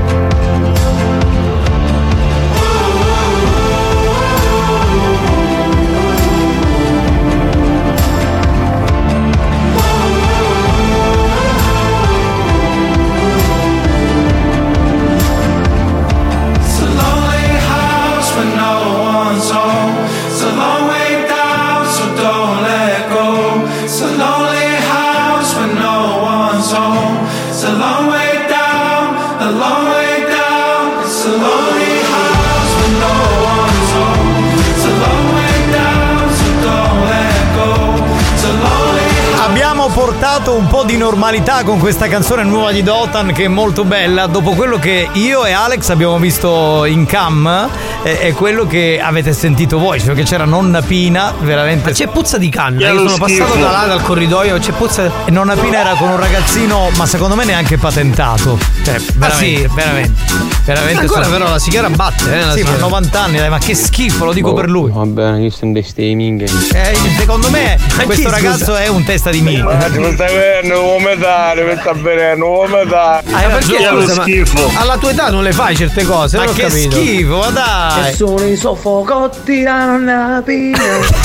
It's a lonely house when no one's home. It's a long way down, so don't let go. It's a lonely house when no one's home. It's a long way down, a long way down. It's a lonely house when no one's home. It's a long way down, so don't let go. It's a lonely house. Abbiamo abbiamo portato un po' di normalità con questa canzone nuova di Dotan che è molto bella, dopo quello che io e Alex abbiamo visto in cam è quello che avete sentito voi, cioè che c'era nonna Pina, veramente. Ma c'è puzza di canna, io sono passato da là dal corridoio, c'è puzza. E nonna Pina era con un ragazzino, ma secondo me neanche patentato. Cioè, veramente, veramente. Ancora però la signora batte, sì, ma 90 anni, dai, ma che schifo, lo dico per lui. Va bene, io sono dei minghie. Secondo me questo ragazzo è un testa di minchia. Ma ti stai vedendo, non vuoi mettere, mi sta venendo, non vuoi mettere. Perché scusa, schifo. Alla tua età non le fai certe cose, ma che capito. Schifo, ma dai. E sono i soffocotti la nonna Pina.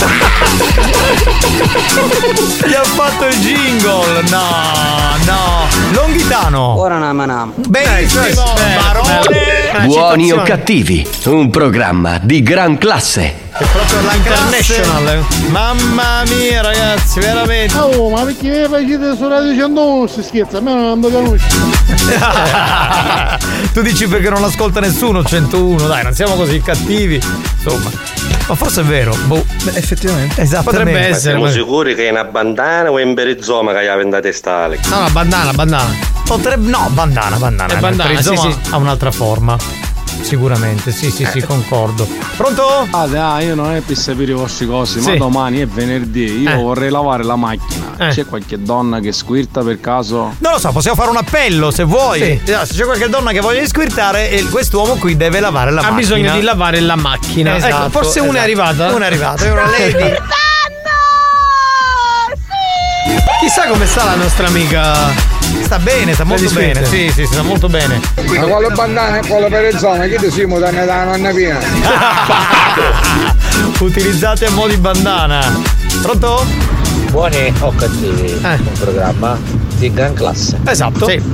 Gli ha fatto il jingle. No. Longhitano. Ora nama. Benissimo. Barone. Buoni o cattivi, un programma di gran classe. È proprio l'International. Mamma mia, ragazzi, veramente. Oh, ma perché mi facete su Radio 101? Si scherza, a me non lo conosco. Tu dici perché non ascolta nessuno 101, dai, non siamo così cattivi. Insomma. Ma forse è vero. Boh. Beh, effettivamente. Esattamente. Potrebbe essere. Siamo sicuri che è una bandana o è un berizoma che gli ha vendato stale? No, bandana. Potrebbe. No, bandana. È bandana, sì. Ha un'altra forma. Sicuramente, sì, concordo. Pronto? Io non è per sapere le vostre cose, ma domani è venerdì, io vorrei lavare la macchina. C'è qualche donna che squirta per caso? Non lo so, possiamo fare un appello se vuoi. Sì. Se c'è qualche donna che voglia squirtare, quest'uomo qui deve lavare la macchina. Ha bisogno di lavare la macchina. Esatto, ecco, forse una è arrivata. Una è arrivata, è una lady. Chissà come sta la nostra amica. Sta bene, sta molto bene. Sì, sta molto bene. Ma quale bandana e quale perizoma? Che ti si muta da nonna Pina? Utilizzate a mo' di bandana. Pronto? Buoni o cattivi, un programma di gran classe. Esatto. Sì.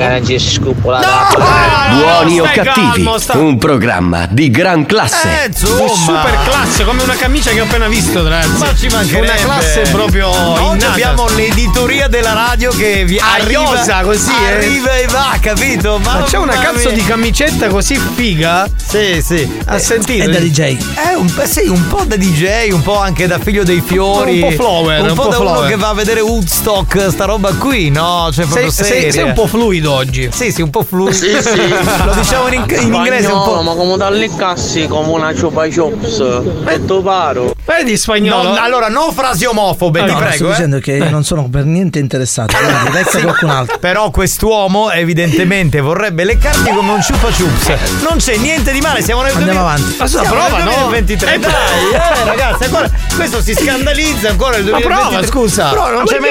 Buoni o cattivi, un programma di gran classe. Di super classe, come una camicia che ho appena visto, ragazzi. Ma ci mancherebbe. Una classe proprio oggi abbiamo l'editoria della radio che arriva così, arriva e va, capito? Ma c'è una cazzo di camicetta così figa? Sì. Ha sentito? È da DJ. Un po' da DJ, un po' anche da figlio dei fiori. Un po' flower. Un po' da uno che va a vedere Woodstock, sta roba qui, no? Cioè proprio sei un po' fluido oggi. Sì, un po' fluido. Sì. Lo diciamo in inglese un po'. Ma come dalle cassi come una chupa chups. E tu paro. Vedi spagnolo? No, allora, non frasi omofobe, ti prego. Sto dicendo che non sono per niente interessato. Lecca qualcun altro. Però quest'uomo evidentemente vorrebbe leccarti come un chupa chups. Non c'è niente di male, siamo nel Andiamo avanti. Ma prova, nel 2023. Dai, ragazzi, ancora questo si scandalizza ancora nel 2023. Ma prova, scusa. Però non c'è mai.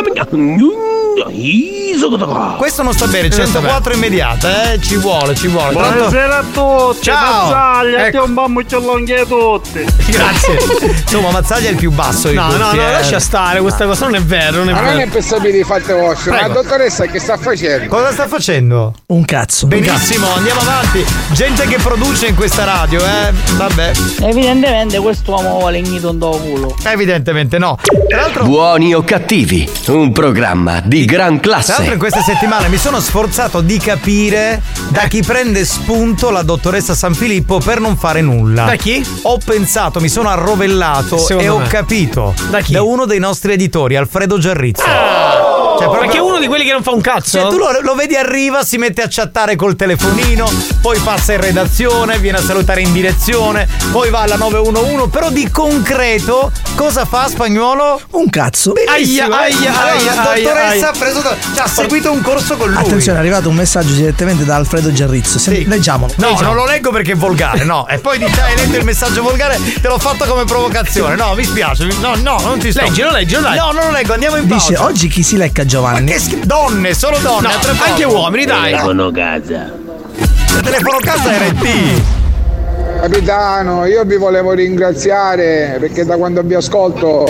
Questo non sta bene, 104 immediata, ci vuole. Buonasera a tutti. Ciao. Mazzaglia, ti un bambuccio lunghi a tutti. Grazie. Insomma, Mazzaglia è il più basso di tutti. No, lascia stare, questa cosa non è vero, Ma non è per sapere i fatti vostri, ma la dottoressa che sta facendo? Cosa sta facendo? Un cazzo. Benissimo, andiamo avanti. Gente che produce in questa radio, vabbè. Evidentemente quest'uomo vuole ignito un culo. Evidentemente no. Tra l'altro, Buoni o cattivi, un programma di gran tra l'altro classe. in questa settimana mi sono sforzato di capire da chi prende spunto la dottoressa Sanfilippo per non fare nulla. Da chi? Ho pensato, mi sono arrovellato e ho capito. Da chi? Da uno dei nostri editori, Alfredo Giarrizzo. Cioè, perché è uno di quelli che non fa un cazzo? Cioè, tu lo vedi arriva, si mette a chattare col telefonino, poi passa in redazione, viene a salutare in direzione, poi va alla 911, però di concreto cosa fa Spagnuolo? Un cazzo. Benissimo. La dottoressa ha preso ha seguito un corso con lui. Attenzione, è arrivato un messaggio direttamente da Alfredo Giarrizzo. Leggiamolo. No, non lo leggo perché è volgare, no. E poi dici hai letto il messaggio volgare, te l'ho fatto come provocazione. No, mi spiace. No, non ci sto. Leggilo, dai. No, non lo leggo, andiamo in pausa. Dice, oggi chi si lecca Giovanni? Ma che donne, solo donne. No, anche uomini, dai. Telefono casa. Il telefono casa è RT. Capitano, io vi volevo ringraziare perché da quando vi ascolto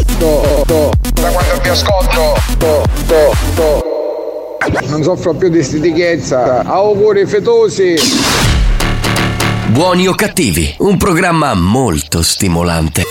non soffro più di stitichezza. Auguri fetosi. Buoni o cattivi, un programma molto stimolante.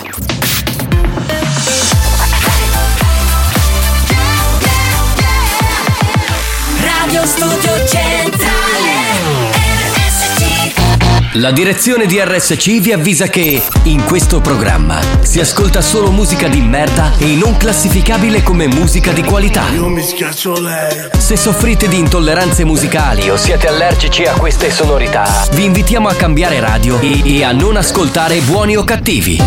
Radio Studio Centrale RSC. La direzione di RSC vi avvisa che in questo programma si ascolta solo musica di merda e non classificabile come musica di qualità. Io mi schiaccio lei. Se soffrite di intolleranze musicali o siete allergici a queste sonorità, vi invitiamo a cambiare radio e a non ascoltare Buoni o Cattivi.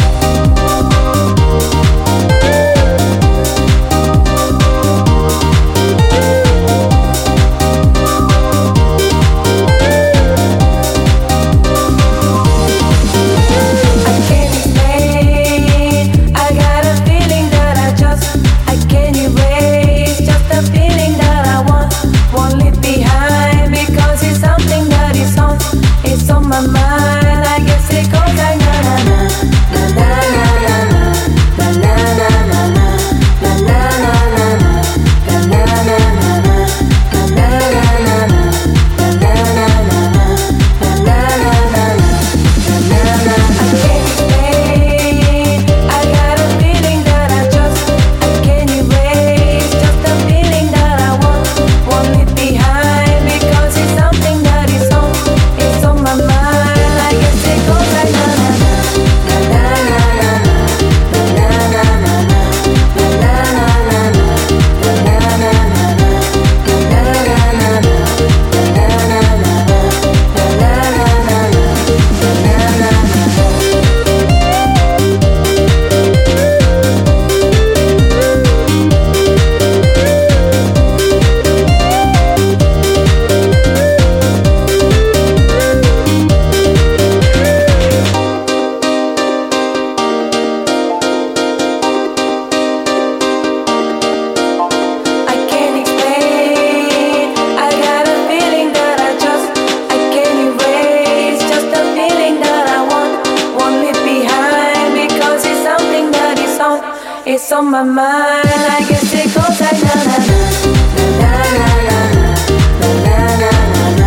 It's on my mind, I guess it goes like na na na na na na na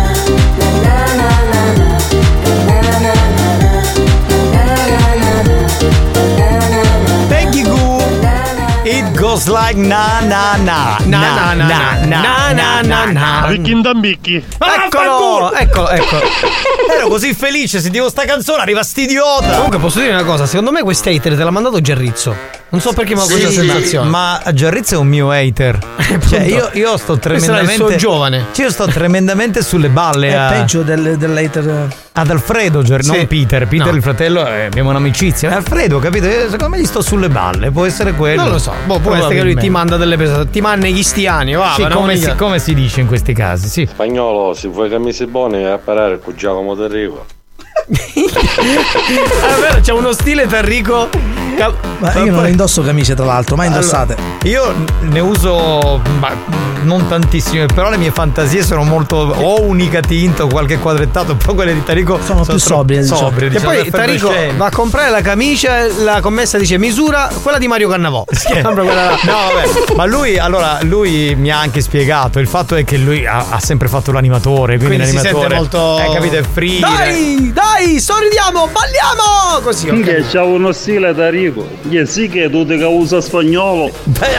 Peggy Goo, It Goes Like na na na na na na na na. Ricchindambicchi. Eccolo. Ero così felice, sentivo sta canzone, arriva st'idiota. Comunque posso dire una cosa, secondo me questo hater te l'ha mandato Giarrizzo. Non so perché, ma questa sensazione. Ma Giarrizzo è un mio hater. Cioè, io sto tremendamente. Questo è il suo giovane. Io sto tremendamente sulle balle. È peggio dell'hater. Ad Alfredo, non Peter. Peter, no. Il fratello, abbiamo un'amicizia. Alfredo, capito? Secondo me gli sto sulle balle. Può essere quello. Non lo so. Può essere che lui ti manda delle pesate. Ti manda gli stiani. Va, sì, come si dice in questi casi, sì. Spagnolo, se vuoi camminare buone, a parare con Giacomo Terrico. Allora, c'è uno stile Terrico. Ma io non indosso camicie, tra l'altro, mai indossate. Allora, io ne uso non tantissime, però le mie fantasie sono molto o unica tinta o qualche quadrettato, però quelle di Tarico sono più sobrie, diciamo. E poi Tarico va a comprare la camicia, la commessa dice misura quella di Mario Cannavò. No, vabbè, ma lui mi ha anche spiegato, il fatto è che lui ha sempre fatto l'animatore, quindi l'animatore si sente molto capito, è free. Dai, sorridiamo, balliamo così. Che c'ha uno stile Tarico. Sì, che tu che usa spagnolo. Beh,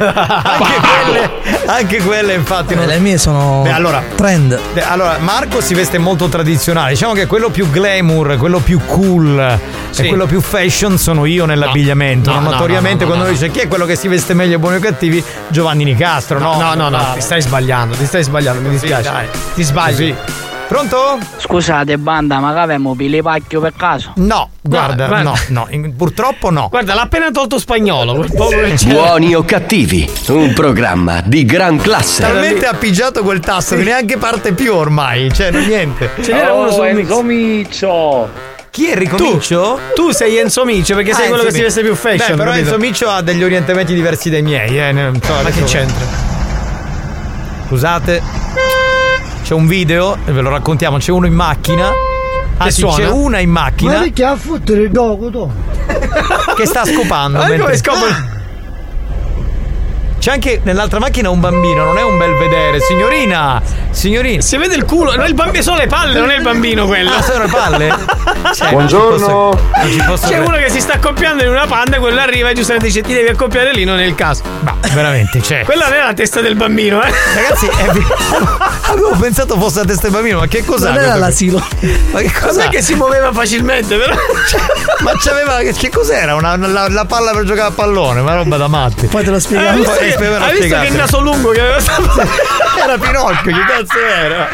anche quelle infatti le mie sono trend. Allora Marco si veste molto tradizionale, diciamo che quello più glamour, quello più cool e quello più fashion sono io nell'abbigliamento. Notoriamente quando dice chi è quello che si veste meglio, Buoni o Cattivi, Giovanni Nicastro. No, ti stai sbagliando, mi dispiace. Dai. Ti sbagli. Pronto? Scusate banda, ma che avevamo Pilipacchio per caso? No, guarda. No, purtroppo no. Guarda, l'ha appena tolto Spagnolo. Buoni o Cattivi, un programma di gran classe. Talmente ha pigiato quel tasto che neanche parte più ormai, cioè niente. Ce n'era uno su Enzo. Chi è Enrico Miccio? Tu sei Enzo Miccio perché sei quello che si veste più fashion. Però Enzo Miccio ha degli orientamenti diversi dai miei, non so, ma che c'entra? Scusate. C'è un video, ve lo raccontiamo, c'è uno in macchina. C'è una in macchina. Ma che ha fottere il dogo tu? Che sta scopando. Come scopa? C'è anche nell'altra macchina un bambino, non è un bel vedere. Signorina. Si vede il culo, no, il bambino, sono le palle, non è il bambino quello. Ah, sono le palle? Buongiorno. C'è uno che si sta accoppiando in una panda, quello arriva e giustamente dice ti devi accoppiare lì, non è il caso. Ma veramente, c'è. Quella non è la testa del bambino, Ragazzi, avevo pensato fosse la testa del bambino, ma che cos'è? Non era l'asilo. Ma che cos'è? Che si muoveva facilmente, però. Ma c'aveva. Che cos'era? La palla per giocare a pallone, una roba da matti. Poi te lo spieghiamo. Hai visto che naso lungo che aveva stato? Era Pinocchio, che cazzo era?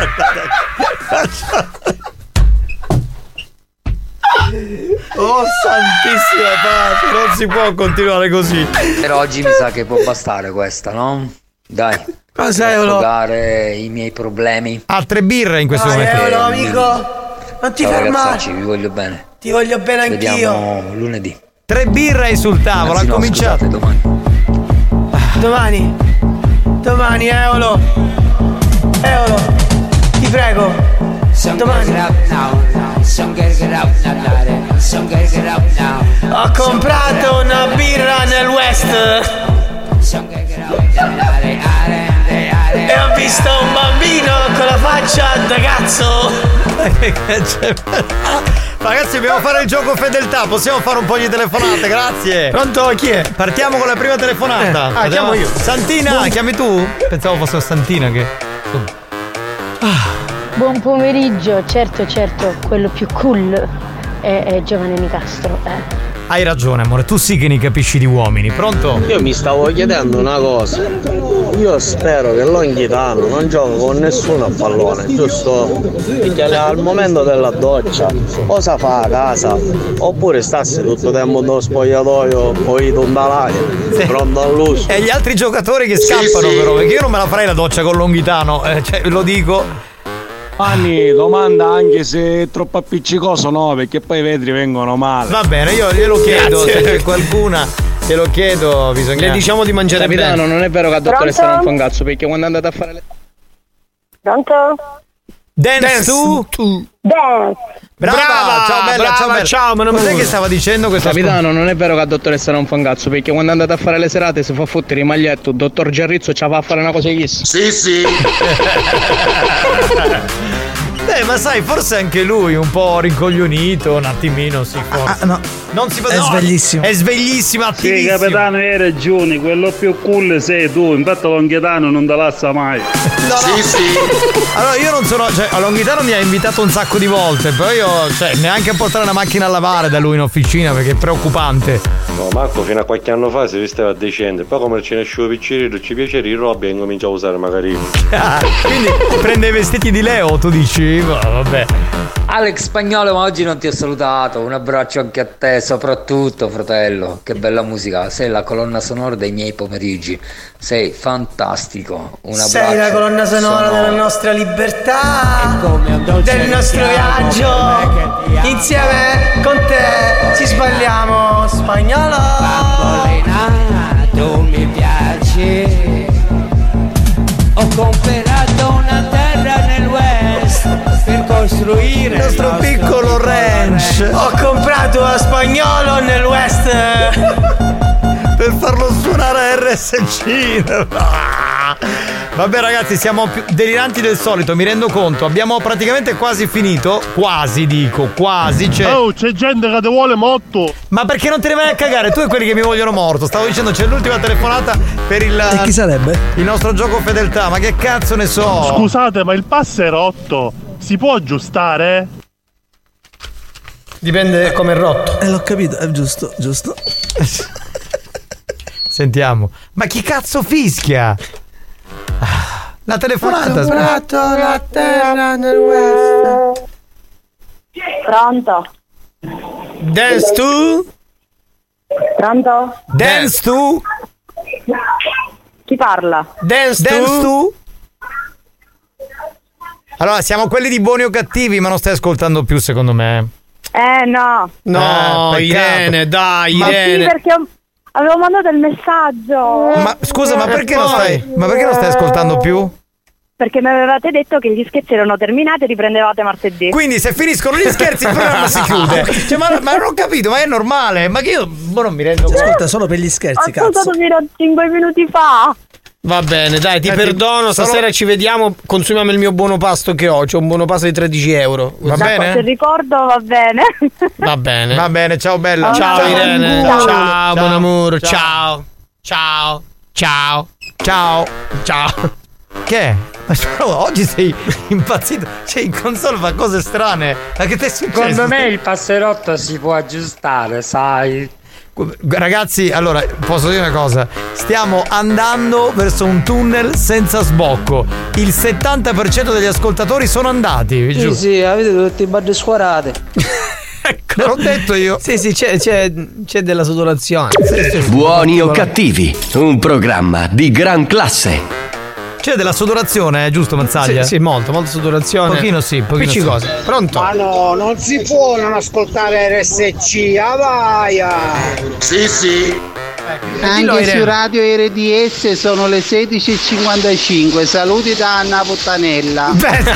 Oh santissima pace, non si può continuare così. Per oggi mi sa che può bastare questa, no? Dai. Cosa è, sfogare i miei problemi. 3 birre in questo momento. Amico, non ti ciao fermare. ragazzacci, vi voglio bene. Ti voglio bene anch'io. Vediamo lunedì. 3 birre hai sul tavolo, ha cominciato. Domani, Eolo, ti prego. Domani. Ho comprato una birra nel West e ho visto un bambino con la faccia da cazzo. Ragazzi, dobbiamo fare il gioco fedeltà. Possiamo fare un po' di telefonate, grazie. Pronto, chi è? Partiamo con la prima telefonata. Chiamo io. Santina, chiami tu? Pensavo fosse Santina che. Buon pomeriggio, certo, quello più cool è Giovanni Nicastro. Hai ragione, amore, tu sì che ne capisci di uomini. Pronto? Io mi stavo chiedendo una cosa. Io spero che Longhitano non gioca con nessuno a pallone, giusto? Perché al momento della doccia cosa fa a casa? Oppure stassi tutto il tempo nello spogliatoio poi tondalaia, pronto all'uso. E gli altri giocatori che scappano però, perché io non me la farei la doccia con Longhitano, cioè lo dico. Anni, domanda anche se è troppo appiccicoso, no, perché poi i vetri vengono male. Va bene, io glielo chiedo. Se c'è qualcuna, te lo chiedo, bisogna. Le diciamo di mangiare Capitano, bene. non è vero che a dottoressa non fa un cazzo, perché quando andate a fare le. Pronto? Dance tu? Dance. Brava, ciao bella, ciao, ma non cos'è che stava dicendo questo? Capitano, non è vero che a dottoressa non fa un cazzo, perché quando andate a fare le serate si fa fottere il maglietto, il dottor Gerrizzo ci va a fare una cosa chissà. Sì. Ma sai, forse anche lui un po' rincoglionito, un attimino si forse. No. Non si fa. È sveglissimo. È sveglissimo, attivissimo. Sì, capitano, hai ragione, quello più cool sei tu, infatti Longhitano non te lascia mai. No. Allora io non sono, cioè, a Longhitano mi ha invitato un sacco di volte, però io, cioè, neanche a portare una macchina a lavare da lui in officina perché è preoccupante. No, Marco fino a qualche anno fa si vestiva decente, poi come ce ne escevo piccirino, ci piace di roba e incomincia a usare magari. Quindi prende i vestiti di Leo, tu dici? Vabbè. Alex Spagnolo, ma oggi non ti ho salutato. Un abbraccio anche a te, soprattutto, fratello. Che bella musica. Sei la colonna sonora dei miei pomeriggi. Sei fantastico. Un abbraccio. Sei la colonna sonora della nostra libertà, del nostro viaggio. Insieme con te ci sbagliamo spagnolo. Bambolina, tu mi piaci. Ho comprato una terra nel West per costruire il nostro piccolo ranch. Ho comprato a Spagnolo nel West per farlo suonare RSC. Vabbè ragazzi, siamo più deliranti del solito, mi rendo conto. Abbiamo praticamente quasi finito. Quasi c'è. Oh, c'è gente che ti vuole morto. Ma perché non te ne vai a cagare? Tu e quelli che mi vogliono morto. Stavo dicendo, c'è l'ultima telefonata per il. E chi sarebbe? Il nostro gioco fedeltà. Ma che cazzo ne so? Scusate, ma il pass è rotto. Si può aggiustare? Dipende come è rotto. L'ho capito, è giusto. Sentiamo. Ma chi cazzo fischia? La telefonata. Ho comprato la terra nel West. Pronto? Dance tu? Pronto? Dance tu? Chi parla? Dance tu? Allora, siamo quelli di buoni o cattivi, ma non stai ascoltando più, secondo me. No. No, Irene, dai, Irene. Sì, perché avevo mandato il messaggio. Ma scusa, ma perché non stai ascoltando più? perché mi avevate detto che gli scherzi erano terminati e riprendevate martedì. Quindi se finiscono gli scherzi il programma si chiude. Cioè, ma non ho capito, ma è normale. Ma che io non mi rendo conto. Ascolta, solo per gli scherzi, cazzo. Ho ascoltato fino a 5 minuti fa. Va bene, dai, ti perdono. Stasera ci vediamo. Consumiamo il mio buono pasto che ho. C'ho un buono pasto di 13 euro. Va bene? Se ricordo, va bene. Va bene. Va bene, ciao bella. Ciao Irene. Ciao, buon amore. Ciao. Ciao. Ciao. Ciao. Ciao. Che è? Oggi sei impazzito. Cioè, in console fa cose strane. Ma che ti è successo? Secondo me il passerotto si può aggiustare, sai. Ragazzi, allora posso dire una cosa: stiamo andando verso un tunnel senza sbocco. Il 70% degli ascoltatori sono andati. Sì, avete tutti i barri squarate. Ecco. L'ho detto io. Sì, c'è della saturazione. Buoni o cattivi, un programma di gran classe. C'è della sudorazione, giusto Mazzaglia? Sì, molta sudorazione. Pochino sì. Piccicose. Pronto? Ma no, non si può non ascoltare RSC, avaia! Sì. Anche su Radio RDS sono le 16:55. Saluti da Anna Puttanella.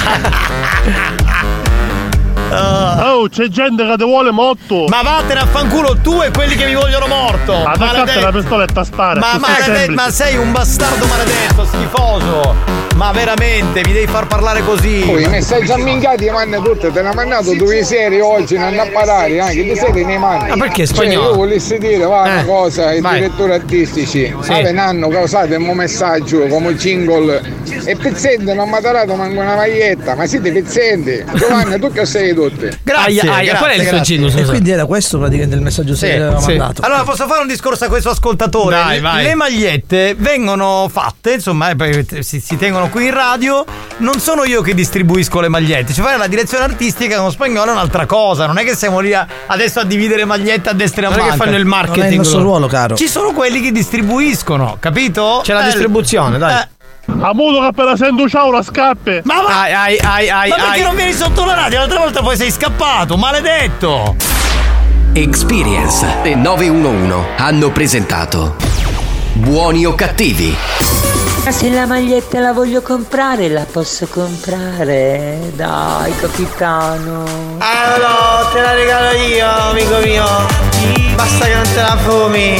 Oh, c'è gente che ti vuole morto. Ma vattene a fanculo tu e quelli che mi vogliono morto. Ma attaccate la pistoletta a spara. Ma sei un bastardo maledetto, schifoso. Ma veramente mi devi far parlare così? Poi i messaggi ammincati manna tutte, te ne ha mandato 2 serie oggi, non a parare, anche 2 serie ne mandi. Ma perché spagnolo? Cioè, io volessi dire, una cosa, i direttori artistici, hanno causato un messaggio come jingle e pezzente non mi ha dato manco una maglietta, ma siete pezzenti. Giovanni, tu che sei tutti? Grazie, qual è il suo jingle? E quindi era questo praticamente il messaggio che aveva mandato. Allora posso fare un discorso a questo ascoltatore? Vai. Le magliette vengono fatte, insomma, si tengono qui in radio. Non sono io che distribuisco le magliette, cioè fare la direzione artistica con spagnolo è un'altra cosa. Non è che siamo lì adesso a dividere magliette a destra e a manca. Non è che fanno il marketing. Non è il nostro ruolo, caro. Ci sono quelli che distribuiscono, capito? C'è la distribuzione, dai. A modo che appena sento ciao la scappe. Ma perché non vieni sotto la radio? L'altra volta poi sei scappato, maledetto. Experience e 911 hanno presentato Buoni o cattivi. Se la maglietta la voglio comprare, la posso comprare. Dai, capitano. Allora, te la regalo io, amico mio. Basta che non te la fumi.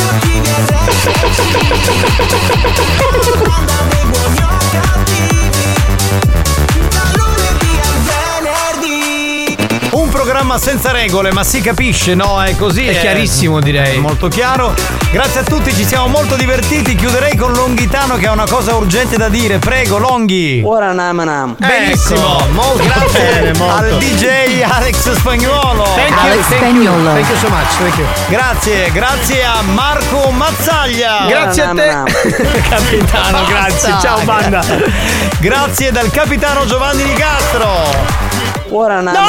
Un programma senza regole, ma si capisce, no? È così. È chiarissimo, direi. È molto chiaro. Grazie a tutti, ci siamo molto divertiti. Chiuderei con Longhitano che ha una cosa urgente da dire. Prego, Longhi. Ora nam. Benissimo, molto grazie al DJ Alex Spagnuolo. Alex Spagnuolo. Thank you so much. Thank you. Grazie a Marco Mazzaglia. Grazie a te. Capitano, grazie. Ciao banda. Grazie dal capitano Giovanni Nicastro. Ora no!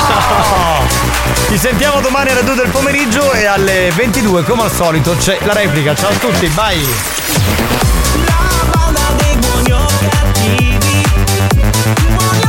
Ci sentiamo domani alle 2 del pomeriggio e alle 22 come al solito c'è la replica. Ciao a tutti, bye! La banda dei buoni o cattivi.